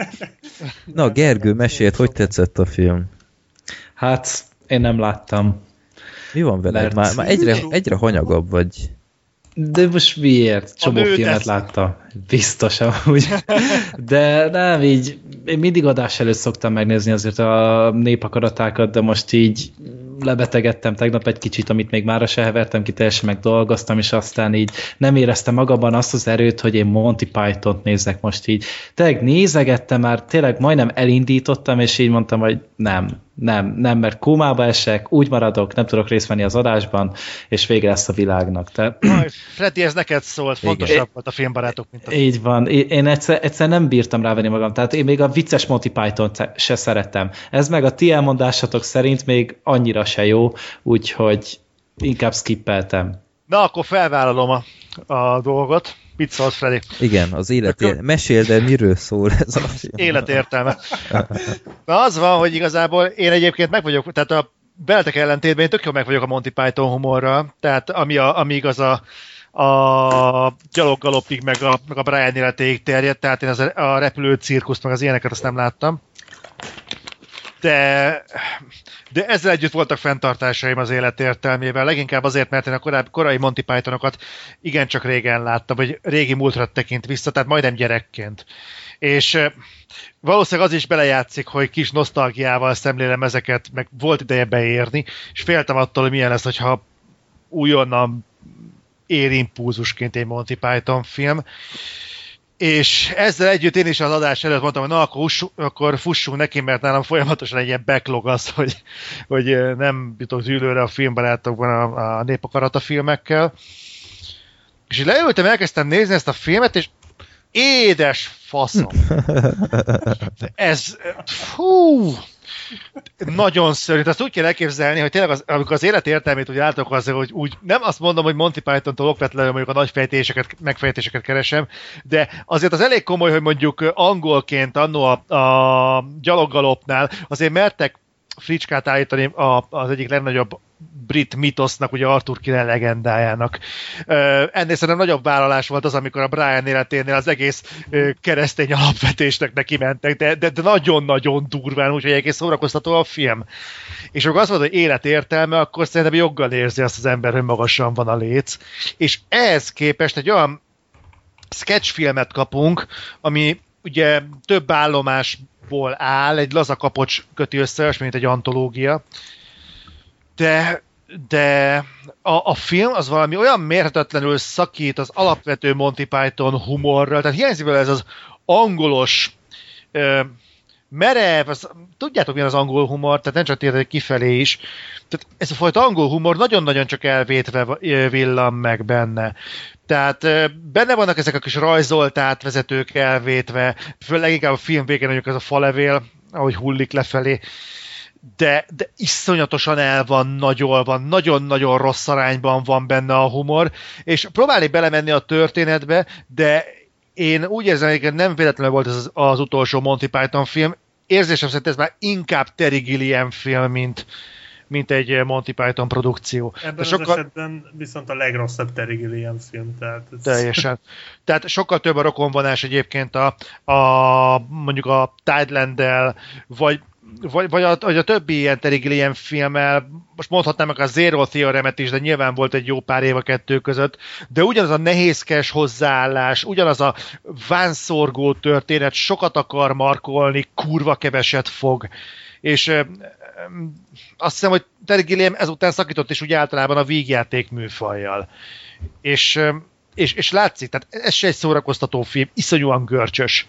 Na, Gergő, mesélt, hogy tetszett a film? Hát, én nem láttam. Mi van veled? Már egyre hanyagabb vagy. De most miért? Csomó filmet láttam. Biztosan, úgy. De nem, így én mindig adás előtt szoktam megnézni azért a népakaratákat, de most így lebetegedtem tegnap egy kicsit, amit még mára se hevertem ki, teljesen megdolgoztam, és aztán így nem éreztem magamban azt az erőt, hogy én Monty Pythont nézzek most így. Tényleg nézegettem már, tényleg majdnem elindítottam, és így mondtam, hogy nem, mert kómába esek, úgy maradok, nem tudok részt venni az adásban, és vége lesz a világnak. Freddy, ez neked szólt, fontosabb volt a filmbarátok, mint a film. Így van, én egyszer nem bírtam rávenni magam, tehát én még a vicces Monty Pythont se szerettem. Ez meg a ti elmondásatok szerint még annyira se jó, úgyhogy inkább skippeltem. Na, akkor felvállalom a dolgot. Mit szólsz, Freddy? Igen, az meséld el, miről szól ez a film. Életértelme. Na, az van, hogy igazából én egyébként meg vagyok, tehát a veletek ellentétben én tök jól meg vagyok a Monty Python humorral, tehát ami igaz a gyaloggalopig, meg a Brian életéig terjedt, tehát én a repülő cirkuszt, meg az ilyeneket azt nem láttam. De ezzel együtt voltak fenntartásaim az élet értelmével, leginkább azért, mert én a korai Monty Pythonokat igencsak régen láttam, vagy régi múltra tekint vissza, tehát majdnem gyerekként. És valószínűleg az is belejátszik, hogy kis nosztalgiával szemlélem ezeket, meg volt ideje beérni, és féltem attól, hogy milyen lesz, hogyha újonnan ér impulzusként egy Monty Python film. És ezzel együtt én is az adás előtt mondtam, hogy na, akkor fussunk neki, mert nálam folyamatosan egy ilyen backlog az, hogy nem jutok zűlőre a filmbarátokban a népakarata filmekkel. És így leültem, elkezdtem nézni ezt a filmet, és édes faszom! Ez... Fú! Nagyon szörnyű. Azt úgy kell elképzelni, hogy tényleg amikor az élet értelmét úgy látok azzal, hogy úgy nem azt mondom, hogy Monty Python-tól okvetlenül mondjuk a nagy megfejtéseket keresem, de azért az elég komoly, hogy mondjuk angolként annó a gyaloggalopnál azért mertek fricskát állítani az egyik legnagyobb brit mitosznak, ugye Arthur Kill legendájának. Ennél szerintem nagyobb vállalás volt az, amikor a Brian életénél az egész keresztény alapvetésnek neki mentek, de nagyon-nagyon durván, úgyhogy egész szórakoztató a film. És akkor azt mondod, hogy élet értelme, akkor szerintem joggal érzi azt az ember, hogy magasan van a léc. És ehhez képest egy olyan sketchfilmet kapunk, ami ugye több állomásból áll, egy laza kapocs köti össze, mint egy antológia. De de a film az valami olyan mérhetetlenül szakít az alapvető Monty Python humorral, tehát hiányzik vele ez az angolos, merev, tudjátok milyen az angol humor, tehát nem csak tényleg kifelé is. Tehát ez a fajta angol humor nagyon-nagyon csak elvétve villan meg benne. Tehát benne vannak ezek a kis rajzolt átvezetők elvétve, főleg inkább a film végén mondjuk ez a falevél, ahogy hullik lefelé, de iszonyatosan el van nagyolva, nagyon-nagyon rossz arányban van benne a humor, és próbálnék belemenni a történetbe, de én úgy érzem, hogy nem véletlenül volt ez az utolsó Monty Python film, érzésem szerint ez már inkább Terry Gilliam film, mint egy Monty Python produkció. Ebben az esetben viszont a legrosszabb Terry Gilliam film. Tehát teljesen. Tehát sokkal több a rokonvonás egyébként mondjuk a Tideland-del, vagy a többi ilyen Terry Gilliam filmmel, most mondhatnám meg a Zero Theoremet is, de nyilván volt egy jó pár év a kettő között, de ugyanaz a nehézkes hozzáállás, ugyanaz a vánszorgó történet, sokat akar markolni, kurva keveset fog. És azt hiszem, hogy Terry Gilliam ezután szakított is úgy általában a vígjáték műfajjal. És látszik, tehát ez se egy szórakoztató film, iszonyúan görcsös.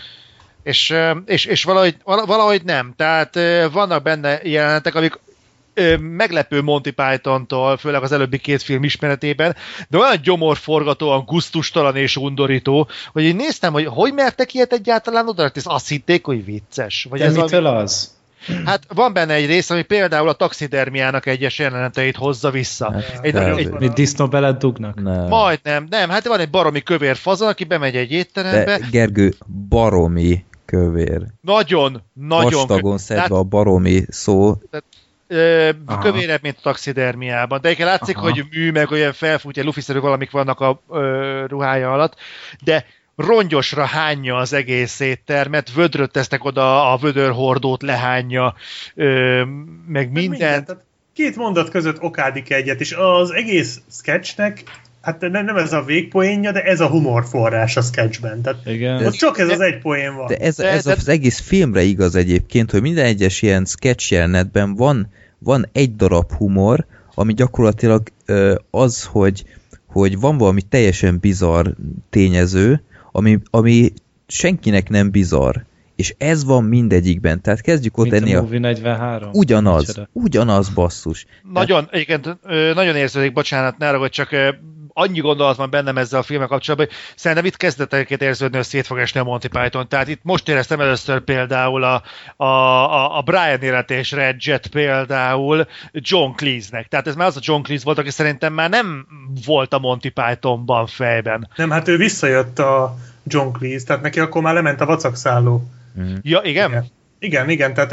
És valahogy nem. Tehát vannak benne jelenetek, amik meglepő Monty Pythontól, főleg az előbbi két film ismeretében, de olyan gyomorforgatóan gusztustalan és undorító, hogy én néztem, hogy mertek ilyet egyáltalán oda, és azt hitték, hogy vicces. Vagy de mitől az? Hát van benne egy rész, ami például a taxidermiának egyes jeleneteit hozza vissza. Mit disznóbelet dugnak? Majdnem, nem. Hát van egy baromi kövér fazon, aki bemegy egy étterembe. De Gergő, baromi kövér. Nagyon vastagon szedve a baromi szó. Kövérebb, mint a taxidermiában. De egyébként látszik, hogy mű, meg olyan felfújtja, lufiszerű valamik vannak a ruhája alatt, de rongyosra hányja az egész éttermet, vödröt tesznek oda, a vödörhordót lehányja, meg minden. Két mondat között okádik egyet, és az egész sketchnek, hát nem ez a végpoénja, de ez a humorforrás a sketchben. Tehát ott csak ez az egy poén van. De ez az egész filmre igaz egyébként, hogy minden egyes ilyen sketch jelenetben van egy darab humor, ami gyakorlatilag az, hogy van valami teljesen bizarr tényező, ami senkinek nem bizarr. És ez van mindegyikben. Tehát kezdjük ott ennél. Mint a Movie 43? Ugyanaz basszus. Egyébként nagyon érződik, bocsánat, ne arra, hogy csak annyi gondolat van bennem ezzel a filmmel kapcsolatban, hogy szerintem itt kezdeteket érződni, hogy szét fog esni a Monty Python. Tehát itt most éreztem először például a Brian életés Redjet például John Cleese-nek. Tehát ez már az a John Cleese volt, aki szerintem már nem volt a Monty Pythonban fejben. Nem, hát ő visszajött a John Cleese, tehát neki akkor már lement a vacakszálló. Ja, igen? Igen, tehát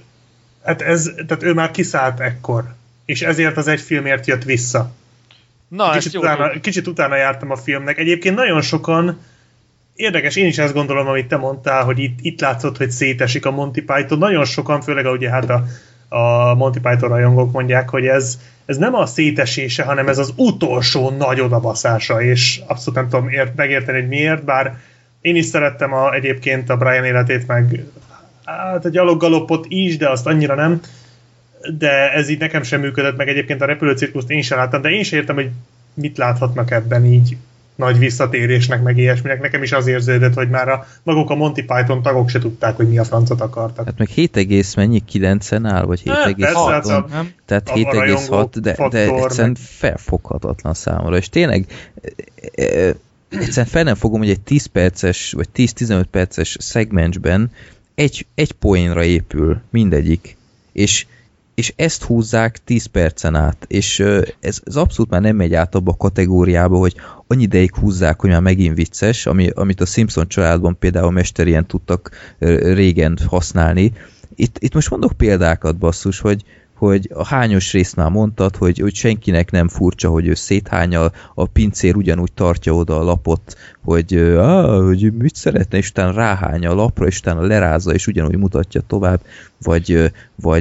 ő már kiszállt ekkor. És ezért az egy filmért jött vissza. Na, kicsit utána jártam a filmnek. Egyébként nagyon sokan, érdekes, én is ezt gondolom, amit te mondtál, hogy itt látszott, hogy szétesik a Monty Python. Nagyon sokan, főleg ugye hát a Monty Python rajongók mondják, hogy ez nem a szétesése, hanem ez az utolsó nagy odabaszása, és abszolút nem tudom megérteni, hogy miért, bár én is szerettem egyébként a Brian életét, meg hát a gyaloggaloppot is, de azt annyira nem, de ez így nekem sem működött, meg egyébként a repülőcirkuszt én sem láttam, de én sem értem, hogy mit láthatnak ebben így nagy visszatérésnek, meg ilyesminek. Nekem is az érződött, hogy már maguk a Monty Python tagok se tudták, hogy mi a francot akartak. Hát meg 7,9-en áll, vagy 7,6-on? Tehát 7,6, de egyszerűen felfoghatatlan számomra. És tényleg egyszerűen fel nem fogom, hogy egy 10 perces, vagy 10-15 perces szegmensben egy poénra épül mindegyik. És ezt húzzák 10 percen át, és ez abszolút már nem megy át abba a kategóriába, hogy annyi ideig húzzák, hogy már megint vicces, amit a Simpson családban például mesterien tudtak régen használni. Itt most mondok példákat, basszus, hogy a hányos részt már mondtad, hogy senkinek nem furcsa, hogy ő széthányal, a pincér ugyanúgy tartja oda a lapot, hogy mit szeretne, és utána ráhánya a lapra, és utána lerázza, és ugyanúgy mutatja tovább, vagy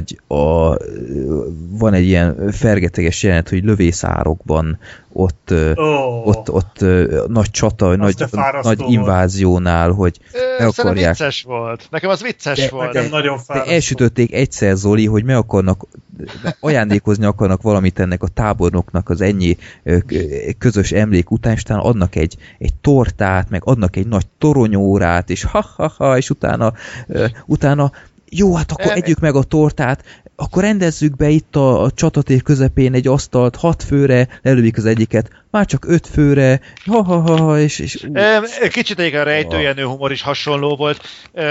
van egy ilyen fergeteges jelenet, hogy lövészárokban ott nagy csata, nagy inváziónál, hogy meg akarják... vicces volt. Nekem az vicces volt. Nekem nagyon de elsütötték egyszer, Zoli, hogy meg akarnak ajándékozni akarnak valamit ennek a tábornoknak az ennyi közös emlék után, és utána adnak egy tortát, meg adnak egy nagy toronyórát, és ha-ha-ha, és utána jó, hát akkor együk meg a tortát, akkor rendezzük be itt a csatatér közepén egy asztalt 6 főre, lelövik az egyiket, már csak 5 főre, és kicsit egyébként a rejtőjenő humor is hasonló volt.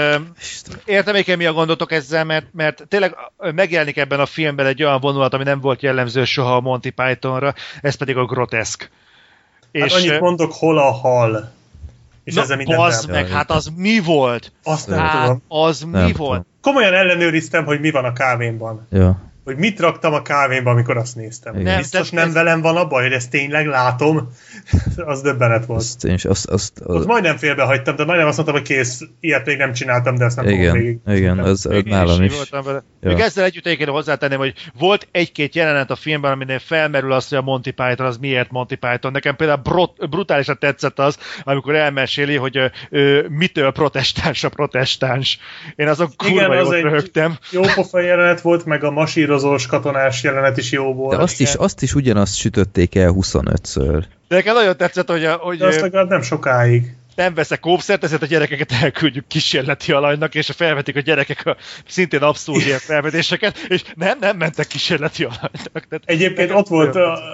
Értem egyébként mi a gondotok ezzel, mert tényleg megjelenik ebben a filmben egy olyan vonulat, ami nem volt jellemző soha a Monty Pythonra, ez pedig a groteszk. Hát és annyit mondok, hol a hal. És na, bazd meg, hát az mi volt? Azt nem tudom. Az nem mi tudom. volt? Komolyan ellenőriztem, hogy mi van a kávémban. Ja. Hogy mit raktam a kávémba, amikor azt néztem. Igen. Biztos nem velem van abban, hogy ezt tényleg látom. Az döbbenet volt. Azt majdnem félbehagytam, de majdnem azt mondtam, hogy kész, ilyet még nem csináltam, de ezt nem fogom végig. Igen, az nálam is. Ja. Még ezzel együtt egyébként hozzátenném, hogy volt egy-két jelenet a filmben, aminél felmerül az, hogy a Monty Python az miért Monty Python. Nekem például brutálisan tetszett az, amikor elmeséli, hogy mitől protestáns a protestáns. Én azon kurva jót röhögtem. Jó pofa jelenet volt, meg a masírozós katonás jelenet is jó volt. De azt is ugyanazt sütötték el 25-ször. De nekem nagyon tetszett, hogy de azt legalább nem sokáig. Nem veszek kópszert, ezért a gyerekeket elküldjük kísérleti alanynak, és felvetik a gyerekek a szintén abszurd ilyen felvetéseket, és nem mentek kísérleti alanynak. Tehát egyébként ott volt,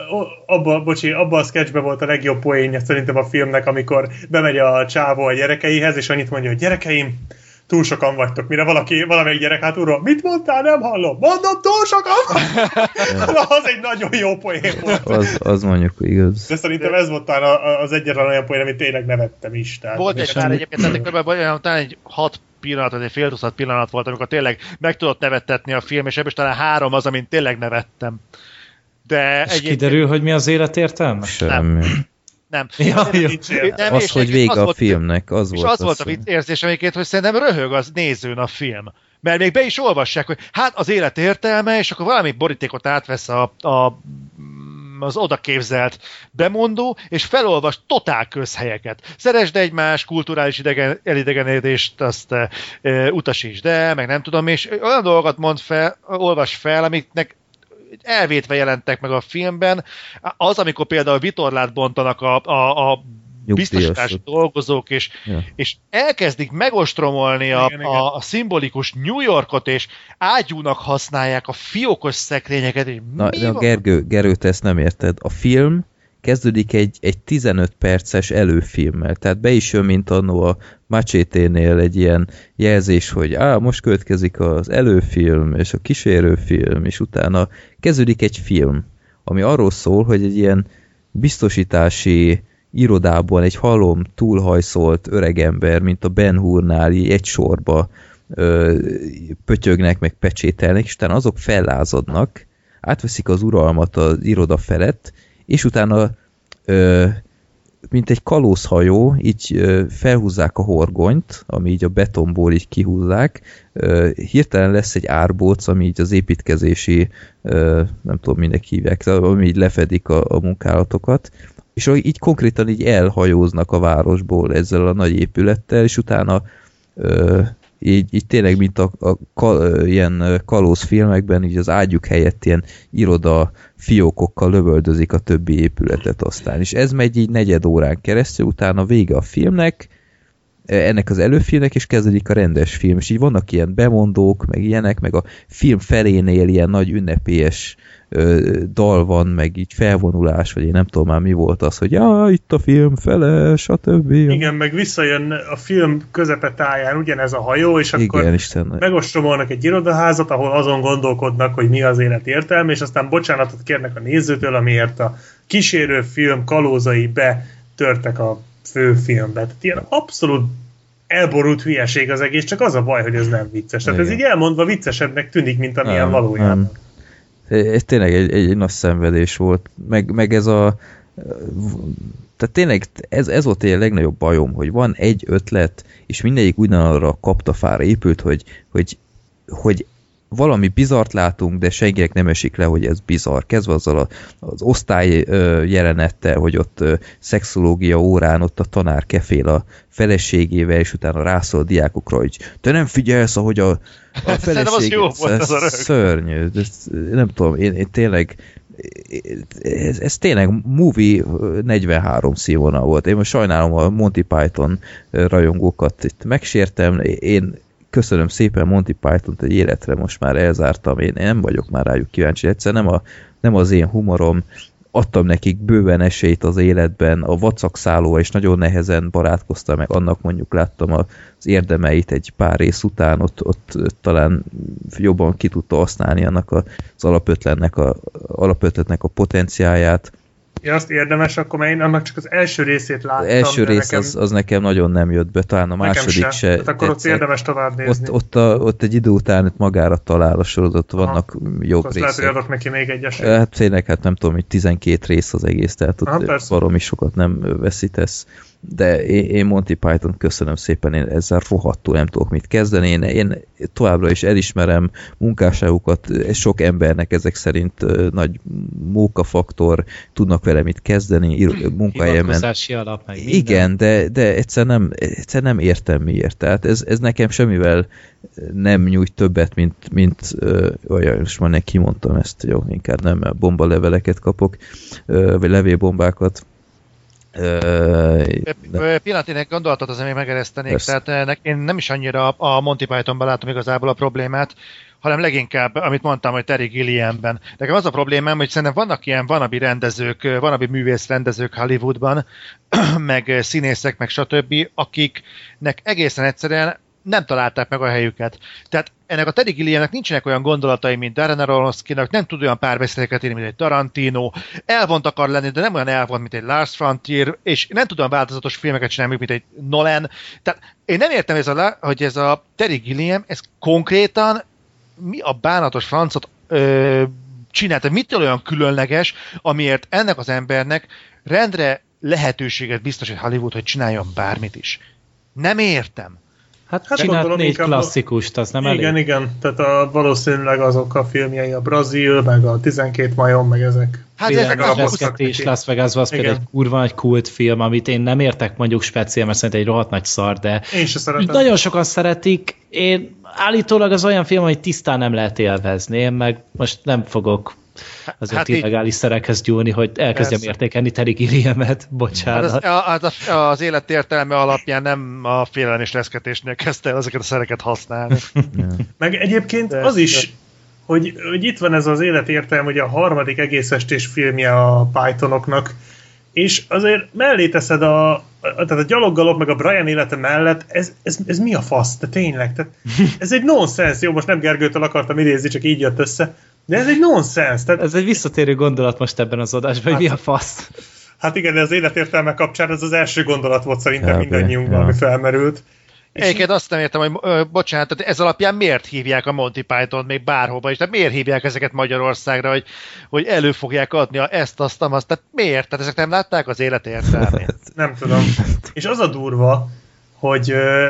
abban a sketchben volt a legjobb poénja szerintem a filmnek, amikor bemegy a csávó a gyerekeihez, és annyit mondja, hogy gyerekeim, túl sokan vagytok. Mire valamelyik gyerek hátulról, mit mondtál, nem hallom? Mondom, túl sokan vagytok! Az egy nagyon jó poén volt. Az mondjuk igaz. De szerintem ez volt az egyetlen olyan poén, amit tényleg nevettem is. Volt egy pár egyébként, talán egy 6 pillanat, vagy egy fél tucat pillanat volt, amikor tényleg meg tudott nevettetni a film, és ebből talán 3 az, amin tényleg nevettem. De és kiderül, hogy mi az élet értelme? Semmi. Nem. Nem, az, hogy vége a filmnek, az volt. És az volt a érzésem egyébként, hogy szerintem röhög az nézőn a film. Mert még be is olvassák, hogy hát az élet értelme, és akkor valami borítékot átvesz az oda képzelt bemondó, és felolvas totál közhelyeket. Szeresd egymás, kulturális elidegenedést, azt utasítsd el, meg nem tudom, és olyan dolgokat olvas fel, amiknek elvétve jelentek meg a filmben. Az, amikor például vitorlát bontanak a biztosítási dolgozók, és elkezdik megostromolni a szimbolikus New Yorkot, és ágyúnak használják a fiókos szekrényeket. És Gergő, te ezt nem érted. A film kezdődik egy 15 perces előfilmmel, tehát be is jön, mint annó a Macséténél egy ilyen jelzés, hogy most következik az előfilm, és a kísérőfilm, és utána kezdődik egy film, ami arról szól, hogy egy ilyen biztosítási irodában egy halom, túlhajszolt öregember, mint a Ben Hurnál, egy sorba pötyögnek, meg pecsételnek, és utána azok fellázadnak, átveszik az uralmat az iroda felett, és utána mint egy kalózhajó, így felhúzzák a horgonyt, ami így a betonból így kihúzzák, hirtelen lesz egy árbóc, ami így az építkezési, nem tudom, minek hívják, ami így lefedik a munkálatokat, és így konkrétan így elhajóznak a városból ezzel a nagy épülettel, és utána így tényleg, mint ilyen kalóz filmekben, így az ágyuk helyett ilyen iroda fiókokkal lövöldözik a többi épületet aztán. És ez megy így 4 órán keresztül, utána vége a filmnek, ennek az előfilmnek, és kezdődik a rendes film. És így vannak ilyen bemondók, meg ilyenek, meg a film felénél ilyen nagy ünnepélyes dal van, meg így felvonulás, vagy én nem tudom már mi volt az, hogy itt a film fele, stb. Igen, meg visszajön a film közepetáján ugyanez a hajó, és akkor igen, megostromolnak egy irodaházat, ahol azon gondolkodnak, hogy mi az élet értelme, és aztán bocsánatot kérnek a nézőtől, amiért a kísérőfilm kalózai betörtek a főfilmbe. Tehát ilyen abszolút elborult hülyeség az egész, csak az a baj, hogy ez nem vicces. Tehát ez így elmondva viccesebbnek tűnik, mint amilyen valójában. Ez tényleg egy nagy szenvedés volt. Meg ez tehát tényleg ez volt egy legnagyobb bajom, hogy van egy ötlet, és mindegyik ugyanarra a kaptafára épült, hogy valami bizart látunk, de senkinek nem esik le, hogy ez bizarr. Kezdve azzal az osztály jelenettel, hogy ott szexológia órán ott a tanár kefél a feleségével, és utána rászól a diákokra, hogy te nem figyelsz, ahogy a feleség... Szörnyű. Nem tudom, én tényleg ez tényleg movie 43 színvonal volt. Én most sajnálom a Monty Python rajongókat itt megsértem. Én köszönöm szépen Monty Pythont, egy életre most már elzártam. Én nem vagyok már rájuk kíváncsi. Egyszer nem az én humorom. Adtam nekik bőven esélyt az életben, a vacakszállóval is nagyon nehezen barátkoztam meg, annak mondjuk láttam az érdemeit egy pár rész után, ott talán jobban ki tudta használni annak az alapötletnek a potenciáját. Ja, azt érdemes, akkor én annak csak az első részét láttam. Az első rész az nekem nagyon nem jött be, talán a második se. Hát akkor ott érdemes tovább nézni. Ott egy idő után magára talál a sorozat, vannak jobb részek. Lehet, hogy adok neki még egy esélyt. Hát tényleg, nem tudom, hogy 12 rész az egész, tehát ott baromi sokat nem veszítesz. De én Monty Python köszönöm szépen, én ezzel rohadtul nem tudok mit kezdeni. Én továbbra is elismerem munkásságukat, sok embernek ezek szerint nagy mókafaktor, tudnak vele mit kezdeni munkahelyemen. Alap, meg igen, de egyszer nem értem miért. Tehát ez nekem semmivel nem nyújt többet, mint most már kimondtam ezt, jó, inkább nem, mert bombaleveleket kapok, vagy levélbombákat. Pillanat, én egy gondolatot azért még megeresztenék, tehát én nem is annyira a Monty Pythonban látom igazából a problémát, hanem leginkább, amit mondtam, hogy Terry Gilliamben. Nekem az a problémám, hogy szerintem vannak ilyen wannabe rendezők, wannabe művész rendezők Hollywoodban, meg színészek, meg stb., akiknek egészen egyszerűen nem találták meg a helyüket. Tehát ennek a Terry Gilliamnek nincsenek olyan gondolatai, mint Darren Aronofskynak, nem tud olyan párbeszédeket írni, mint egy Tarantino, elvont akar lenni, de nem olyan elvont, mint egy Lars von Trier, és nem tud olyan változatos filmeket csinálni, mint egy Nolan. Tehát én nem értem, hogy ez a Terry Gilliam, ez konkrétan mi a bánatos francot csinálta, mitől olyan különleges, amiért ennek az embernek rendre lehetőséget biztosít Hollywood, hogy csináljon bármit is. Nem értem. Hát csinált 4 klasszikust, az nem elég? Igen. Tehát valószínűleg azok a filmjei, a Brazil, meg a 12 majom, meg ezek. Hát és Las Vegasban az például egy kurva nagy kultfilm, amit én nem értek mondjuk speciál, mert szerintem egy rohadt nagy szar, de nagyon sokan szeretik. Én állítólag az olyan film, hogy tisztán nem lehet élvezni. Én meg most nem fogok azért illegális szerekhez gyúlni, hogy elkezdjem értékelni Terry Gilliamet, bocsánat. Az élet értelme alapján nem a félelem és reszketésnél kezdte el ezeket a szereket használni. Meg egyébként az is, hogy itt van ez az élet értelme, hogy a harmadik egészestés filmje a Pythonoknak, és azért mellé teszed tehát a gyaloggalop meg a Brian élete mellett, ez mi a fasz? De tényleg, tehát ez egy nonsens. Jó, most nem Gergőtől akartam idézni, csak így jött össze. De ez egy nonsens. Tehát... Ez egy visszatérő gondolat most ebben az adásban, hogy mi a fasz. Hát igen, de az életértelme kapcsán ez az első gondolat volt szerintem mindannyiunkban, ami felmerült. Egyébként azt nem értem, hogy bocsánat, tehát ez alapján miért hívják a Monty Python-t még bárhova is? Tehát miért hívják ezeket Magyarországra, hogy elő fogják adni ezt, azt, tehát miért? Tehát ezek nem látták az élet értelmét? Nem tudom. És az a durva, hogy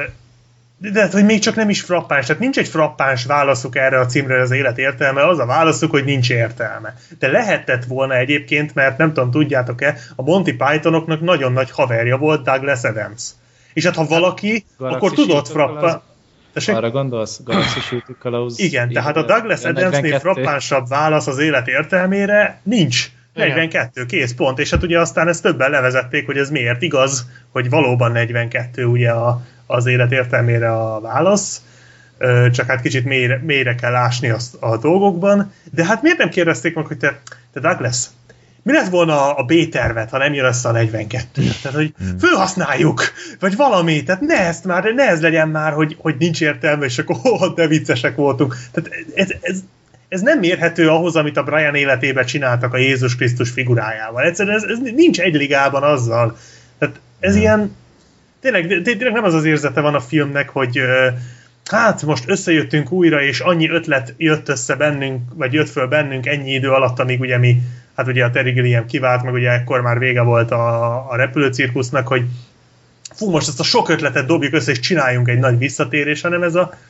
de hogy még csak nem is frappáns, tehát nincs egy frappáns válaszuk erre a címre, az élet értelme, az a válaszuk, hogy nincs értelme. De lehetett volna egyébként, mert nem tudom, tudjátok-e, a Monty Pythonoknak nagyon nagy haverja volt Douglas Adams. És hát ha valaki, akkor tudott frappán... Arra gondolsz? Galaxis űrkalauz? Igen, tehát a Douglas Adamsnél frappánsabb válasz az élet értelmére nincs. 42, kész, pont. És hát ugye aztán ezt többen levezették, hogy ez miért igaz, hogy valóban 42 ugye az élet értelmére a válasz, csak hát kicsit mélyre kell ásni a dolgokban. De hát miért nem kérdezték meg, hogy te Douglas, mi lett volna a B-tervet, ha nem jön össze a 42? Tehát, hogy felhasználjuk, vagy valami, tehát ne ez legyen már, hogy nincs értelme, és akkor de viccesek voltunk. Tehát ez nem mérhető ahhoz, amit a Brian életében csináltak a Jézus Krisztus figurájával. Egyszerűen ez nincs egy ligában azzal. Tehát ez ilyen, tényleg nem az az érzete van a filmnek, hogy hát most összejöttünk újra, és annyi ötlet jött össze bennünk, vagy jött föl bennünk ennyi idő alatt, amíg ugye mi, hát ugye a Terry Gilliam kivált, meg ugye ekkor már vége volt a repülőcirkusznak, hogy most ezt a sok ötletet dobjuk össze, és csináljunk egy nagy visszatérés, hanem ez a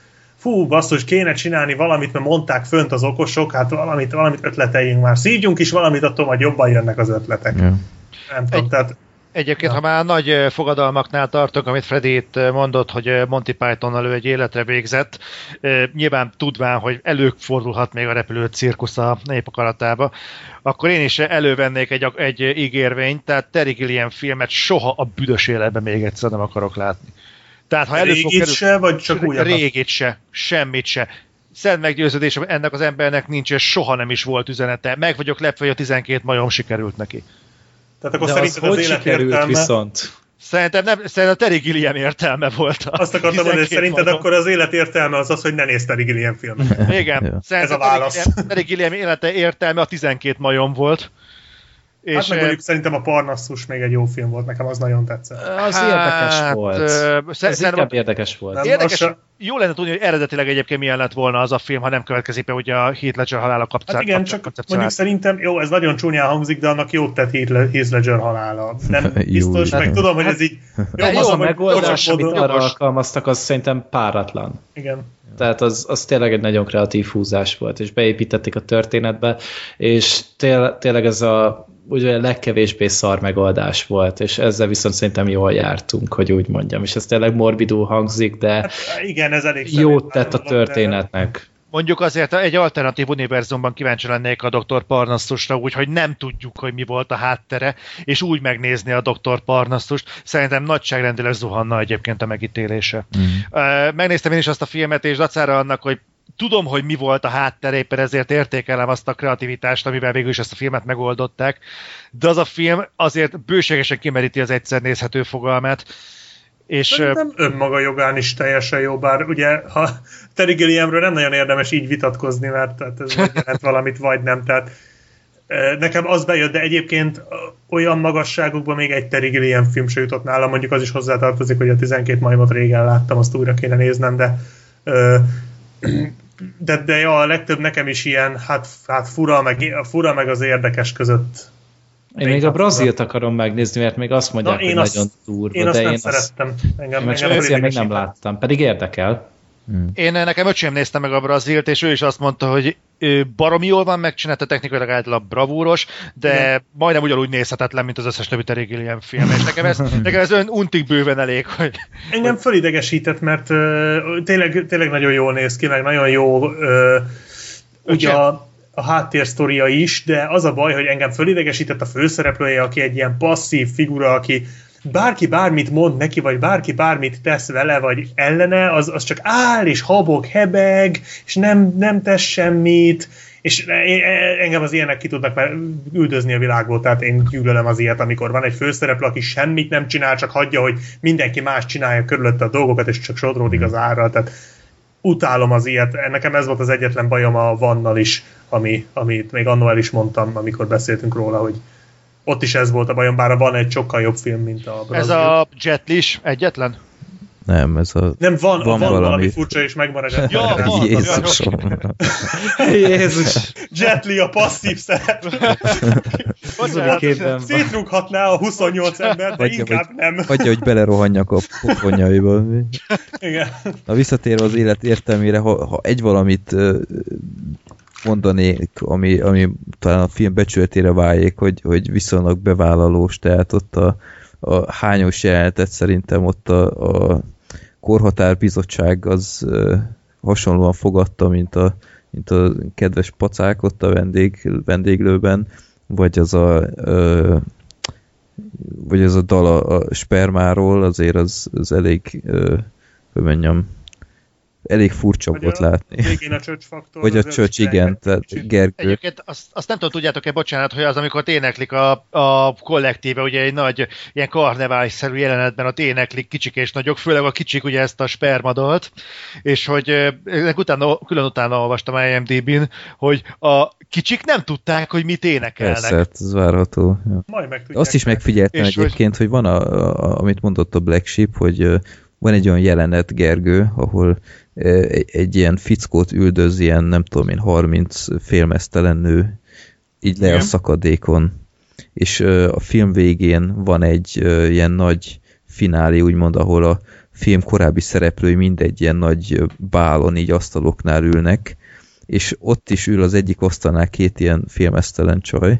hú, basszus, kéne csinálni valamit, mert mondták fönt az okosok, hát valamit ötleteljünk már. Szívjunk is valamit, attól majd jobban jönnek az ötletek. Ja. Nem tudom, tehát... Egyébként, ha már nagy fogadalmaknál tartok, amit Freddy itt mondott, hogy Monty Pythonnal ő egy életre végzett, nyilván tudván, hogy előfordulhat még a repülő cirkusz a népakaratába, akkor én is elővennék egy ígérvényt, tehát Terry Gilliam filmet soha a büdös életben még egyszer nem akarok látni. Tehát, ha régit se, vagy csak újakat? Régit se, semmit se. Szent meggyőződésem, ennek az embernek nincs, és soha nem is volt üzenete. Meg vagyok lepve, hogy a 12 majom sikerült neki. Tehát akkor de szerinted az az hogy élet sikerült értelme... Viszont? Szerintem a Terry Gilliam értelme volt. Azt akartam mondani, hogy szerinted majom. Akkor az élet értelme az, hogy ne nézz Terry Gilliam filmet. Igen. Ez a válasz. Terry Gilliam élete értelme a 12 majom volt. Hát meg mondjuk szerintem a Parnassus még egy jó film volt, nekem az nagyon tetszett. Az érdekes volt. Ez inkább érdekes volt. Érdekes, jó lenne tudni, hogy eredetileg egyébként milyen lett volna az a film, ha nem következik be ugye a Heath Ledger halála Hát igen, csak mondjuk szerintem, jó, ez nagyon csúnyán hangzik, de annak jót tett Heath Ledger halála. Nem biztos, meg tudom, hogy ez így... Az a megoldás, amit arra alkalmaztak, az szerintem páratlan. Igen. Tehát az tényleg egy nagyon kreatív húzás volt, és beépítették a történetbe, és tényleg ez a ugye legkevésbé szar megoldás volt, és ezzel viszont szerintem jól jártunk, hogy úgy mondjam, és ez tényleg morbidul hangzik, de hát, igen, ez elég jót tett a történetnek. Mondjuk azért egy alternatív univerzumban kíváncsi lennék a Dr. Parnassusra, úgyhogy nem tudjuk, hogy mi volt a háttere, és úgy megnézni a Dr. Parnassust, szerintem nagyságrendileg zuhanna egyébként a megítélése. Megnéztem én is azt a filmet, és dacára annak, hogy tudom, hogy mi volt a háttere, éppen ezért értékelem azt a kreativitást, amivel végül is ezt a filmet megoldották, de az a film azért bőségesen kimeríti az egyszer nézhető fogalmát. És szerintem önmaga jogán is teljesen jó, bár ugye, ha Terry Gilliamről nem nagyon érdemes így vitatkozni, mert tehát ez jelent valamit, vagy nem, tehát nekem az bejött, de egyébként olyan magasságokban még egy Terry Gilliam film se jutott nálam, mondjuk az is hozzátartozik, hogy a 12 majmot régen láttam, azt újra kéne néznem, de ja, a legtöbb nekem is ilyen, hát fura meg az érdekes között. Én még a Brazilt akarom megnézni, mert még azt mondják, hogy nagyon durva. Én azt nem szerettem. Engem még nem láttam, pedig érdekel. Nekem öcsém nézte meg a Brazilt, és ő is azt mondta, hogy baromi jól van megcsinálta, technikailag általában bravúros, de majdnem ugyanúgy nézhetetlen, mint az összes többi Terry Gilliam film, és nekem ez olyan untig bőven elég, hogy... Engem fölidegesített, mert tényleg nagyon jól néz ki, meg nagyon jó ugye a háttérsztoria is, de az a baj, hogy engem fölidegesített a főszereplője, aki egy ilyen passzív figura, aki bárki bármit mond neki, vagy bárki bármit tesz vele, vagy ellene, az csak áll, és habog, hebeg, és nem tesz semmit, és engem az ilyenek ki tudnak már üldözni a világból, tehát én gyűlölöm az ilyet, amikor van egy főszereplő, aki semmit nem csinál, csak hagyja, hogy mindenki más csinálja körülötte a dolgokat, és csak sodródik az árral, tehát utálom az ilyet. Nekem ez volt az egyetlen bajom a Vannal is, amit még annól el is mondtam, amikor beszéltünk róla, hogy ott is ez volt a bajom, bár van egy sokkal jobb film, mint a Brazil. Ez a Jet Li is egyetlen? Nem, ez a... Nem, van valami furcsa és megmaradott. Ja, van. Jézus. Jet Li a passzív szerep. Szétrúghatná a 28 ember, de inkább nem. Hagyja, hogy belerohanjak a pofonjaiba. Igen. Na, visszatérve az élet értelmére, ha egy valamit mondanék, ami talán a film becsületére váljék, hogy viszonylag bevállalós, tehát ott a hányos jelenetet szerintem ott a korhatárbizottság az hasonlóan fogadta, mint a kedves pacák ott a vendéglőben, vagy az a dal a spermáról, azért az elég hogy mondjam, elég furcsa vagy volt látni. Végén a csöcsfaktor. Vagy a csöcs, igen, tehát Gergő. Egyébként azt nem tudom, tudjátok-e, bocsánat, hogy az, amikor éneklik a kollektíve, ugye egy nagy ilyen karneválszerű jelenetben ott éneklik kicsik és nagyok, főleg a kicsik ugye ezt a spermadalt, és hogy külön utána olvastam a IMDb-n, hogy a kicsik nem tudták, hogy mit énekelnek. Persze, ez várható. Ja. Majd megtudják. Azt is megfigyeltem egyébként, hogy van amit mondott a Black Sheep, hogy van egy olyan jelenet, Gergő, ahol egy ilyen fickót üldöz, ilyen nem tudom én, 30 félmeztelen nő, így le a szakadékon. És a film végén van egy ilyen nagy finálé, úgymond, ahol a film korábbi szereplői mindegy ilyen nagy bálon, így asztaloknál ülnek, és ott is ül az egyik asztalnál két ilyen filmesztelen csaj,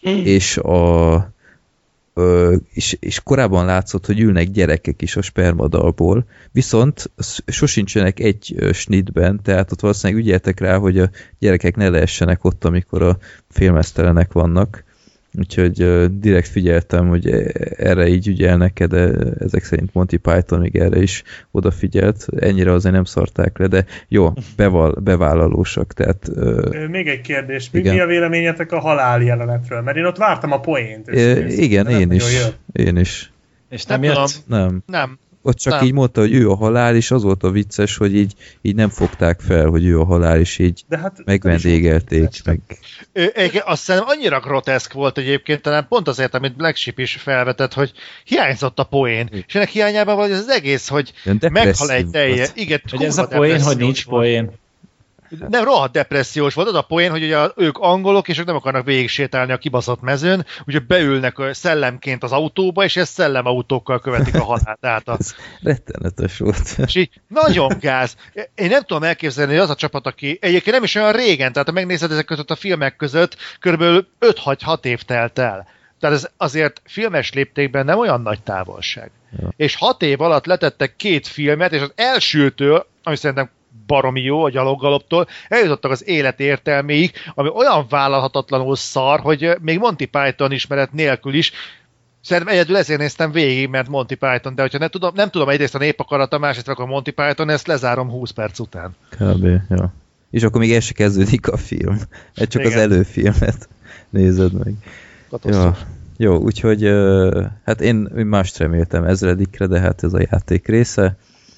és korábban látszott, hogy ülnek gyerekek is a spermadalból, viszont sosincsenek egy snitben, tehát ott valószínűleg ügyeltek rá, hogy a gyerekek ne lehessenek ott, amikor a filmesztelenek vannak. Úgyhogy direkt figyeltem, hogy erre így ügyelnek, de ezek szerint Monty Python még erre is odafigyelt. Ennyire azért nem szarták le, de jó, bevállalósak. Tehát, még egy kérdés. Mi a véleményetek a halál jelenetről? Mert én ott vártam a poént. Igen, én is. És nem jött? Nem. Ott csak így mondta, hogy ő a halál, és az volt a vicces, hogy így nem fogták fel, hogy ő a halál, és így megvendégelték. Azt hiszem annyira groteszk volt egyébként, talán pont azért, amit Black Sheep is felvetett, hogy hiányzott a poén. És ennek hiányában vagy az egész, hogy meghal egy telje. Igen, hogy ez a poén, hogy nincs poén. Nem, rohadt depressziós volt. Az a poén, hogy ugye ők angolok, és ők nem akarnak végig sétálni a kibaszott mezőn, úgyhogy beülnek szellemként az autóba, és ezt szellemautókkal követik a halált át. Ez rettenetes volt. És így nagyon gáz. Én nem tudom elképzelni, hogy az a csapat, aki egyébként nem is olyan régen, tehát ha megnézed ezek között a filmek között, körülbelül 5-6 év telt el. Tehát ez azért filmes léptékben nem olyan nagy távolság. Ja. És 6 év alatt letettek 2 filmet, és az elsőtől, ami szerintem baromi jó a Gyaloggaloptól, eljutottak az élet értelméig, ami olyan vállalhatatlanul szar, hogy még Monty Python ismeret nélkül is, szerintem egyedül ezért néztem végig, mert Monty Python, de hogyha nem tudom egyrészt a Népakarata, másrészt akkor Monty Python, ezt lezárom 20 perc után. Kb. Ja. És akkor még el se kezdődik a film. Csak igen. Az előfilmet nézed meg. Ja. Jó, úgyhogy hát én mást reméltem ezredikre, de hát ez a játék része.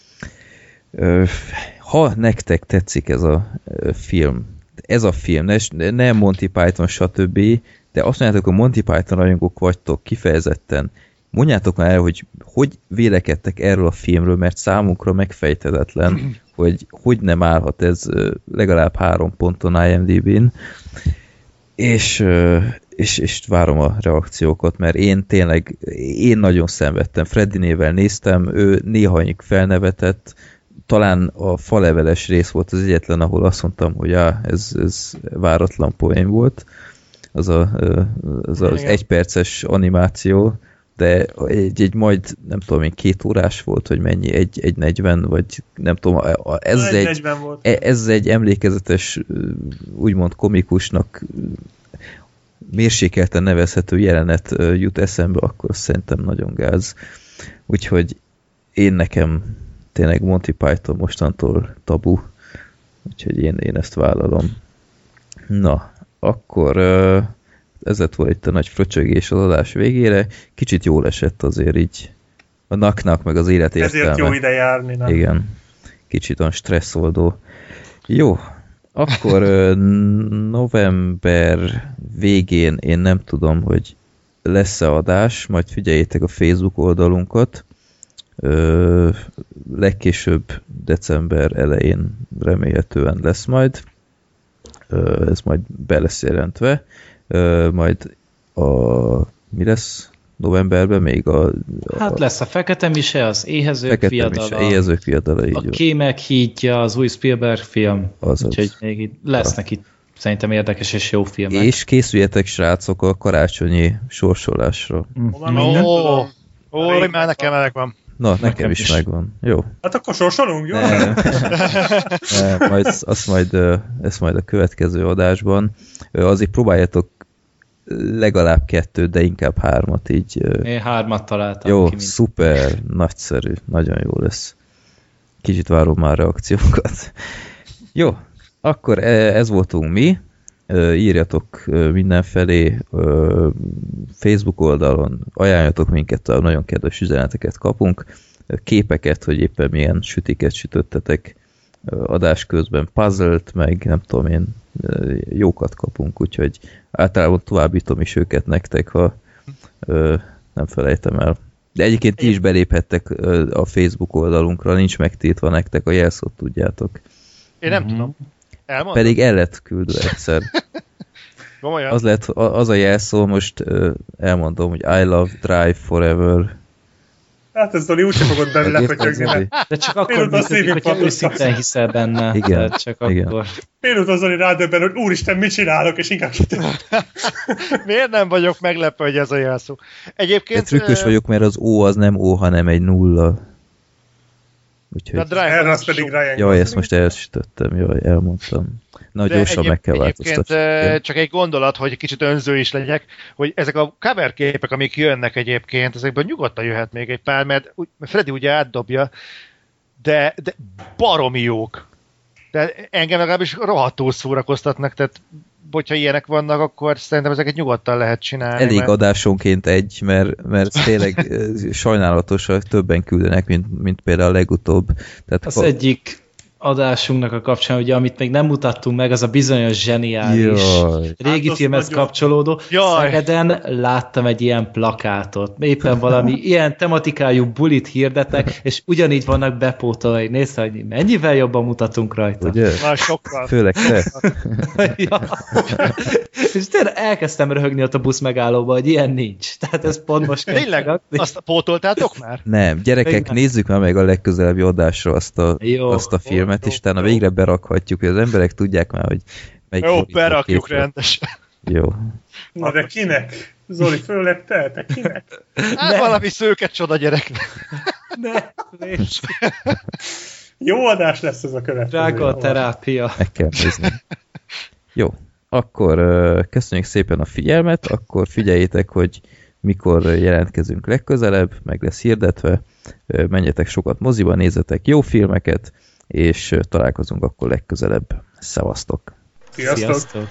Ha nektek tetszik ez a film, ne Monty Python, stb., de azt mondjátok, hogy Monty Python rajongók vagytok kifejezetten, mondjátok már el, hogy vélekedtek erről a filmről, mert számunkra megfejthetetlen, hogy nem állhat ez legalább 3 ponton IMDb-n, és várom a reakciókat, mert én nagyon szenvedtem. Freddy-nével néztem, ő néha felnevetett, talán a faleveles rész volt az egyetlen, ahol azt mondtam, hogy ez váratlan poén volt. Az az 1 perces animáció, de egy majd, nem tudom én, 2 órás volt, hogy mennyi, 1:40, vagy nem tudom, ez egy emlékezetes, úgymond komikusnak mérsékelten nevezhető jelenet jut eszembe, akkor szerintem nagyon gáz. Úgyhogy nekem tényleg Monty Python mostantól tabu, úgyhogy én ezt vállalom. Na, akkor ez lett volna itt a nagy fröcsögés az adás végére. Kicsit jól esett azért így a naknak, meg az élet értelme. Ezért jó ide járni, nem? Igen, kicsit olyan stresszoldó. Jó, akkor november végén én nem tudom, hogy lesz-e adás, majd figyeljétek a Facebook oldalunkat. Legkésőbb december elején remélhetően lesz majd. Ez majd be lesz jelentve. Majd mi lesz novemberben még hát lesz a Fekete Mise, az Éhezők viadala, így a Kémek hídja, az új Spielberg film. Úgyhogy még itt lesznek itt szerintem érdekes és jó filmek. És készüljetek, srácok, a karácsonyi sorsolásra. Már nekem megvan. Na, nekem is megvan. Jó. Hát akkor sorsolunk, jó? Ezt majd a következő adásban. Azért próbáljatok legalább 2, de inkább 3 így. Én 3 találtam. Jó, szuper, nagyszerű, nagyon jó lesz. Kicsit várom már reakciókat. Jó, akkor ez voltunk mi. Írjatok mindenfelé, Facebook oldalon, ajánljatok minket, nagyon kedves üzeneteket kapunk, képeket, hogy éppen milyen sütiket sütöttetek adás közben, puzzle-t, meg nem tudom én, jókat kapunk, úgyhogy általában továbbítom is őket nektek, ha nem felejtem el. De egyébként ti is beléphettek a Facebook oldalunkra, nincs megtiltva nektek, a jelszót tudjátok. Én nem tudom. Elmondom? Pedig el lett küldve egyszer. Az a jelszó, most elmondom, hogy I love Drive Forever. Hát ez Zoli úgyse fogod benne lepötyögni, mert De csak akkor működik, hogyha őszintén hiszel benne. Igen, csak igen. akkor. félúton Zoli rádöbben, hogy úristen, mit csinálok, és inkább Miért nem vagyok meglepve, hogy ez a jelszó? Egyébként... De trükkös vagyok, mert az O az nem O, hanem egy nulla. Úgyhogy... Erre az pedig Ryan. Jaj, ezt most elsütöttem, jaj, elmondtam. Na, gyorsan meg kell változtatni. Csak egy gondolat, hogy kicsit önző is legyek, hogy ezek a cover képek, amik jönnek egyébként, ezekből nyugodtan jöhet még egy pár, mert Freddy ugye átdobja, de baromi jók. De engem legalábbis rohadtul szórakoztatnak, tehát hogyha ilyenek vannak, akkor szerintem ezeket nyugodtan lehet csinálni. Elég adásonként egy, mert tényleg sajnálatos, hogy többen küldenek, mint például a legutóbb. Tehát az egyik adásunknak a kapcsán, ugye, amit még nem mutattunk meg, az a bizonyos zseniális régi hát filmhez kapcsolódó. Szegeden láttam egy ilyen plakátot. Éppen valami ilyen tematikájú bulit hirdetnek, és ugyanígy vannak bepótolva. Nézd, hogy mennyivel jobban mutatunk rajta. Ugye? Már sokkal. Főleg te. Ja. És tényleg elkezdtem röhögni ott a busz megállóba, hogy ilyen nincs. Tehát ez pont most kell. Tényleg? Azt pótoltátok már? Nem, gyerekek, nézzük már meg a legközelebbi adásra azt a filmet, és utána végre berakhatjuk, hogy az emberek tudják már, hogy melyik... Jó, berakjuk rendesen. Jó. Na de kinek? Zoli, főleg te kinek? Hát valami szőke csoda gyereknek. Jó adás lesz ez a következő. Drága a terápia. Meg kell nézni. Jó, akkor köszönjük szépen a figyelmet, akkor figyeljétek, hogy mikor jelentkezünk legközelebb, meg lesz hirdetve, menjetek sokat moziba, nézzetek jó filmeket, és találkozunk akkor legközelebb. Szevasztok! Sziasztok!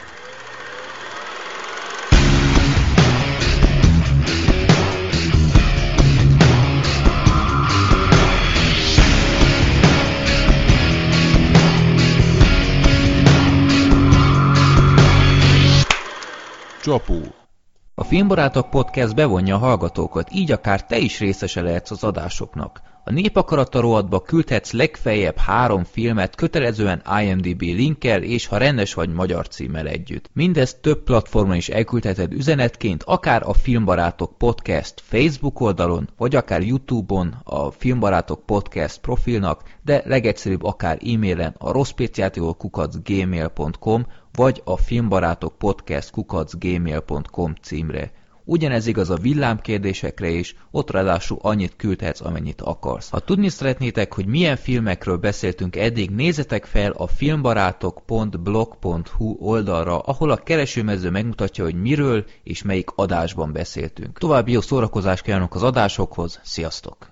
Csapó. A Filmbarátok Podcast bevonja a hallgatókat, így akár te is részese lehetsz az adásoknak. A Népakarata rovatba küldhetsz legfeljebb 3 filmet kötelezően IMDb linkkel és ha rendes vagy magyar címmel együtt. Mindezt több platformon is elküldheted üzenetként, akár a Filmbarátok Podcast Facebook oldalon, vagy akár YouTube-on a Filmbarátok Podcast profilnak, de legegyszerűbb akár e-mailen a rosszpéciátival@gmail.com vagy a filmbarátokpodcast@gmail.com címre. Ugyanez igaz a villámkérdésekre is, ott ráadásul annyit küldhetsz, amennyit akarsz. Ha tudni szeretnétek, hogy milyen filmekről beszéltünk eddig, nézzetek fel a filmbarátok.blog.hu oldalra, ahol a keresőmező megmutatja, hogy miről és melyik adásban beszéltünk. További jó szórakozást kívánok az adásokhoz, sziasztok!